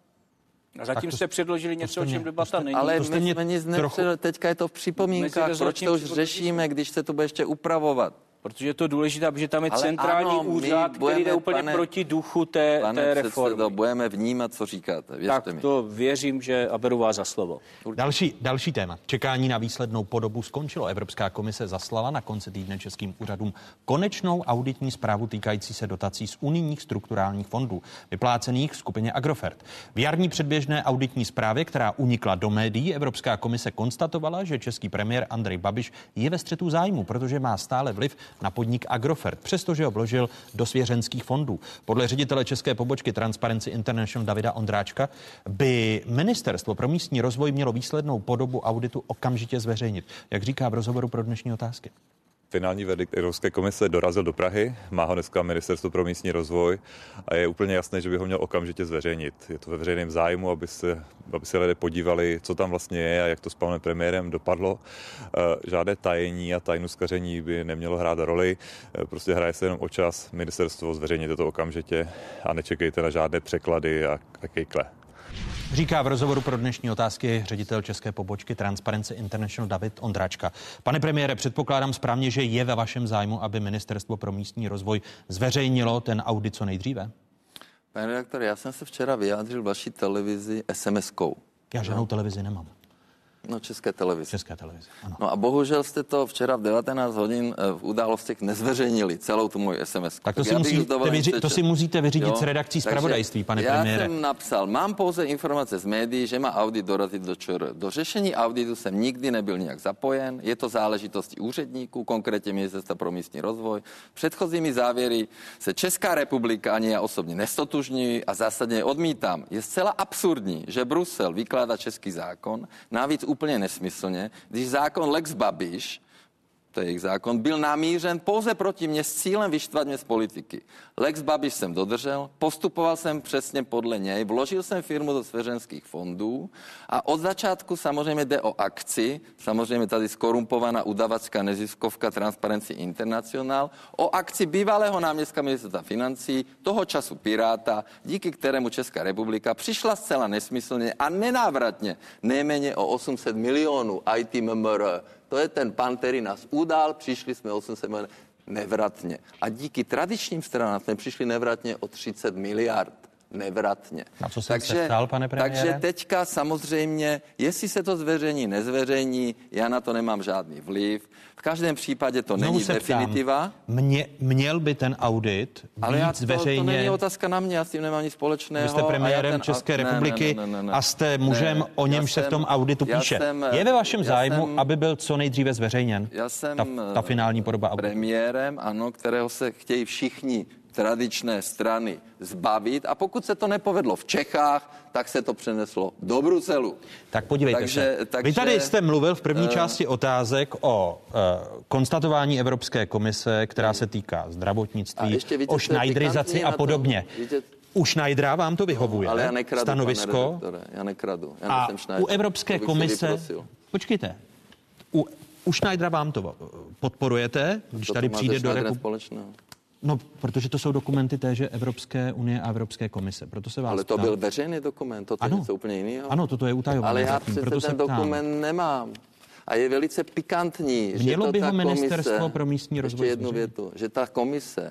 A zatím jste předložili něco, o čem debata není. Ale to my jsme nic nepředložili, teďka je to v připomínkách, proč to už řešíme, když se to bude ještě upravovat? Protože je to důležité, protože tam je Ale centrální ano, úřad, který budeme, jde úplně pane, proti duchu té, pane té reformy. Předsedo, budeme vnímat, co říkáte, věřte tak mi. to věřím, že a beru vás za slovo. Další, další téma. Čekání na výslednou podobu skončilo. Evropská komise zaslala na konci týdne českým úřadům konečnou auditní zprávu týkající se dotací z unijních strukturálních fondů, vyplácených skupině Agrofert. V jarní předběžné auditní zprávě, která unikla do médií, Evropská komise konstatovala, že český premiér Andrej Babiš je ve střetu zájmu, protože má stále vliv na podnik Agrofert. Agrofert, přestože ho vložil do svěřenských fondů. Podle ředitele české pobočky Transparency International Davida Ondráčka by Ministerstvo pro místní rozvoj mělo výslednou podobu auditu okamžitě zveřejnit, jak říká v rozhovoru pro dnešní otázky. Finální verdikt Evropské komise dorazil do Prahy, má ho dneska Ministerstvo pro místní rozvoj a je úplně jasné, že by ho měl okamžitě zveřejnit. Je to ve veřejném zájmu, aby se, aby se lidé podívali, co tam vlastně je a jak to s panem premiérem dopadlo. Žádné tajení a tajnuskaření by nemělo hrát roli, prostě hraje se jenom o čas. Ministerstvo zveřejníte to okamžitě a nečekejte na žádné překlady a, a kejkle. Říká v rozhovoru pro dnešní otázky ředitel české pobočky Transparency International David Ondráčka. Pane premiére, předpokládám správně, že je ve vašem zájmu, aby Ministerstvo pro místní rozvoj zveřejnilo ten audit co nejdříve? Pane redaktore, já jsem se včera vyjádřil vaší televizi es em eskou. Já žádnou no. televizi nemám. No, České televize. České televize, ano. No a bohužel jste to včera v devatenáct hodin v Událostech nezveřejnili, celou tu moji es em esku. Tak to, tak si, musíte vyři- to si musíte vyřídit jo? s redakcí zpravodajství, pane já premiére. Já jsem napsal, mám pouze informace z médií, že má audit dorazit do ČR. Do řešení auditu jsem nikdy nebyl nějak zapojen, je to záležitost úředníků, konkrétně Ministerstva pro místní rozvoj. Předchozími závěry se Česká republika ani já osobně nestotožňuji a zásadně odmítám. Je zcela absurdní, že Brusel vykládá český zákon, navíc úplně nesmyslně, když zákon Lex Babiš, to je jejich zákon, byl namířen pouze proti mě s cílem vyštvat mě z politiky. Lex Babiš jsem dodržel, postupoval jsem přesně podle něj, vložil jsem firmu do svěřenských fondů a od začátku samozřejmě jde o akci, samozřejmě tady skorumpovaná udavačská neziskovka Transparency International, o akci bývalého náměstka ministerstva financí, toho času Piráta, díky kterému Česká republika přišla zcela nesmyslně a nenávratně nejméně o osm set milionů í té em em er. To je ten pan, který nás udal, přišli jsme osm set milionů nevratně. A díky tradičním stranám jsme přišli nevratně o třicet miliard. Nevratně. Na co jsem se ptal, pane premiére? Takže teďka samozřejmě, jestli se to zveřejní, nezveřejní, já na to nemám žádný vliv. V každém případě to Znovu není se definitiva. Ptám, mě, měl by ten audit být ale já to, zveřejně... to není otázka na mě, já s tím nemám nic společného. Vy jste premiérem ten, České ne, republiky ne, ne, ne, ne, a jste mužem, ne, o němž se v tom auditu píše. Jsem, je ve vašem zájmu, jsem, aby byl co nejdříve zveřejněn já jsem ta, ta finální podoba auditu? Premiérem, ano, kterého se chtějí všichni tradičné strany zbavit a pokud se to nepovedlo v Čechách, tak se to přeneslo do Bruselu. Tak podívejte takže, se. Takže, Vy tady jste mluvil v první uh, části otázek o uh, konstatování Evropské komise, která se týká zdravotnictví, víte, o šnajdrizaci a podobně. Víte, u Schneidera vám to vyhovuje? Ale já nekradu, stanovisko. Pane já nekradu. Já a u Evropské komise... Počkejte. U, u Schneidera vám to podporujete, když to tady přijde do republiky? No, protože to jsou dokumenty téže Evropské unie a Evropské komise. Proto se vás Ale to ptám. byl veřejný dokument, to je něco úplně jiného. Ano, toto je utajované. Ale já přece ten dokument nemám. A je velice pikantní, Mělo že to by ta ho komise, Ministerstvo pro místní rozvoj ještě jednu větu, že ta komise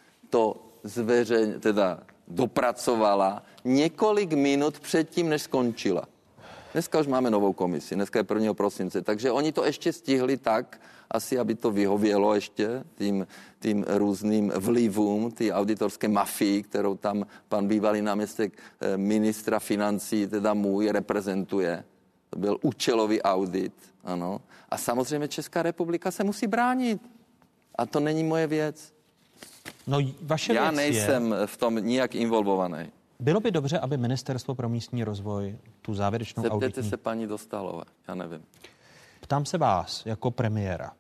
to zveřejně, teda dopracovala několik minut předtím, než skončila. Dneska už máme novou komisi, dneska je prvního prosince, takže oni to ještě stihli tak, asi, aby to vyhovělo ještě tím, tím různým vlivům, ty auditorské mafii, kterou tam pan bývalý náměstek ministra financí, teda můj, reprezentuje. To byl účelový audit, ano. A samozřejmě Česká republika se musí bránit. A to není moje věc. No, vaše Já věc nejsem je... v tom nijak involvovaný. Bylo by dobře, aby Ministerstvo pro místní rozvoj tu závěrečnou Zeptejte auditní... se paní Dostálové, já nevím. Ptám se vás jako premiéra.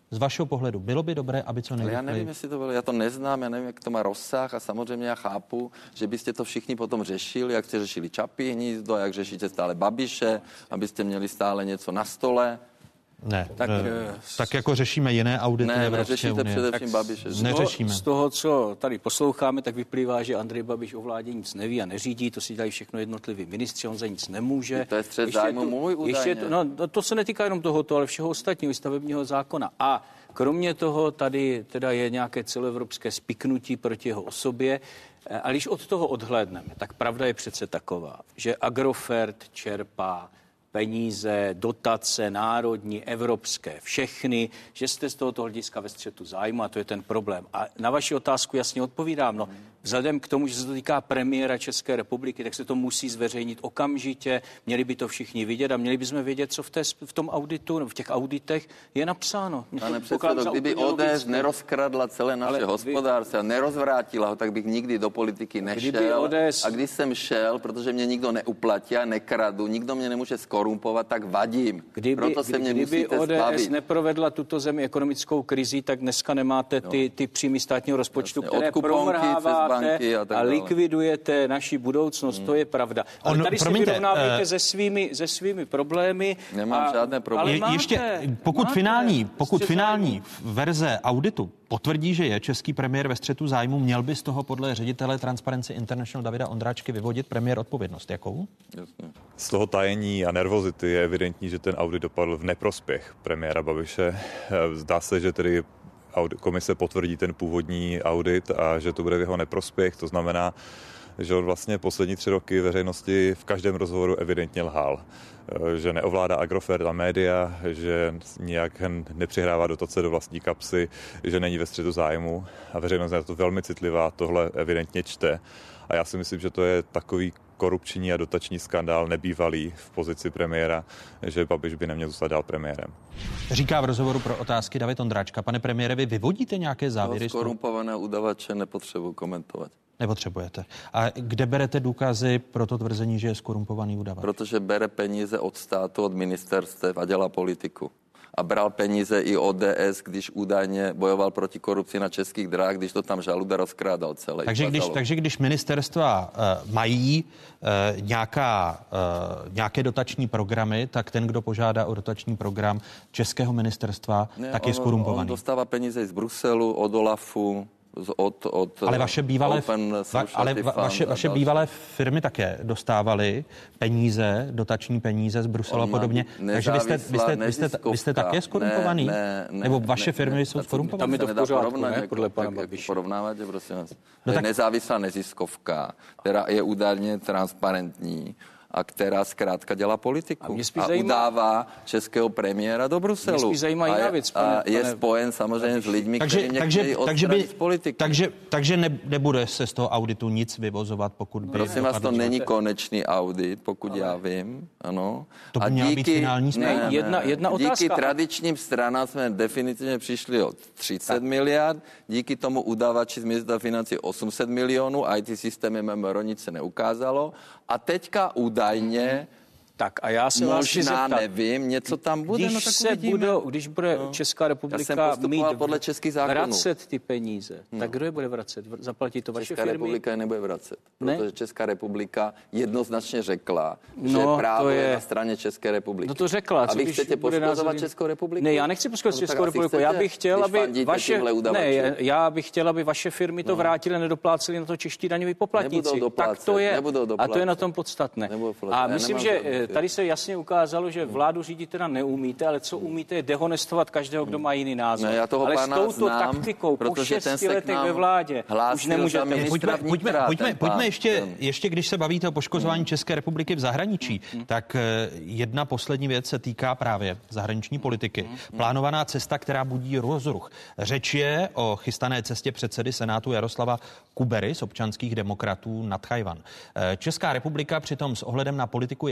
Z vašeho pohledu bylo by dobré, aby co nejrychleji... Já nevím, jestli to bylo, já to neznám, já nevím, jak to má rozsah a samozřejmě já chápu, že byste to všichni potom řešili, jak jste řešili Čapí hnízdo, jak řešíte stále Babiše, abyste měli stále něco na stole. Ne, tak, ne, tak jako řešíme jiné audity ne, Evropské unie. Především Babiše. Z toho, z toho, co tady posloucháme, tak vyplývá, že Andrej Babiš o vládě nic neví a neřídí, to si dělají všechno jednotliví ministři, on za nic nemůže. To je střet zájmu můj údajně. To, no, to se netýká jenom tohoto, ale všeho ostatního stavebního zákona. A kromě toho tady teda je nějaké celoevropské spiknutí proti jeho osobě. A když od toho odhlédneme, tak pravda je přece taková, že Agrofert čerpá peníze, dotace, národní, evropské, všechny, že jste z tohoto hlediska ve střetu zájmu a to je ten problém. A na vaši otázku jasně odpovídám, no, vzhledem k tomu, že se to týká premiéra České republiky, tak se to musí zveřejnit okamžitě, měli by to všichni vidět a měli bychom vědět, co v, té, v tom auditu, nebo v těch auditech je napsáno. Pane předsedo, kdyby O D S nerozkradla celé naše hospodářství a nerozvrátila ho, tak bych nikdy do politiky nešel. O D S... A když jsem šel, protože mě nikdo neuplatí a nekradu, nikdo mě nemůže skorumpovat, tak vadím. Kdyby, Proto se mě kdyby musíte O D S zbavit. neprovedla tuto zemi ekonomickou krizi, tak dneska nemáte ty, ty příjmy státního rozpočtu, Jasně, které promrháváte a, a likvidujete naši budoucnost. Hmm. To je pravda. Ale On, tady promiňte, si vyrovnáváte uh, se svými, se svými problémy. Nemám a, žádné problémy. Ale máte, ještě, pokud máte, finální, pokud střet finální zájmu. verze auditu potvrdí, že je český premiér ve střetu zájmu, měl by z toho podle ředitele Transparency International Davida Ondráčky vyvodit premiér odpovědnost. Jakou? Jasně. Z toho tajení a nervozity je evidentní, že ten audit dopadl v neprospěch premiéra Babiše. Zdá se, že tedy komise potvrdí ten původní audit a že to bude v jeho neprospěch. To znamená, že on vlastně poslední tři roky veřejnosti v každém rozhovoru evidentně lhal. Že neovládá Agrofert a média, že nijak nepřihrává dotace do vlastní kapsy, že není ve střetu zájmu a veřejnost je to velmi citlivá, tohle evidentně čte. A já si myslím, že to je takový korupční a dotační skandál nebývalý v pozici premiéra, že Babiš by neměl zůstat dál premiérem. Říká v rozhovoru pro Otázky David Ondráčka. Pane premiére, vy vyvodíte nějaké závěry? Skorumpované udavače nepotřebuji komentovat. Nepotřebujete. A kde berete důkazy pro to tvrzení, že je skorumpovaný udavač? Protože bere peníze od státu, od ministerstev a dělá politiku. A bral peníze i O D S, když údajně bojoval proti korupci na českých dráh, když to tam Žaluda rozkrádal celé. Takže když, takže když ministerstva uh, mají uh, nějaká, uh, nějaké dotační programy, tak ten, kdo požádá o dotační program českého ministerstva, ne, tak on, je skorumpovaný. On dostává peníze z Bruselu, od OLAFu, Od, od ale vaše bývalé, va, ale va, vaše, vaše bývalé firmy také dostávaly peníze, dotační peníze z Bruselu a podobně. Takže vy jste, vy jste, vy jste, vy jste také skorumpovaný? Ne, ne, Nebo vaše ne, firmy ne, jsou ne, skorumpované? Tam je to v pořádku, ne, jak, podle pana jak, Babiše. Jak porovnáváte, prosím vás. No to je tak... nezávislá neziskovka, která je údajně transparentní a která zkrátka dělá politiku. A, a zajímá... udává českého premiéra do Bruselu. Mě spíš zajímá jiná věc. A, pane, a je pane... spojen samozřejmě s lidmi, takže, kteří mě takže, chtějí takže, by, z politiky. takže, takže ne, nebude se z toho auditu nic vyvozovat, pokud by... Prosím vás, to není konečný audit, pokud ale... já vím. Ano. To by měla být finální ne, ne, jedna, jedna díky otázka. tradičním stranám jsme definitivně přišli od třicet tak. miliard, díky tomu udavači z ministerstva financí osm set milionů, í té systémy M M R nic se neukázalo a teďka údajně tak a já se vás chci zeptat. Nevím, něco tam bude, když no tak se bude, když bude no. Česká republika mít podle českých zákonů. vracet ty peníze, no. tak kdo je bude vracet? Zaplatí to vaše Česká firmy? republika je nebude vracet, ne? protože Česká republika jednoznačně řekla, no, že právo je... je na straně České republiky. No to řekla. A vy chcete poškozovat Českou republiku? Ne, já nechci poškozovat no, Českou republiku. Já bych chtěl, aby vaše ne, já bych chtěl, aby vaše firmy to vrátily, nedoplácely na to čeští daňoví poplatníci. Tak to je. A to je na tom podstatné. A myslím, že tady se jasně ukázalo, že vládu řídit teda neumíte, ale co umíte je dehonestovat každého, kdo má jiný názor. Ne, já toho ale pána s touto znám, taktikou po šesti letech ve vládě už nemůžete. Pojďme, pojďme, pojďme, pojďme ještě, ještě, když se bavíte o poškozování hmm. České republiky v zahraničí, hmm. tak jedna poslední věc se týká právě zahraniční politiky. Hmm. Plánovaná cesta, která budí rozruch. Řeč je o chystané cestě předsedy Senátu Jaroslava Kubery z občanských demokratů na Tchajwan. Česká republika přitom s ohledem na politiku jedné Číny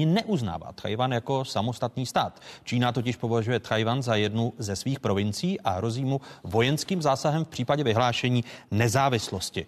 ani neuznává Tchaj-wan jako samostatný stát. Čína totiž považuje Tchaj-wan za jednu ze svých provincií a hrozí mu vojenským zásahem v případě vyhlášení nezávislosti.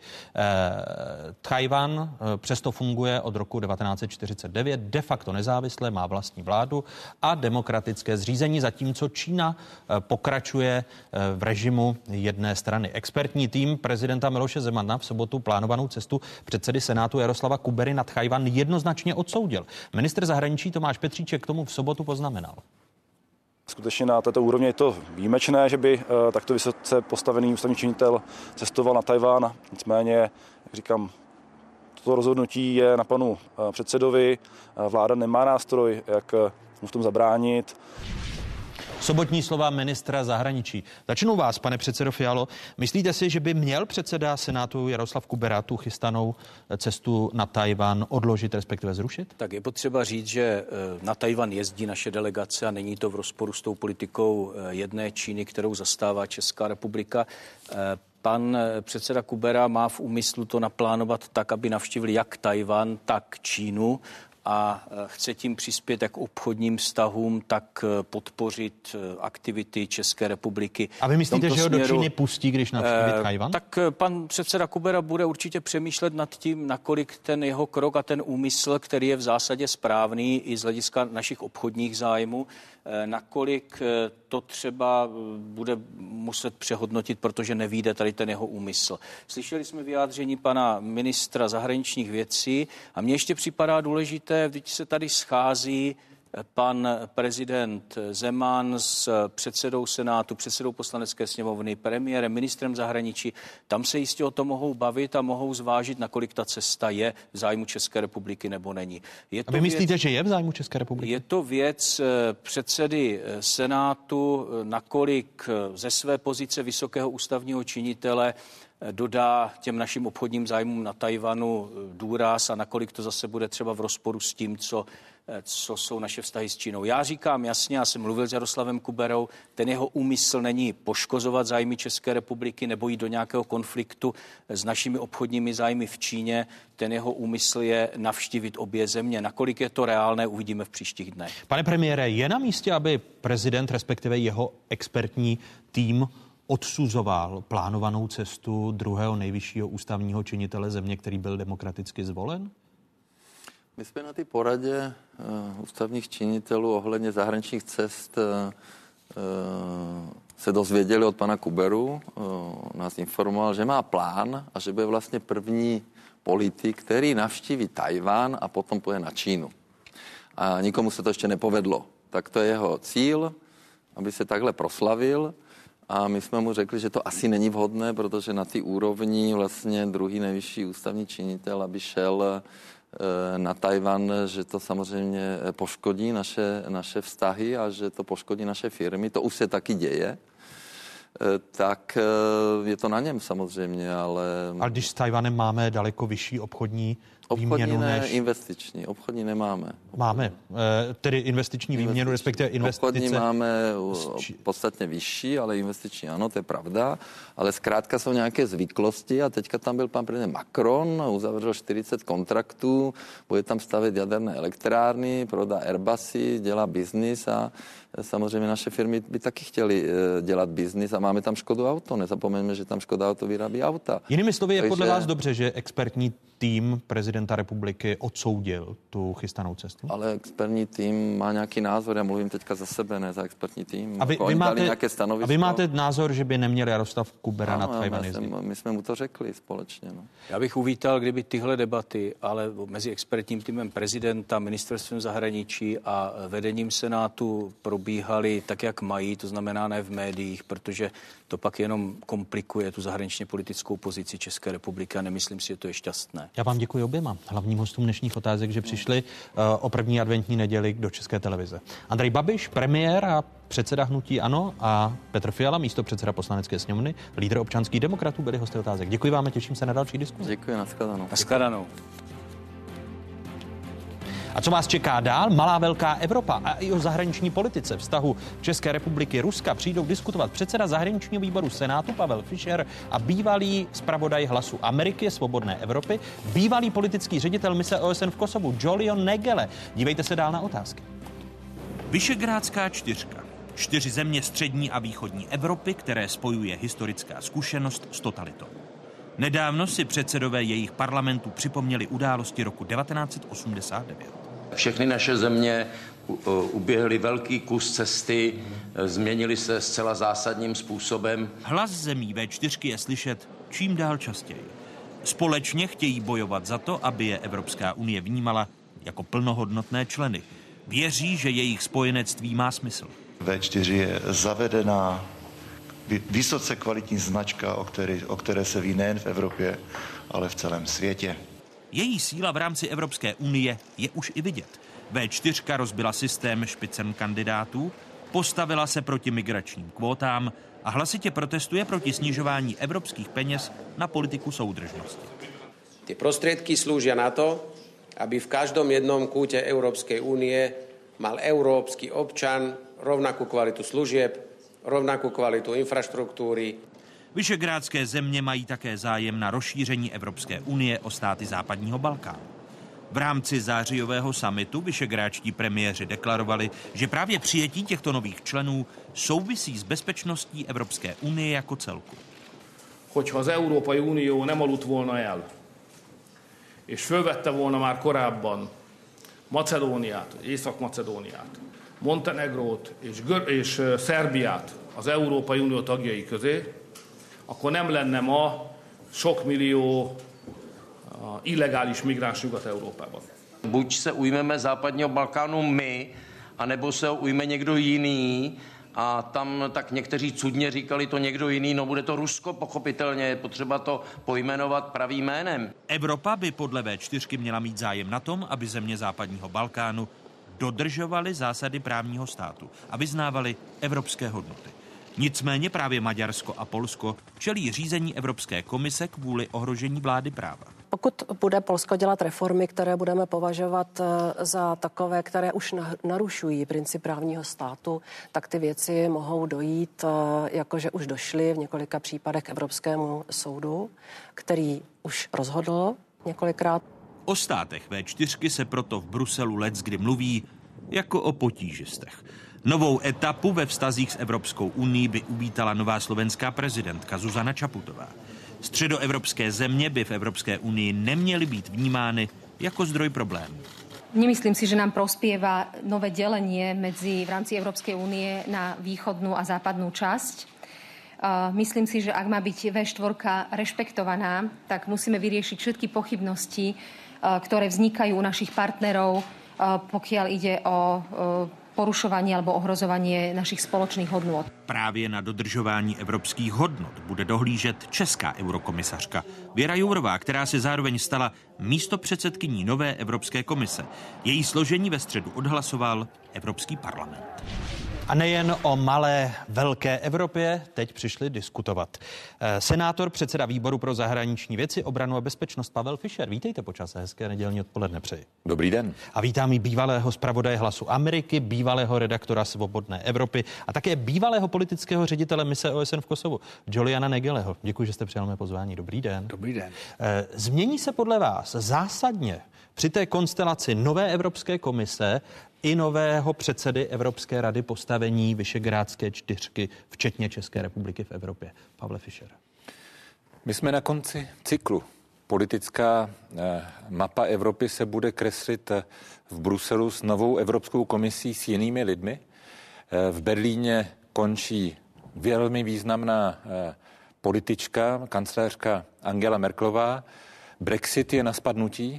Eh, Tchaj-wan eh, přesto funguje od roku devatenáct set čtyřicet devět, de facto nezávisle, má vlastní vládu a demokratické zřízení, zatímco Čína eh, pokračuje eh, v režimu jedné strany. Expertní tým prezidenta Miloše Zemana v sobotu plánovanou cestu předsedy Senátu Jaroslava Kubery na Tchaj-wan jednoznačně odsoudil. Ministr zahraničí Tomáš Petříček k tomu v sobotu poznamenal. Skutečně na této úrovni je to výjimečné, že by uh, takto vysoce postavený ústavní činitel cestoval na Tchaj-wan. Nicméně, jak říkám, toto rozhodnutí je na panu uh, předsedovi. Uh, vláda nemá nástroj, jak uh, mu v tom zabránit. Sobotní slova ministra zahraničí. Začnu vás, pane předsedo Fialo. Myslíte si, že by měl předseda Senátu Jaroslav Kubera tu chystanou cestu na Tchaj-wan odložit, respektive zrušit? Tak je potřeba říct, že na Tchaj-wan jezdí naše delegace a není to v rozporu s tou politikou jedné Číny, kterou zastává Česká republika. Pan předseda Kubera má v úmyslu to naplánovat tak, aby navštívil jak Tchaj-wan, tak Čínu a chce tím přispět jak obchodním vztahům, tak podpořit aktivity České republiky. A vy myslíte, že ho do Číny pustí, když navštíví Tchaj-wan? Tak pan předseda Kubera bude určitě přemýšlet nad tím, nakolik ten jeho krok a ten úmysl, který je v zásadě správný i z hlediska našich obchodních zájmů, nakolik to třeba bude muset přehodnotit, protože nevíde tady ten jeho úmysl. Slyšeli jsme vyjádření pana ministra zahraničních věcí a mně ještě připadá důležité, když se tady schází pan prezident Zeman s předsedou Senátu, předsedou Poslanecké sněmovny, premiérem, ministrem zahraničí. Tam se jistě o tom mohou bavit a mohou zvážit, nakolik ta cesta je v zájmu České republiky nebo není. Je to a vy myslíte, věc, že je v zájmu České republiky? Je to věc předsedy Senátu, nakolik ze své pozice vysokého ústavního činitele dodá těm našim obchodním zájmům na Tchaj-wanu důraz a nakolik to zase bude třeba v rozporu s tím, co co jsou naše vztahy s Čínou. Já říkám jasně, já jsem mluvil s Jaroslavem Kuberou, ten jeho úmysl není poškozovat zájmy České republiky nebo jít do nějakého konfliktu s našimi obchodními zájmy v Číně. Ten jeho úmysl je navštívit obě země. Nakolik je to reálné, uvidíme v příštích dnech. Pane premiére, je na místě, aby prezident, respektive jeho expertní tým odsuzoval plánovanou cestu druhého nejvyššího ústavního činitele země, který byl demokraticky zvolen? My jsme na té poradě uh, ústavních činitelů ohledně zahraničních cest uh, uh, se dozvěděli od pana Kuberu. Uh, nás informoval, že má plán a že bude vlastně první politik, který navštíví Tchaj-wan a potom půjde na Čínu. A nikomu se to ještě nepovedlo. Tak to je jeho cíl, aby se takhle proslavil. A my jsme mu řekli, že to asi není vhodné, protože na té úrovni vlastně druhý nejvyšší ústavní činitel, aby šel na Tchaj-wan, že to samozřejmě poškodí naše, naše vztahy a že to poškodí naše firmy. To už se taky děje. Tak je to na něm samozřejmě, ale... Ale když s Tchaj-wanem máme daleko vyšší obchodní Obchodní výměnu ne, než... investiční. Obchodní nemáme. Máme. E, tedy investiční, investiční výměnu, respektive investice... Obchodní máme podstatně vyšší, ale investiční ano, to je pravda. Ale zkrátka jsou nějaké zvyklosti a teďka tam byl pan prezident Macron, uzavřel čtyřicet kontraktů, bude tam stavět jaderné elektrárny, prodá Airbusy, dělá biznis a samozřejmě naše firmy by taky chtěly dělat biznis a máme tam Škodu Auto. Nezapomeňme, že tam Škoda Auto vyrábí auta. Jinými slovy, je Takže... podle vás dobře, že expertní tým prezidenta republiky odsoudil tu chystanou cestu? Ale expertní tým má nějaký názor, já mluvím teďka za sebe, ne za expertní tým. A vy, vy, máte, a vy máte názor, že by neměl Jaroslav Kubera na Tchaj-wan jezdit? My jsme mu to řekli společně. No. Já bych uvítal, kdyby tyhle debaty, ale mezi expertním týmem prezidenta, ministerstvem zahraničí a vedením Senátu probíhaly tak, jak mají, to znamená ne v médiích, protože to pak jenom komplikuje tu zahraničně politickou pozici České republiky a nemyslím si, že to je šťastné. Já vám děkuji oběma hlavním hostům dnešních otázek, že přišli uh, o první adventní neděli do České televize. Andrej Babiš, premiér a předseda hnutí ANO, a Petr Fiala, místopředseda Poslanecké sněmovny, lídr občanských demokratů, byli hosty otázek. Děkuji vám a těším se na další diskuzi. Děkuji, nashledanou. Nashledanou. A co vás čeká dál? Malá velká Evropa a i o zahraniční politice vztahu České republiky Ruska přijdou diskutovat předseda zahraničního výboru Senátu Pavel Fischer a bývalý zpravodaj Hlasu Ameriky Svobodné Evropy, bývalý politický ředitel mise O S N v Kosovu Julian Negele. Dívejte se dál na otázky. Visegrádská čtyřka. Čtyři země střední a východní Evropy, které spojuje historická zkušenost s totalitou. Nedávno si předsedové jejich parlamentů připomněli události roku devatenáct set osmdesát devět. Všechny naše země uběhly velký kus cesty, změnili se zcela zásadním způsobem. Hlas zemí vé čtyřky je slyšet čím dál častěji. Společně chtějí bojovat za to, aby je Evropská unie vnímala jako plnohodnotné členy. Věří, že jejich spojenectví má smysl. vé čtyři je zavedená vysoce kvalitní značka, o které, o které se ví nejen v Evropě, ale v celém světě. Její síla v rámci Evropské unie je už i vidět. vé čtyři rozbila systém špicen-kandidátů, postavila se proti migračním kvótám a hlasitě protestuje proti snižování evropských peněz na politiku soudržnosti. Ty prostriedky slúžia na to, aby v každom jednom kúte Európskej únie mal európsky občan rovnakú kvalitu služieb, rovnakú kvalitu infraštruktúry. Visegrádské země mají také zájem na rozšíření Evropské unie o státy západního Balkánu. V rámci zářijového summitu visegrádští premiéři deklarovali, že právě přijetí těchto nových členů souvisí s bezpečností Evropské unie jako celku. Hogyha az Európai Unió nem aludt volna el, és fölvette volna már korábban Macedóniát, Észak-Macedóniát, Montenegrót és, Gör- és Szerbiát az Európai Unió tagjai közé, akkor nem lenne ma sok millió illegális migráns Nyugat-Európában. Buď se ujmeme západního Balkánu my, anebo se ujme někdo jiný. A tam tak někteří cudně říkali to někdo jiný, no bude to Rusko, pochopitelně, je potřeba to pojmenovat pravým jménem. Evropa by podle vé čtyři měla mít zájem na tom, aby země západního Balkánu dodržovaly zásady právního státu a vyznávaly evropské hodnoty. Nicméně právě Maďarsko a Polsko čelí řízení Evropské komise kvůli ohrožení vlády práva. Pokud bude Polsko dělat reformy, které budeme považovat za takové, které už narušují princip právního státu, tak ty věci mohou dojít, jakože už došly v několika případech k Evropskému soudu, který už rozhodl několikrát. O státech vé čtyři se proto v Bruselu leckdy mluví jako o potížistech. Novou etapu ve vztazích s Evropskou unií by uvítala nová slovenská prezidentka Zuzana Čaputová. Středoevropské země by v Evropské unii neměly být vnímány jako zdroj problémů. Nemyslím si, že nám prospieva nové delenie medzi, v rámci Európskej únie na východnú a západnú časť. Myslím si, že ak má byť vé štyri rešpektovaná, tak musíme vyriešiť všetky pochybnosti, ktoré vznikajú u našich partnerov, pokiaľ ide o porušování alebo ohrozování našich společných hodnot. Právě na dodržování evropských hodnot bude dohlížet česká eurokomisařka Věra Jourová, která se zároveň stala místopředsedkyní nové Evropské komise. Její složení ve středu odhlasoval Evropský parlament. A nejen o malé, velké Evropě teď přišli diskutovat. Senátor, předseda výboru pro zahraniční věci, obranu a bezpečnost Pavel Fischer. Vítejte po čase, hezké nedělní odpoledne přeji. Dobrý den. A vítám i bývalého zpravodaje Hlasu Ameriky, bývalého redaktora Svobodné Evropy a také bývalého politického ředitele mise O S N v Kosovu, Juliana Negeleho. Děkuji, že jste přijal mé pozvání. Dobrý den. Dobrý den. Změní se podle vás zásadně při té konstelaci nové Evropské komise i nového předsedy Evropské rady postavení Visegrádské čtyřky, včetně České republiky v Evropě? Pavle Fischer. My jsme na konci cyklu. Politická mapa Evropy se bude kreslit v Bruselu s novou Evropskou komisí s jinými lidmi. V Berlíně končí velmi významná politička, kancléřka Angela Merkelová. Brexit je na spadnutí.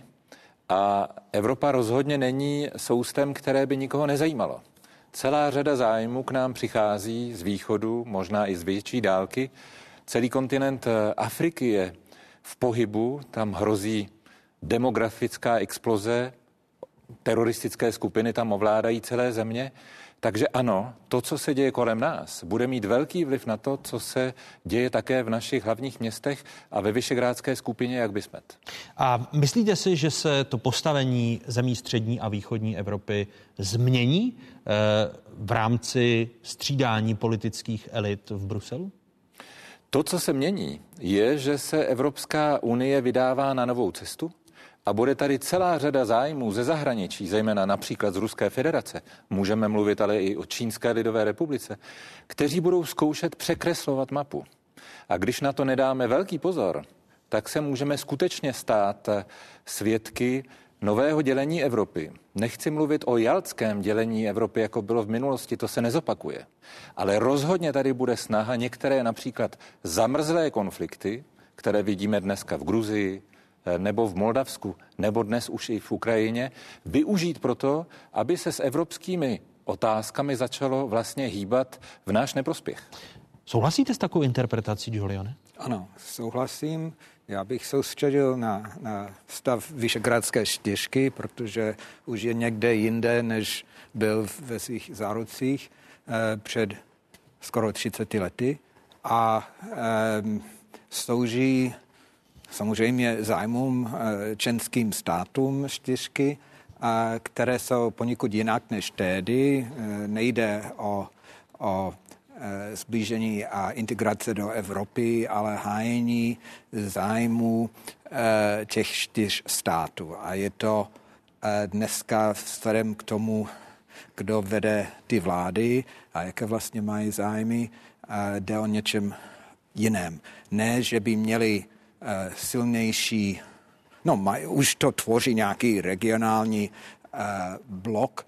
A Evropa rozhodně není soustem, které by nikoho nezajímalo. Celá řada zájmů k nám přichází z východu, možná i z větší dálky. Celý kontinent Afriky je v pohybu, tam hrozí demografická exploze, teroristické skupiny tam ovládají celé země. Takže ano, to, co se děje kolem nás, bude mít velký vliv na to, co se děje také v našich hlavních městech a ve Visegrádské skupině, jak bysmet. A myslíte si, že se to postavení zemí střední a východní Evropy změní eh, v rámci střídání politických elit v Bruselu? To, co se mění, je, že se Evropská unie vydává na novou cestu a bude tady celá řada zájmů ze zahraničí, zejména například z Ruské federace, můžeme mluvit ale i o Čínské lidové republice, kteří budou zkoušet překreslovat mapu. A když na to nedáme velký pozor, tak se můžeme skutečně stát svědky nového dělení Evropy. Nechci mluvit o jaltském dělení Evropy, jako bylo v minulosti, to se nezopakuje. Ale rozhodně tady bude snaha některé například zamrzlé konflikty, které vidíme dneska v Gruzii, nebo v Moldavsku, nebo dnes už i v Ukrajině, využít proto, aby se s evropskými otázkami začalo vlastně hýbat v náš neprospěch. Souhlasíte s takovou interpretací, Giulione? Ano, souhlasím. Já bych soustředil na, na stav Visegrádské čtyřky, protože už je někde jinde, než byl ve svých zárodcích eh, před skoro třiceti lety a eh, slouží samozřejmě zájmům eh, členským státům čtyřky, a které jsou poněkud jinak než tehdy. Eh, nejde o, o zblížení a integrace do Evropy, ale hájení zájmu e, těch čtyř států. A je to e, dneska vzhledem k tomu, kdo vede ty vlády a jaké vlastně mají zájmy, e, jde o něčem jiném. Ne, že by měli e, silnější, no maj, už to tvoří nějaký regionální e, blok,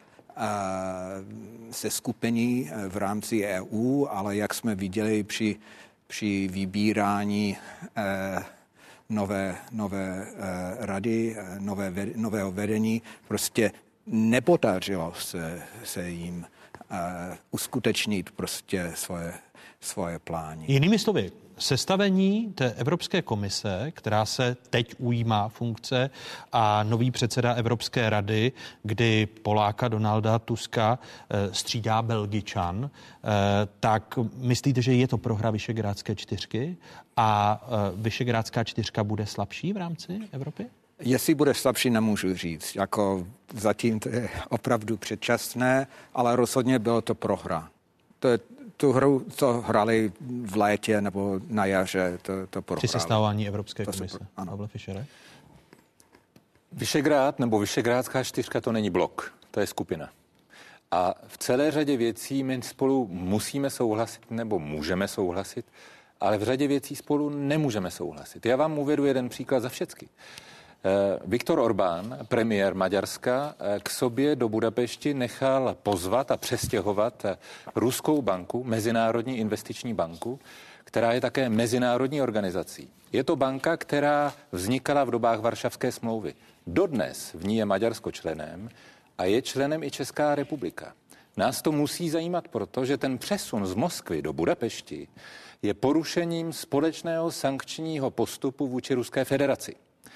se skupení v rámci E U, ale jak jsme viděli při, při vybírání eh, nové, nové eh, rady, nové, nového vedení, prostě nepodařilo se, se jim eh, uskutečnit prostě svoje, svoje plány. Jinými slovy, sestavení té Evropské komise, která se teď ujímá funkce, a nový předseda Evropské rady, kdy Poláka Donalda Tuska střídá Belgičan, tak myslíte, že je to prohra Visegrádské čtyřky a Visegrádská čtyřka bude slabší v rámci Evropy? Jestli bude slabší, nemůžu říct. Jako zatím to je opravdu předčasné, ale rozhodně bylo to prohra. To je tu hru, co hrali v létě nebo na jaře, to, to prohráli. Při sestavování Evropské to komise. Ano. Pavle Fischere? Visegrád nebo Visegrádská čtyřka to není blok, to je skupina. A v celé řadě věcí my spolu musíme souhlasit nebo můžeme souhlasit, ale v řadě věcí spolu nemůžeme souhlasit. Já vám uvedu jeden příklad za všecky. Viktor Orbán, premiér Maďarska, k sobě do Budapešti nechal pozvat a přestěhovat Ruskou banku, Mezinárodní investiční banku, která je také mezinárodní organizací. Je to banka, která vznikala v dobách Varšavské smlouvy. Dodnes v ní je Maďarsko členem a je členem i Česká republika. Nás to musí zajímat, protože ten přesun z Moskvy do Budapešti je porušením společného sankčního postupu vůči Ruské federaci.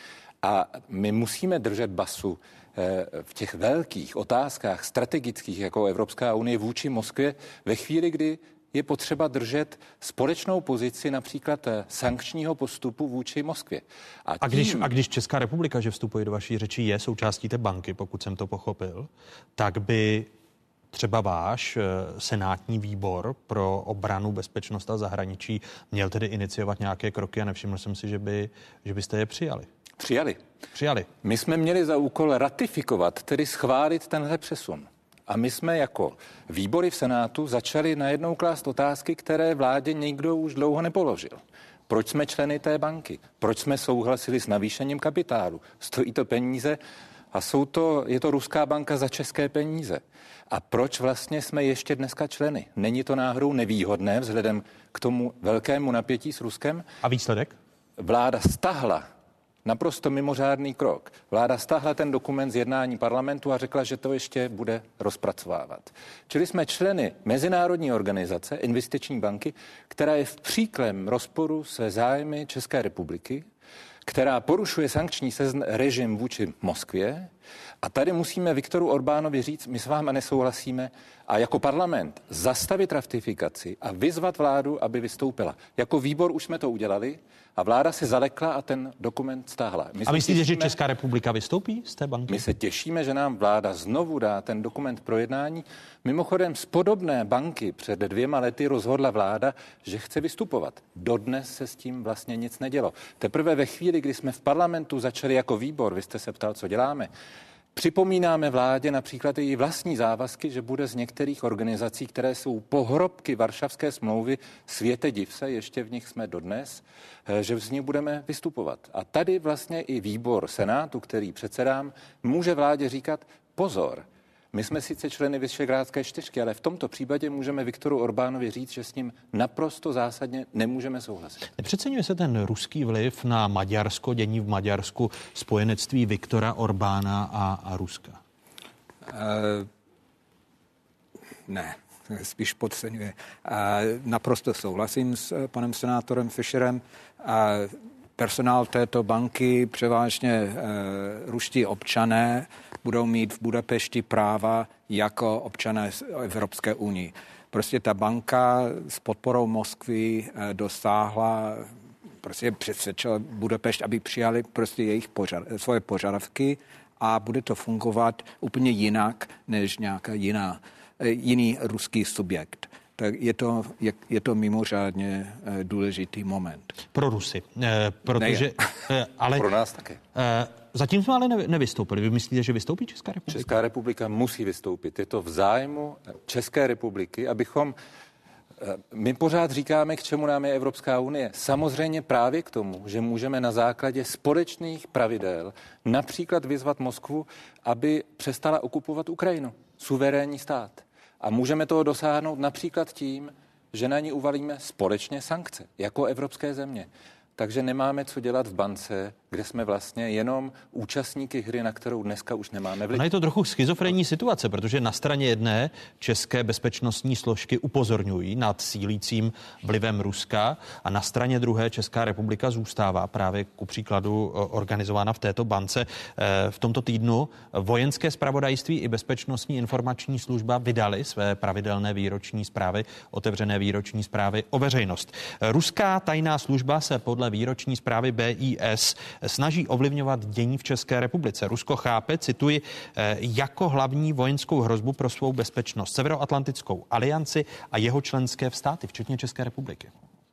A my musíme držet basu v těch velkých otázkách strategických jako Evropská unie vůči Moskvě ve chvíli, kdy je potřeba držet společnou pozici například sankčního postupu vůči Moskvě. A, tím... a, když, a když Česká republika, že vstupuje do vaší řeči, je součástí té banky, pokud jsem to pochopil, tak by třeba váš senátní výbor pro obranu, bezpečnost a zahraničí měl tedy iniciovat nějaké kroky a nevšiml jsem si, že, by, že byste je přijali. Přijali. Přijali. My jsme měli za úkol ratifikovat, tedy schválit tenhle přesun. A my jsme jako výbory v Senátu začali najednou klást otázky, které vládě nikdo už dlouho nepoložil. Proč jsme členy té banky? Proč jsme souhlasili s navýšením kapitálu? Stojí to peníze a jsou to, je to Ruská banka za české peníze. A proč vlastně jsme ještě dneska členy? Není to náhodou nevýhodné vzhledem k tomu velkému napětí s Ruskem? A výsledek? Vláda stahla naprosto mimořádný krok. Vláda stáhla ten dokument z jednání parlamentu a řekla, že to ještě bude rozpracovávat. Čili jsme členy mezinárodní organizace, investiční banky, která je v příkrém rozporu se zájmy České republiky, která porušuje sankční režim vůči Moskvě A tady musíme Viktoru Orbánovi říct, my s vámi nesouhlasíme a jako parlament zastavit ratifikaci a vyzvat vládu, aby vystoupila. Jako výbor už jsme to udělali a vláda se zalekla a ten dokument stáhla. My a myslíte, těšíme, že Česká republika vystoupí z té banky? My se těšíme, že nám vláda znovu dá ten dokument pro jednání. Mimochodem z podobné banky před dvěma lety rozhodla vláda, že chce vystupovat. Dodnes se s tím vlastně nic nedělo. Teprve ve chvíli, kdy jsme v parlamentu začali jako výbor, vy jste se ptal, co děláme, připomínáme vládě například její vlastní závazky, že bude z některých organizací, které jsou pohrobky Varšavské smlouvy, světe div se, ještě v nich jsme dodnes, že z nich budeme vystupovat. A tady vlastně i výbor Senátu, který předsedám, může vládě říkat pozor. My jsme sice členy Visegrádské čtyřky, ale v tomto případě můžeme Viktoru Orbánovi říct, že s ním naprosto zásadně nemůžeme souhlasit. Nepřeceňuje se ten ruský vliv na Maďarsko, dění v Maďarsku, spojenectví Viktora Orbána a, a Ruska? Uh, ne, spíš podceňuje. Uh, naprosto souhlasím s uh, panem senátorem Fischerem. Uh, personál této banky, převážně uh, ruští občané, budou mít v Budapešti práva jako občané Evropské unie. Prostě ta banka s podporou Moskvy dosáhla, prostě přesvědčila Budapešť, aby přijali prostě jejich požad, svoje požadavky a bude to fungovat úplně jinak než nějaká jiná, jiný ruský subjekt. Tak je to, je, je to mimořádně důležitý moment. Pro Rusy, eh, protože... Eh, ale, pro nás také. Eh, Zatím jsme ale nevystoupili. Vy myslíte, že vystoupí Česká republika? Česká republika musí vystoupit. Je to v zájmu České republiky, abychom... My pořád říkáme, k čemu nám je Evropská unie. Samozřejmě právě k tomu, že můžeme na základě společných pravidel například vyzvat Moskvu, aby přestala okupovat Ukrajinu, suverénní stát. A můžeme toho dosáhnout například tím, že na ní uvalíme společně sankce, jako evropské země. Takže nemáme co dělat v bance, kde jsme vlastně jenom účastníky hry, na kterou dneska už nemáme vliv. Ono je to trochu schizofrenní situace, protože na straně jedné české bezpečnostní složky upozorňují nad sílícím vlivem Ruska a na straně druhé Česká republika zůstává právě ku příkladu organizována v této bance. V tomto týdnu vojenské zpravodajství i bezpečnostní informační služba vydali své pravidelné výroční zprávy, otevřené výroční zprávy o veřejnost. Ruská tajná služba se podle výroční zprávy B I S snaží ovlivňovat dění v České republice. Rusko chápe, cituji, jako hlavní vojenskou hrozbu pro svou bezpečnost Severoatlantickou alianci a jeho členské státy, včetně České republiky.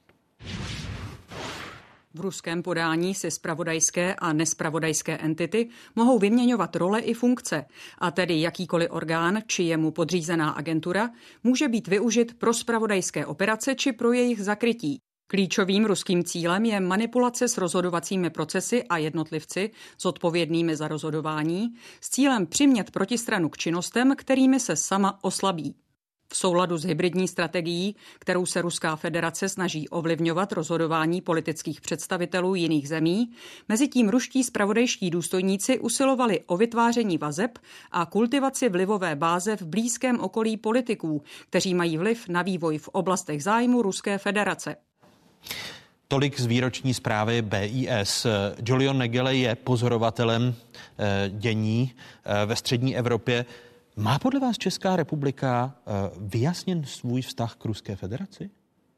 V ruském podání si zpravodajské a nespravodajské entity mohou vyměňovat role i funkce, a tedy jakýkoliv orgán či jemu podřízená agentura může být využit pro zpravodajské operace či pro jejich zakrytí. Klíčovým ruským cílem je manipulace s rozhodovacími procesy a jednotlivci zodpovědnými za rozhodování s cílem přimět protistranu k činnostem, kterými se sama oslabí. V souladu s hybridní strategií, kterou se Ruská federace snaží ovlivňovat rozhodování politických představitelů jiných zemí, mezitím ruští zpravodajští důstojníci usilovali o vytváření vazeb a kultivaci vlivové báze v blízkém okolí politiků, kteří mají vliv na vývoj v oblastech zájmu Ruské federace. Tolik z výroční zprávy B I S. Julian Negele je pozorovatelem dění ve střední Evropě. Má podle vás Česká republika vyjasněn svůj vztah k Ruské federaci?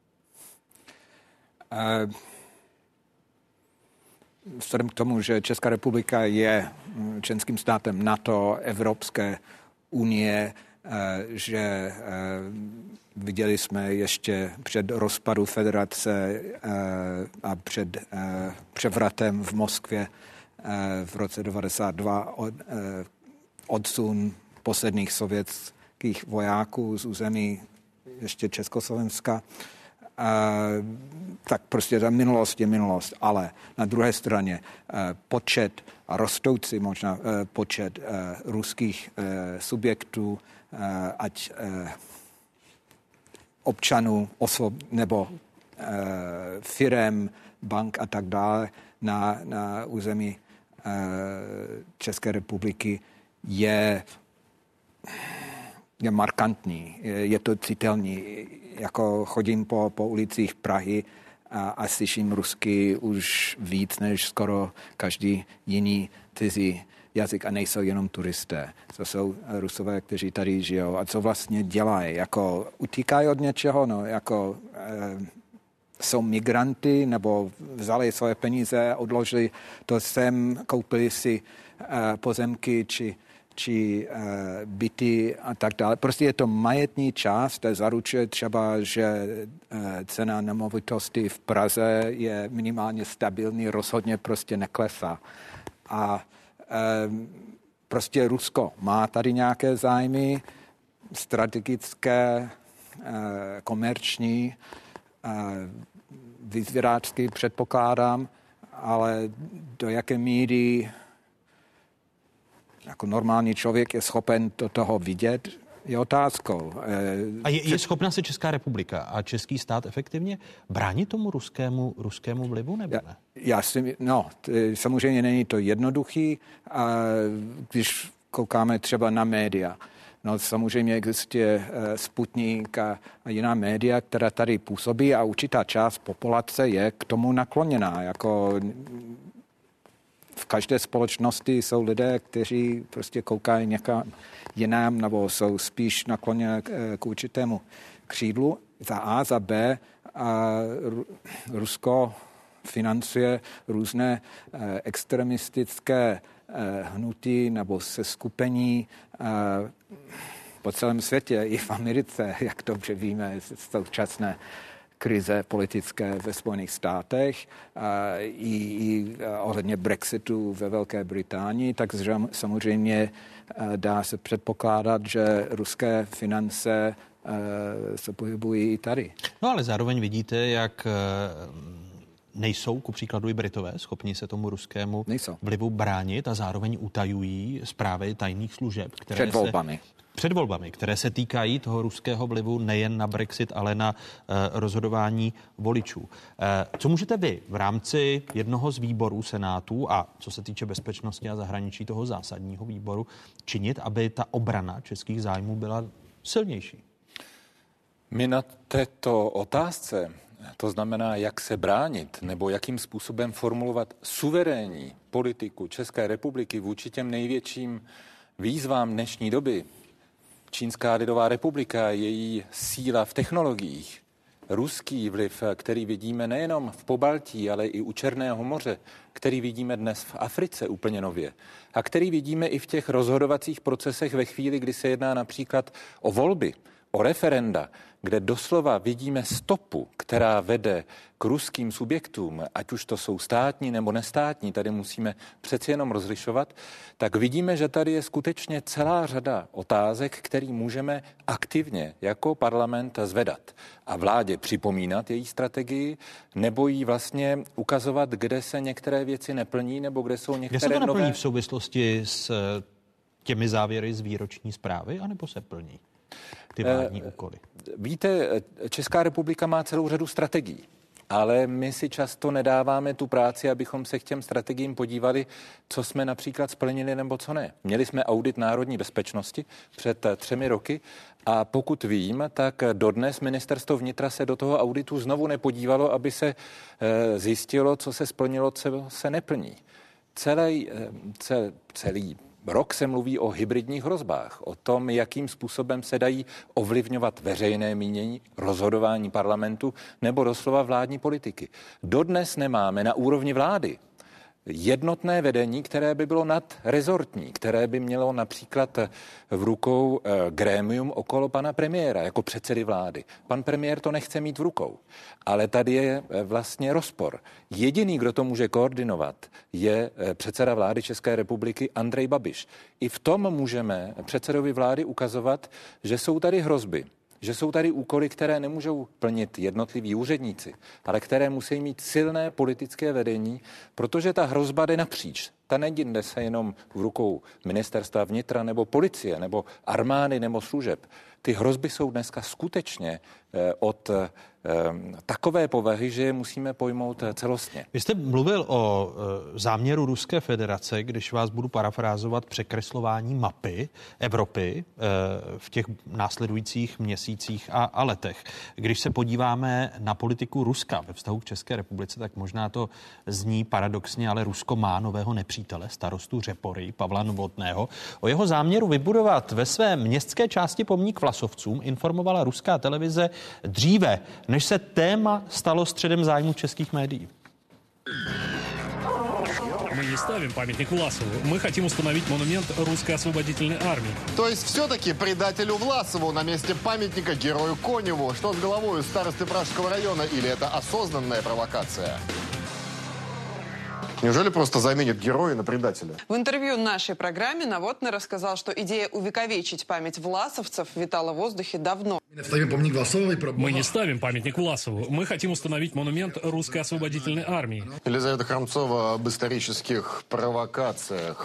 Uh, vzhledem k tomu, že Česká republika je členským státem NATO, Evropské unie, uh, že uh, viděli jsme ještě před rozpadu federace uh, a před uh, převratem v Moskvě uh, v roce devadesát dva od, uh, odsun posledních sovětských vojáků z území ještě Československa. Uh, tak prostě ta minulost je minulost, ale na druhé straně uh, počet a rostoucí možná uh, počet uh, ruských uh, subjektů, uh, ať uh, občanů, osob nebo uh, firem, bank a tak dále na, na území uh, České republiky je je markantní, je, je to citelný. Jako chodím po, po ulicích Prahy a, a slyším rusky už víc než skoro každý jiný cizí jazyk a nejsou jenom turisté. To jsou Rusové, kteří tady žijou a co vlastně dělají, jako utíkají od něčeho, no, jako eh, jsou migranty nebo vzali svoje peníze, odložili to sem, koupili si eh, pozemky či či uh, byty a tak dále. Prostě je to majetní část, to zaručuje třeba, že uh, cena nemovitosti v Praze je minimálně stabilní, rozhodně prostě neklesá. A uh, prostě Rusko má tady nějaké zájmy strategické, uh, komerční, uh, vyzvědáčky předpokládám, ale do jaké míry jako normální člověk je schopen do toho vidět, je otázkou. A je, je schopna se Česká republika a český stát efektivně bránit tomu ruskému, ruskému vlivu, nebo ne? Já, já si, no, samozřejmě není to jednoduchý, a když koukáme třeba na média. No, samozřejmě existuje Sputnik a, a jiná média, která tady působí a určitá část populace je k tomu nakloněná, jako v každé společnosti jsou lidé, kteří prostě koukají někam jinam nebo jsou spíš nakloněni k určitému křídlu. Za A, za B a Rusko financuje různé extremistické hnutí nebo seskupení po celém světě, i v Americe, jak dobře víme, z současné krize politické ve Spojených státech a i, i ohledně Brexitu ve Velké Británii, tak samozřejmě dá se předpokládat, že ruské finance se pohybují i tady. No ale zároveň vidíte, jak nejsou, ku příkladu i Britové, schopni se tomu ruskému nejsou. vlivu bránit a zároveň utajují zprávy tajných služeb, které před volbami. Se před volbami, které se týkají toho ruského vlivu nejen na Brexit, ale na uh, rozhodování voličů. Uh, co můžete vy v rámci jednoho z výborů Senátu a co se týče bezpečnosti a zahraničí toho zásadního výboru činit, aby ta obrana českých zájmů byla silnější? My na této otázce, to znamená, jak se bránit nebo jakým způsobem formulovat suverénní politiku České republiky vůči těm největším výzvám dnešní doby, Čínská lidová republika, její síla v technologiích, ruský vliv, který vidíme nejenom v Pobaltí, ale i u Černého moře, který vidíme dnes v Africe úplně nově a který vidíme i v těch rozhodovacích procesech ve chvíli, kdy se jedná například o volby, o referenda, kde doslova vidíme stopu, která vede k ruským subjektům, ať už to jsou státní nebo nestátní, tady musíme přeci jenom rozlišovat, tak vidíme, že tady je skutečně celá řada otázek, který můžeme aktivně jako parlament zvedat a vládě připomínat její strategii, nebo jí vlastně ukazovat, kde se některé věci neplní, nebo kde jsou některé kde se to naplní nové... v souvislosti s těmi závěry z výroční zprávy, anebo se plní ty vládní úkoly? Víte, Česká republika má celou řadu strategií, ale my si často nedáváme tu práci, abychom se k těm strategiím podívali, co jsme například splnili nebo co ne. Měli jsme audit národní bezpečnosti před třemi roky a pokud vím, tak dodnes ministerstvo vnitra se do toho auditu znovu nepodívalo, aby se zjistilo, co se splnilo, co se neplní. Celý, celý rok se mluví o hybridních hrozbách, o tom, jakým způsobem se dají ovlivňovat veřejné mínění, rozhodování parlamentu nebo doslova vládní politiky. Dodnes nemáme na úrovni vlády jednotné vedení, které by bylo nadrezortní, které by mělo například v rukou grémium okolo pana premiéra jako předsedy vlády. Pan premiér to nechce mít v rukou, ale tady je vlastně rozpor. Jediný, kdo to může koordinovat, je předseda vlády České republiky Andrej Babiš. I v tom můžeme předsedovi vlády ukazovat, že jsou tady hrozby, že jsou tady úkoly, které nemůžou plnit jednotliví úředníci, ale které musí mít silné politické vedení, protože ta hrozba jde napříč. Ta nejde se jenom v rukou ministerstva vnitra nebo policie nebo armády nebo služeb. Ty hrozby jsou dneska skutečně od takové povahy, že je musíme pojmout celostně. Vy jste mluvil o záměru Ruské federace, když vás budu parafrázovat, překreslování mapy Evropy v těch následujících měsících a, a letech. Když se podíváme na politiku Ruska ve vztahu k České republice, tak možná to zní paradoxně, ale Rusko má nového nepřítele, starostu Řepory, Pavla Novotného. O jeho záměru vybudovat ve své městské části pomník Vlasovcům informovala ruská televize dříve, než se téma stalo středem zájmu českých médií. Мы не ставим памятник Власову. Мы хотим установить монумент русской освободительной армии. То есть все-таки предателю Власову на месте памятника герою Коневу. Что с головой у старосты Пражского района? Или это осознанная провокация? Неужели просто заменят героя на предателя? В интервью нашей программе Новотный рассказал, что идея увековечить память власовцев витала в воздухе давно. Мы не ставим памятник Власову. Мы хотим установить монумент русской освободительной армии. Елизавета Храмцова об исторических провокациях.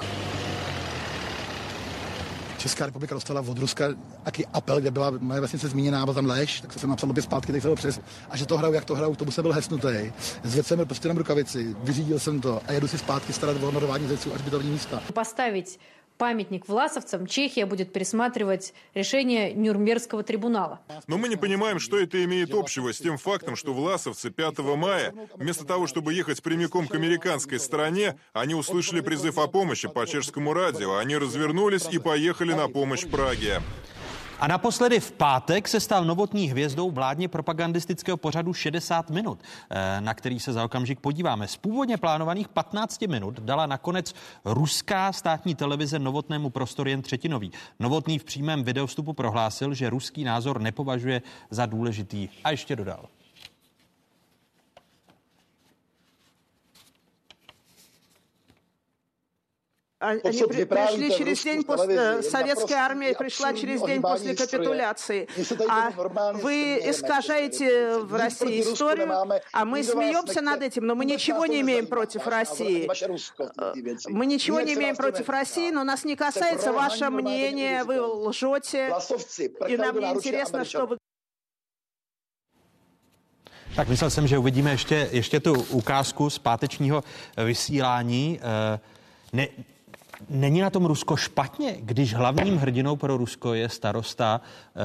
Česká republika dostala od Ruska taky apel, kde byla moje vesnice zmíněná, byla tam lež, tak jsem napsal opět zpátky, tak se to přes. A že to hraju, jak to hraju, to byl hesnutý. Zvedl jsem prostě na rukavici, vyřídil jsem to a jedu si zpátky starat o honorování zeců až bytovní místa. Поставить памятник власовцам, Чехия будет пересматривать решение Нюрнбергского трибунала. Но мы не понимаем, что это имеет общего с тем фактом, что власовцы пятого мая, вместо того, чтобы ехать прямиком к американской стороне, они услышали призыв о помощи по чешскому радио. Они развернулись и поехали на помощь Праге. A naposledy v pátek se stal Novotný hvězdou vládně propagandistického pořadu šedesát minut, na který se za okamžik podíváme. Z původně plánovaných patnácti minut dala nakonec ruská státní televize Novotnému prostor jen třetinový. Novotný v přímém videovstupu prohlásil, že ruský názor nepovažuje za důležitý. A ještě dodal. Они при, пришли через день после... Советская армия пришла через день после капитуляции. А вы искажаете в России историю, а мы смеемся над этим, но мы ничего не имеем против России. Мы ничего не имеем против России, но нас не касается ваше мнение, вы лжете, и нам не интересно, что вы... Tak myslel jsem, že uvidíme ještě, ještě tu ukázku z pátečního vysílání. Ne, Není na tom Rusko špatně, když hlavním hrdinou pro Rusko je starosta eh,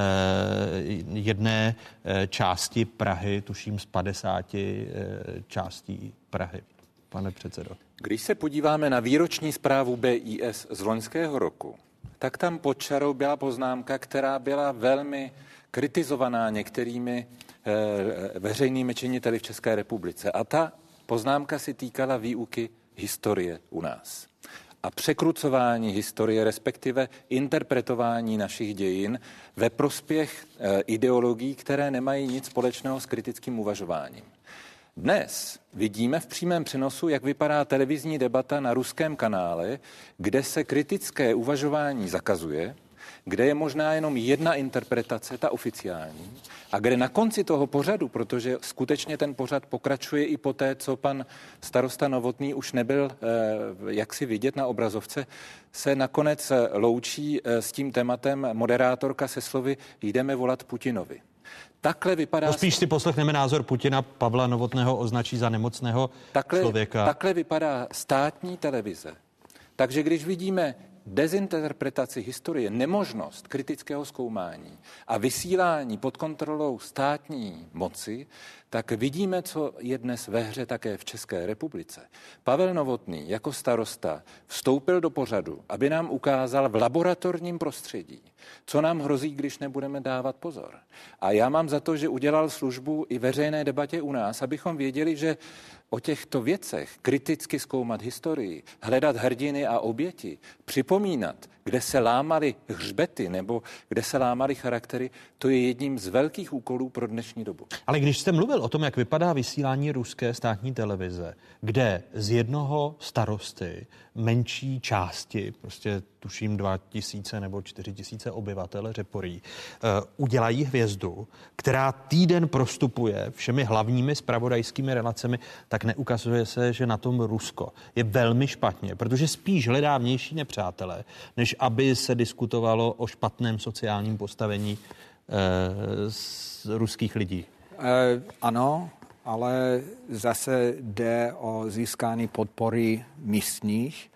jedné eh, části Prahy, tuším z padesáti eh, částí Prahy, pane předsedo? Když se podíváme na výroční zprávu B I S z loňského roku, tak tam pod čarou byla poznámka, která byla velmi kritizovaná některými eh, veřejnými činiteli v České republice. A ta poznámka si týkala výuky historie u nás a překrucování historie, respektive interpretování našich dějin ve prospěch e, ideologií, které nemají nic společného s kritickým uvažováním. Dnes vidíme v přímém přenosu, jak vypadá televizní debata na ruském kanále, kde se kritické uvažování zakazuje, kde je možná jenom jedna interpretace, ta oficiální, a kde na konci toho pořadu, protože skutečně ten pořad pokračuje i po té, co pan starosta Novotný už nebyl eh, jaksi vidět na obrazovce, se nakonec loučí eh, s tím tématem moderátorka se slovy jdeme volat Putinovi. Takhle vypadá... No spíš si poslechneme názor Putina. Pavla Novotného označí za nemocného takhle, člověka. Takhle vypadá státní televize. Takže když vidíme dezinterpretaci historie, nemožnost kritického zkoumání a vysílání pod kontrolou státní moci, tak vidíme, co je dnes ve hře také v České republice. Pavel Novotný jako starosta vstoupil do pořadu, aby nám ukázal v laboratorním prostředí, co nám hrozí, když nebudeme dávat pozor. A já mám za to, že udělal službu i veřejné debatě u nás, abychom věděli, že o těchto věcech kriticky zkoumat historii, hledat hrdiny a oběti, připomínat, kde se lámaly hřbety nebo kde se lámaly charaktery, to je jedním z velkých úkolů pro dnešní dobu. Ale když jste mluvil o tom, jak vypadá vysílání ruské státní televize, kde z jednoho starosty menší části, prostě tuším dva tisíce nebo čtyři tisíce obyvatel Řeporí, uh, udělají hvězdu, která týden prostupuje všemi hlavními zpravodajskými relacemi, tak neukazuje se, že na tom Rusko je velmi špatně, protože spíš hledá vnější nepřátele, než aby se diskutovalo o špatném sociálním postavení uh, z ruských lidí. Ano, ale zase jde o získání podpory místních,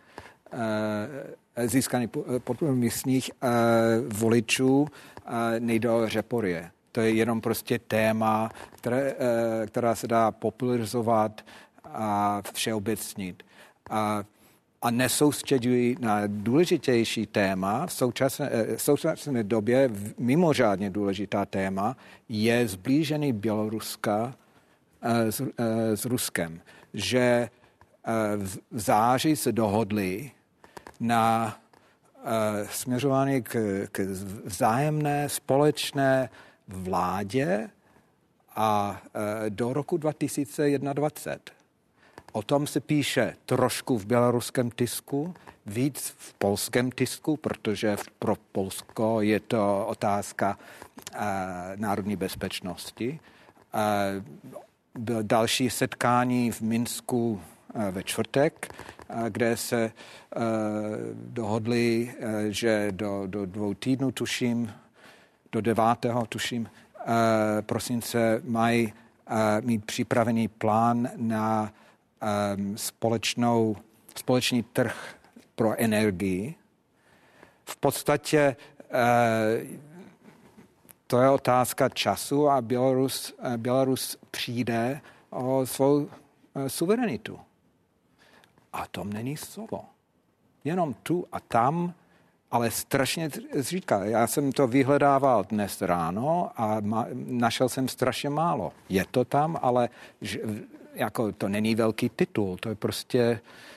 získání podpory místních voličů, nejde o řeporie. To je jenom prostě téma, které, která se dá popularizovat a všeobecnit. A, a nesoustředují na důležitější téma. V současné, v současné době mimořádně důležitá téma je zblížení Běloruska s, s Ruskem. Že v září se dohodli na směřování k, k vzájemné společné vládě a do roku dva tisíce dvacet jedna. O tom se píše trošku v běloruském tisku, víc v polském tisku, protože pro Polsko je to otázka uh, národní bezpečnosti. Uh, bylo další setkání v Minsku uh, ve čtvrtek, uh, kde se uh, dohodli, uh, že do, do dvou týdnů, tuším, do devátého, tuším, uh, prosince mají uh, mít připravený plán na um, společnou, společný trh pro energii. V podstatě uh, to je otázka času a Bělorus, uh, Bělorus přijde o svou uh, suverenitu. A to není slovo. Jenom tu a tam, ale strašně říká. Já jsem to vyhledával dnes ráno a ma, našel jsem strašně málo. Je to tam, ale ž, jako to není velký titul. To je prostě...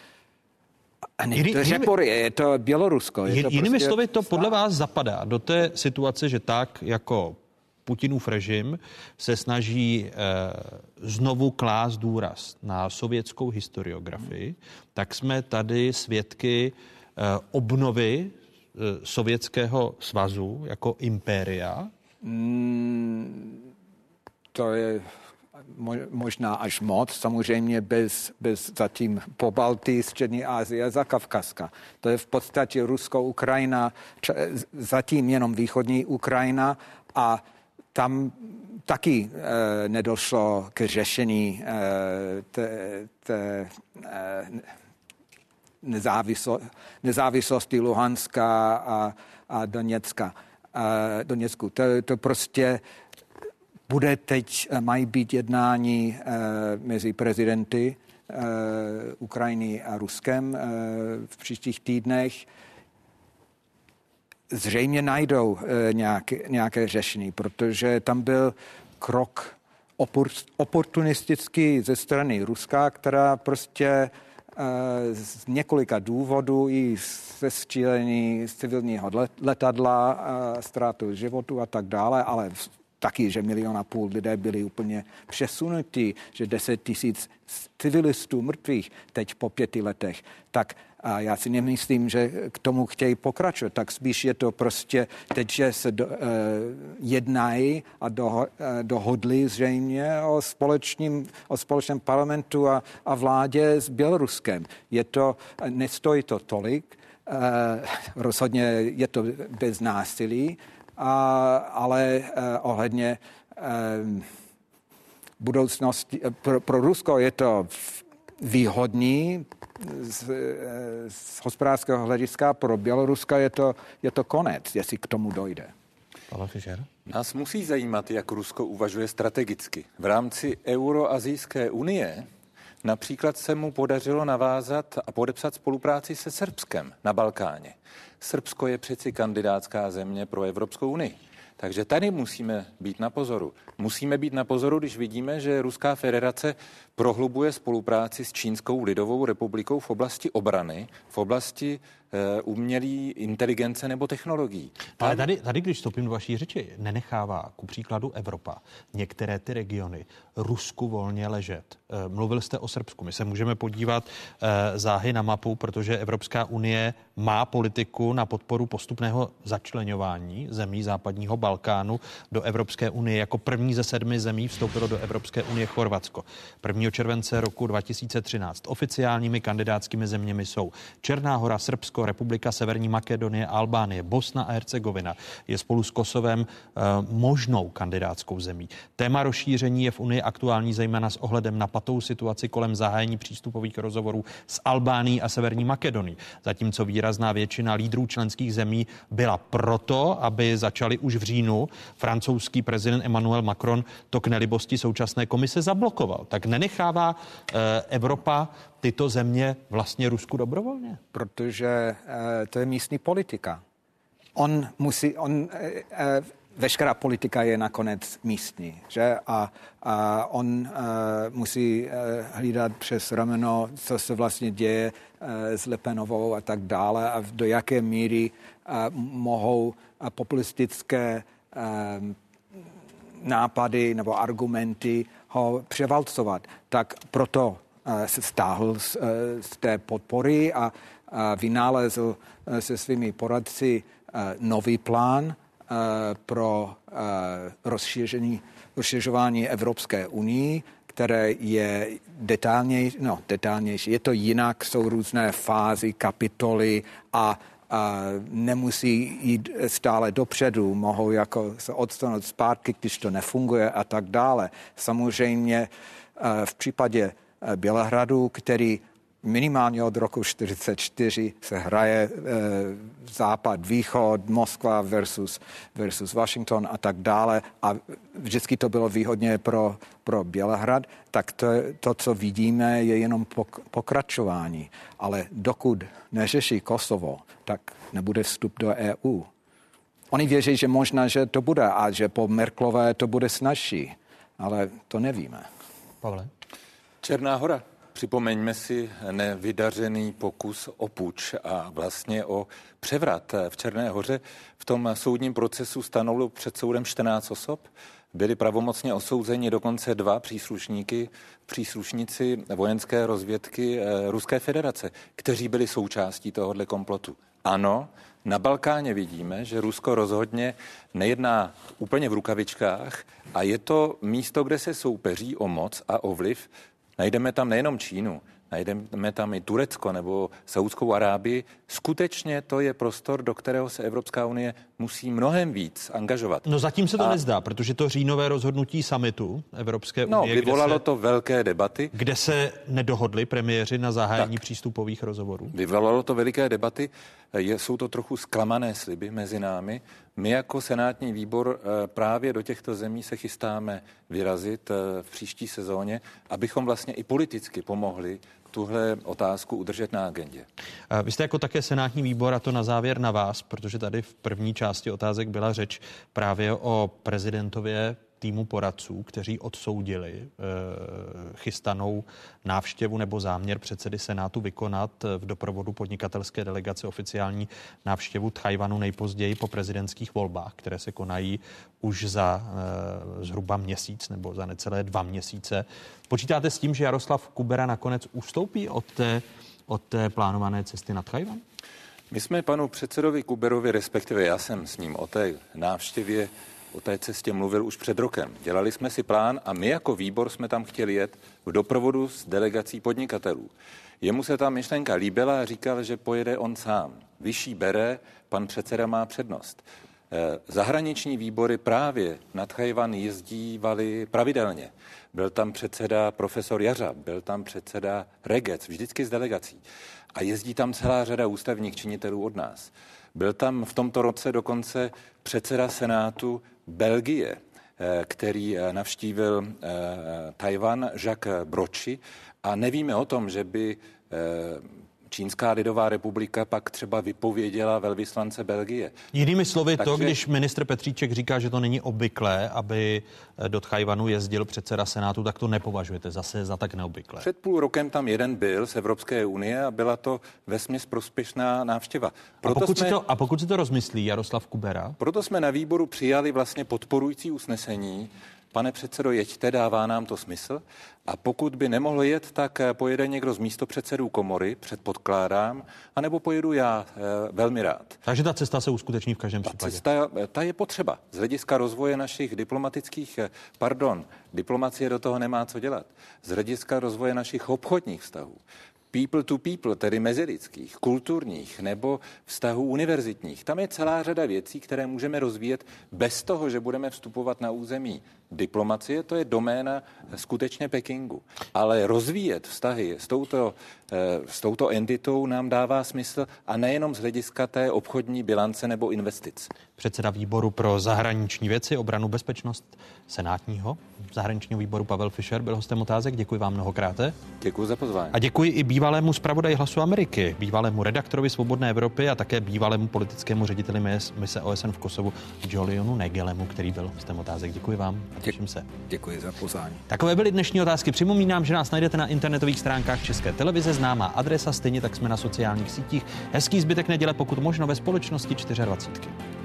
A ne, to je Řeporie, je to Bělorusko. Je to jinými prostě slovy, to podle vás zapadá do té situace, že tak jako Putinův režim se snaží eh, znovu klást důraz na sovětskou historiografii, hmm. tak jsme tady svědky eh, obnovy eh, Sovětského svazu jako impéria? Hmm, to je možná až moc, samozřejmě bez, bez zatím Pobaltí, Střední Asie a Zakavkazska. To je v podstatě Rusko-Ukrajina, zatím jenom východní Ukrajina a tam taky e, nedošlo k řešení e, té, té e, nezávislo, nezávislosti Luhanska a, a Doněcka. E, Doněcku. To, to prostě bude teď, mají být jednání e, mezi prezidenty e, Ukrajiny a Ruskem e, v příštích týdnech. Zřejmě najdou e, nějaké, nějaké řešení, protože tam byl krok opor, oportunistický ze strany Ruska, která prostě e, z několika důvodů i se střílení z civilního letadla, a ztrátu životu a tak dále, ale v, taky, že milion a půl lidé byli úplně přesunutí, že deset tisíc civilistů mrtvých teď po pěti letech, tak a já si nemyslím, že k tomu chtějí pokračovat, tak spíš je to prostě teď, že se do, eh, jednají a do, eh, dohodli zřejmě o, společným, o společném parlamentu a, a vládě s Běloruskem. Je to, nestojí to tolik, eh, rozhodně je to bez násilí, a, ale uh, ohledně uh, budoucnosti, pro, pro Rusko je to výhodný z, z hospodářského hlediska, pro Běloruska je to, je to konec, jestli k tomu dojde. Pavel Fischer? Nás musí zajímat, jak Rusko uvažuje strategicky. V rámci Euroazijské unie například se mu podařilo navázat a podepsat spolupráci se Srbskem na Balkáně. Srbsko je přeci kandidátská země pro Evropskou unii. Takže tady musíme být na pozoru. Musíme být na pozoru, když vidíme, že Ruská federace prohlubuje spolupráci s Čínskou lidovou republikou v oblasti obrany, v oblasti e, umělé inteligence nebo technologií. Tam... Ale tady, tady, když vstoupím do vaší řeči, nenechává ku příkladu Evropa některé ty regiony Rusku volně ležet. E, mluvil jste o Srbsku. My se můžeme podívat e, záhy na mapu, protože Evropská unie má politiku na podporu postupného začleňování zemí západního Balkánu do Evropské unie. Jako první ze sedmi zemí vstoupilo do Evropské unie Chorvatsko. prvního července roku dva tisíce třináct. Oficiálními kandidátskými zeměmi jsou Černá Hora, Srbsko, Albánsko, Republika Severní Makedonie, Albánie, Bosna a Hercegovina je spolu s Kosovem uh, možnou kandidátskou zemí. Téma rozšíření je v Unii aktuální zejména s ohledem na patou situaci kolem zahájení přístupových rozhovorů s Albánií a Severní Makedonií. Zatímco výrazná většina lídrů členských zemí byla proto, aby začali už v říjnu, francouzský prezident Emmanuel Macron to k nelibosti současné komise zablokoval. Tak nenechává uh, Evropa tyto země vlastně Rusku dobrovolně? Protože uh, to je místní politika. On musí, on, uh, uh, veškerá politika je nakonec místní, že? A, a on uh, musí uh, hlídat přes rameno, co se vlastně děje uh, s Le Penovou a tak dále a do jaké míry uh, mohou uh, populistické uh, nápady nebo argumenty ho převalcovat. Tak proto uh, se stáhl z, uh, z té podpory a uh, vynálezl uh, se svými poradci uh, nový plán uh, pro uh, rozšíření, rozšiřování Evropské unii, které je detailnější, no detailnější, je to jinak, jsou různé fázy, kapitoly a a nemusí jít stále dopředu, mohou jako se odstanout zpátky, když to nefunguje a tak dále. Samozřejmě v případě Bělehradu, který minimálně od roku čtyřicet čtyři se hraje západ, východ, Moskva versus, versus Washington a tak dále a vždycky to bylo výhodně pro, pro Bělehrad, tak to, to, co vidíme, je jenom pok, pokračování. Ale dokud neřeší Kosovo, tak nebude vstup do E U. Oni věří, že možná, že to bude a že po Merkelové to bude snazší, ale to nevíme. Pavle? Černá Hora. Připomeňme si nevydařený pokus o puč a vlastně o převrat v Černé Hoře. V tom soudním procesu stanovilo před soudem čtrnáct osob. Byli pravomocně osouzeni dokonce dva příslušníky, příslušníci vojenské rozvědky Ruské federace, kteří byli součástí tohohle komplotu. Ano, na Balkáně vidíme, že Rusko rozhodně nejedná úplně v rukavičkách a je to místo, kde se soupeří o moc a o vliv. Najdeme tam nejenom Čínu, najdeme tam i Turecko nebo Saudskou Arábii. Skutečně to je prostor, do kterého se Evropská unie musí mnohem víc angažovat. No zatím se to a... nezdá, protože to říjnové rozhodnutí summitu Evropské no, unie... vyvolalo se, to velké debaty. Kde se nedohodli premiéři na zahájení tak. přístupových rozhovorů. Vyvolalo to veliké debaty. Je, jsou to trochu zklamané sliby mezi námi. My jako senátní výbor právě do těchto zemí se chystáme vyrazit v příští sezóně, abychom vlastně i politicky pomohli tuhle otázku udržet na agendě. Vy jste jako také senátní výbor, a to na závěr na vás, protože tady v první části otázek byla řeč právě o prezidentově týmu poradců, kteří odsoudili e, chystanou návštěvu nebo záměr předsedy Senátu vykonat v doprovodu podnikatelské delegace oficiální návštěvu Tchajwanu nejpozději po prezidentských volbách, které se konají už za e, zhruba měsíc nebo za necelé dva měsíce. Počítáte s tím, že Jaroslav Kubera nakonec ustoupí od té, od té plánované cesty na Tchajwan? My jsme panu předsedovi Kuberovi, respektive já jsem s ním o té návštěvě o té cestě mluvil už před rokem. Dělali jsme si plán a my jako výbor jsme tam chtěli jet v doprovodu s delegací podnikatelů. Jemu se ta myšlenka líbila a říkal, že pojede on sám. Vyšší bere, pan předseda má přednost. Zahraniční výbory právě na Tchajwan jezdívali pravidelně. Byl tam předseda profesor Jařa, byl tam předseda Regec, vždycky s delegací. A jezdí tam celá řada ústavních činitelů od nás. Byl tam v tomto roce dokonce předseda Senátu Belgie, který navštívil Tchajwan, Jacques Broči, a nevíme o tom, že by Čínská lidová republika pak třeba vypověděla velvyslance Belgie. Jinými slovy, Takže... to, když ministr Petříček říká, že to není obvyklé, aby do Tchajwanu jezdil předseda Senátu, tak to nepovažujete zase za tak neobvyklé. Před půl rokem tam jeden byl z Evropské unie a byla to vesměs prospěšná návštěva. Proto a, pokud jsme... si to, a pokud si to rozmyslí Jaroslav Kubera? Proto jsme na výboru přijali vlastně podporující usnesení. Pane předsedo, jeďte, dává nám to smysl. A pokud by nemohlo jet, tak pojede někdo z místopředsedů komory, předpokládám, anebo pojedu já e, velmi rád. Takže ta cesta se uskuteční v každém ta případě. Cesta, ta je potřeba. Z hlediska rozvoje našich diplomatických, pardon, diplomacie do toho nemá co dělat. Z hlediska rozvoje našich obchodních vztahů. people to people, tedy mezilidských, kulturních nebo vztahů univerzitních. Tam je celá řada věcí, které můžeme rozvíjet bez toho, že budeme vstupovat na území diplomacie, to je doména skutečně Pekingu. Ale rozvíjet vztahy s touto, s touto entitou nám dává smysl a nejenom z hlediska té obchodní bilance nebo investic. Předseda výboru pro zahraniční věci, obranu, bezpečnost senátního zahraničního výboru Pavel Fischer byl hostem Otázek. Děkuji vám mnohokrát. Děkuji za pozvání. A děkuji i bývalému zpravodaji Hlasu Ameriky, bývalému redaktorovi Svobodné Evropy a také bývalému politickému řediteli mise O S N v Kosovu Julianu Negelemu, který byl hostem Otázek. Děkuji vám a těším se. Děkuji za pozvání. Takové byly dnešní otázky. Připomínám, že nás najdete na internetových stránkách České televize, známá adresa, stejně tak jsme na sociálních sítích. Hezký zbytek neděle, pokud možno ve společnosti dvacet čtyři.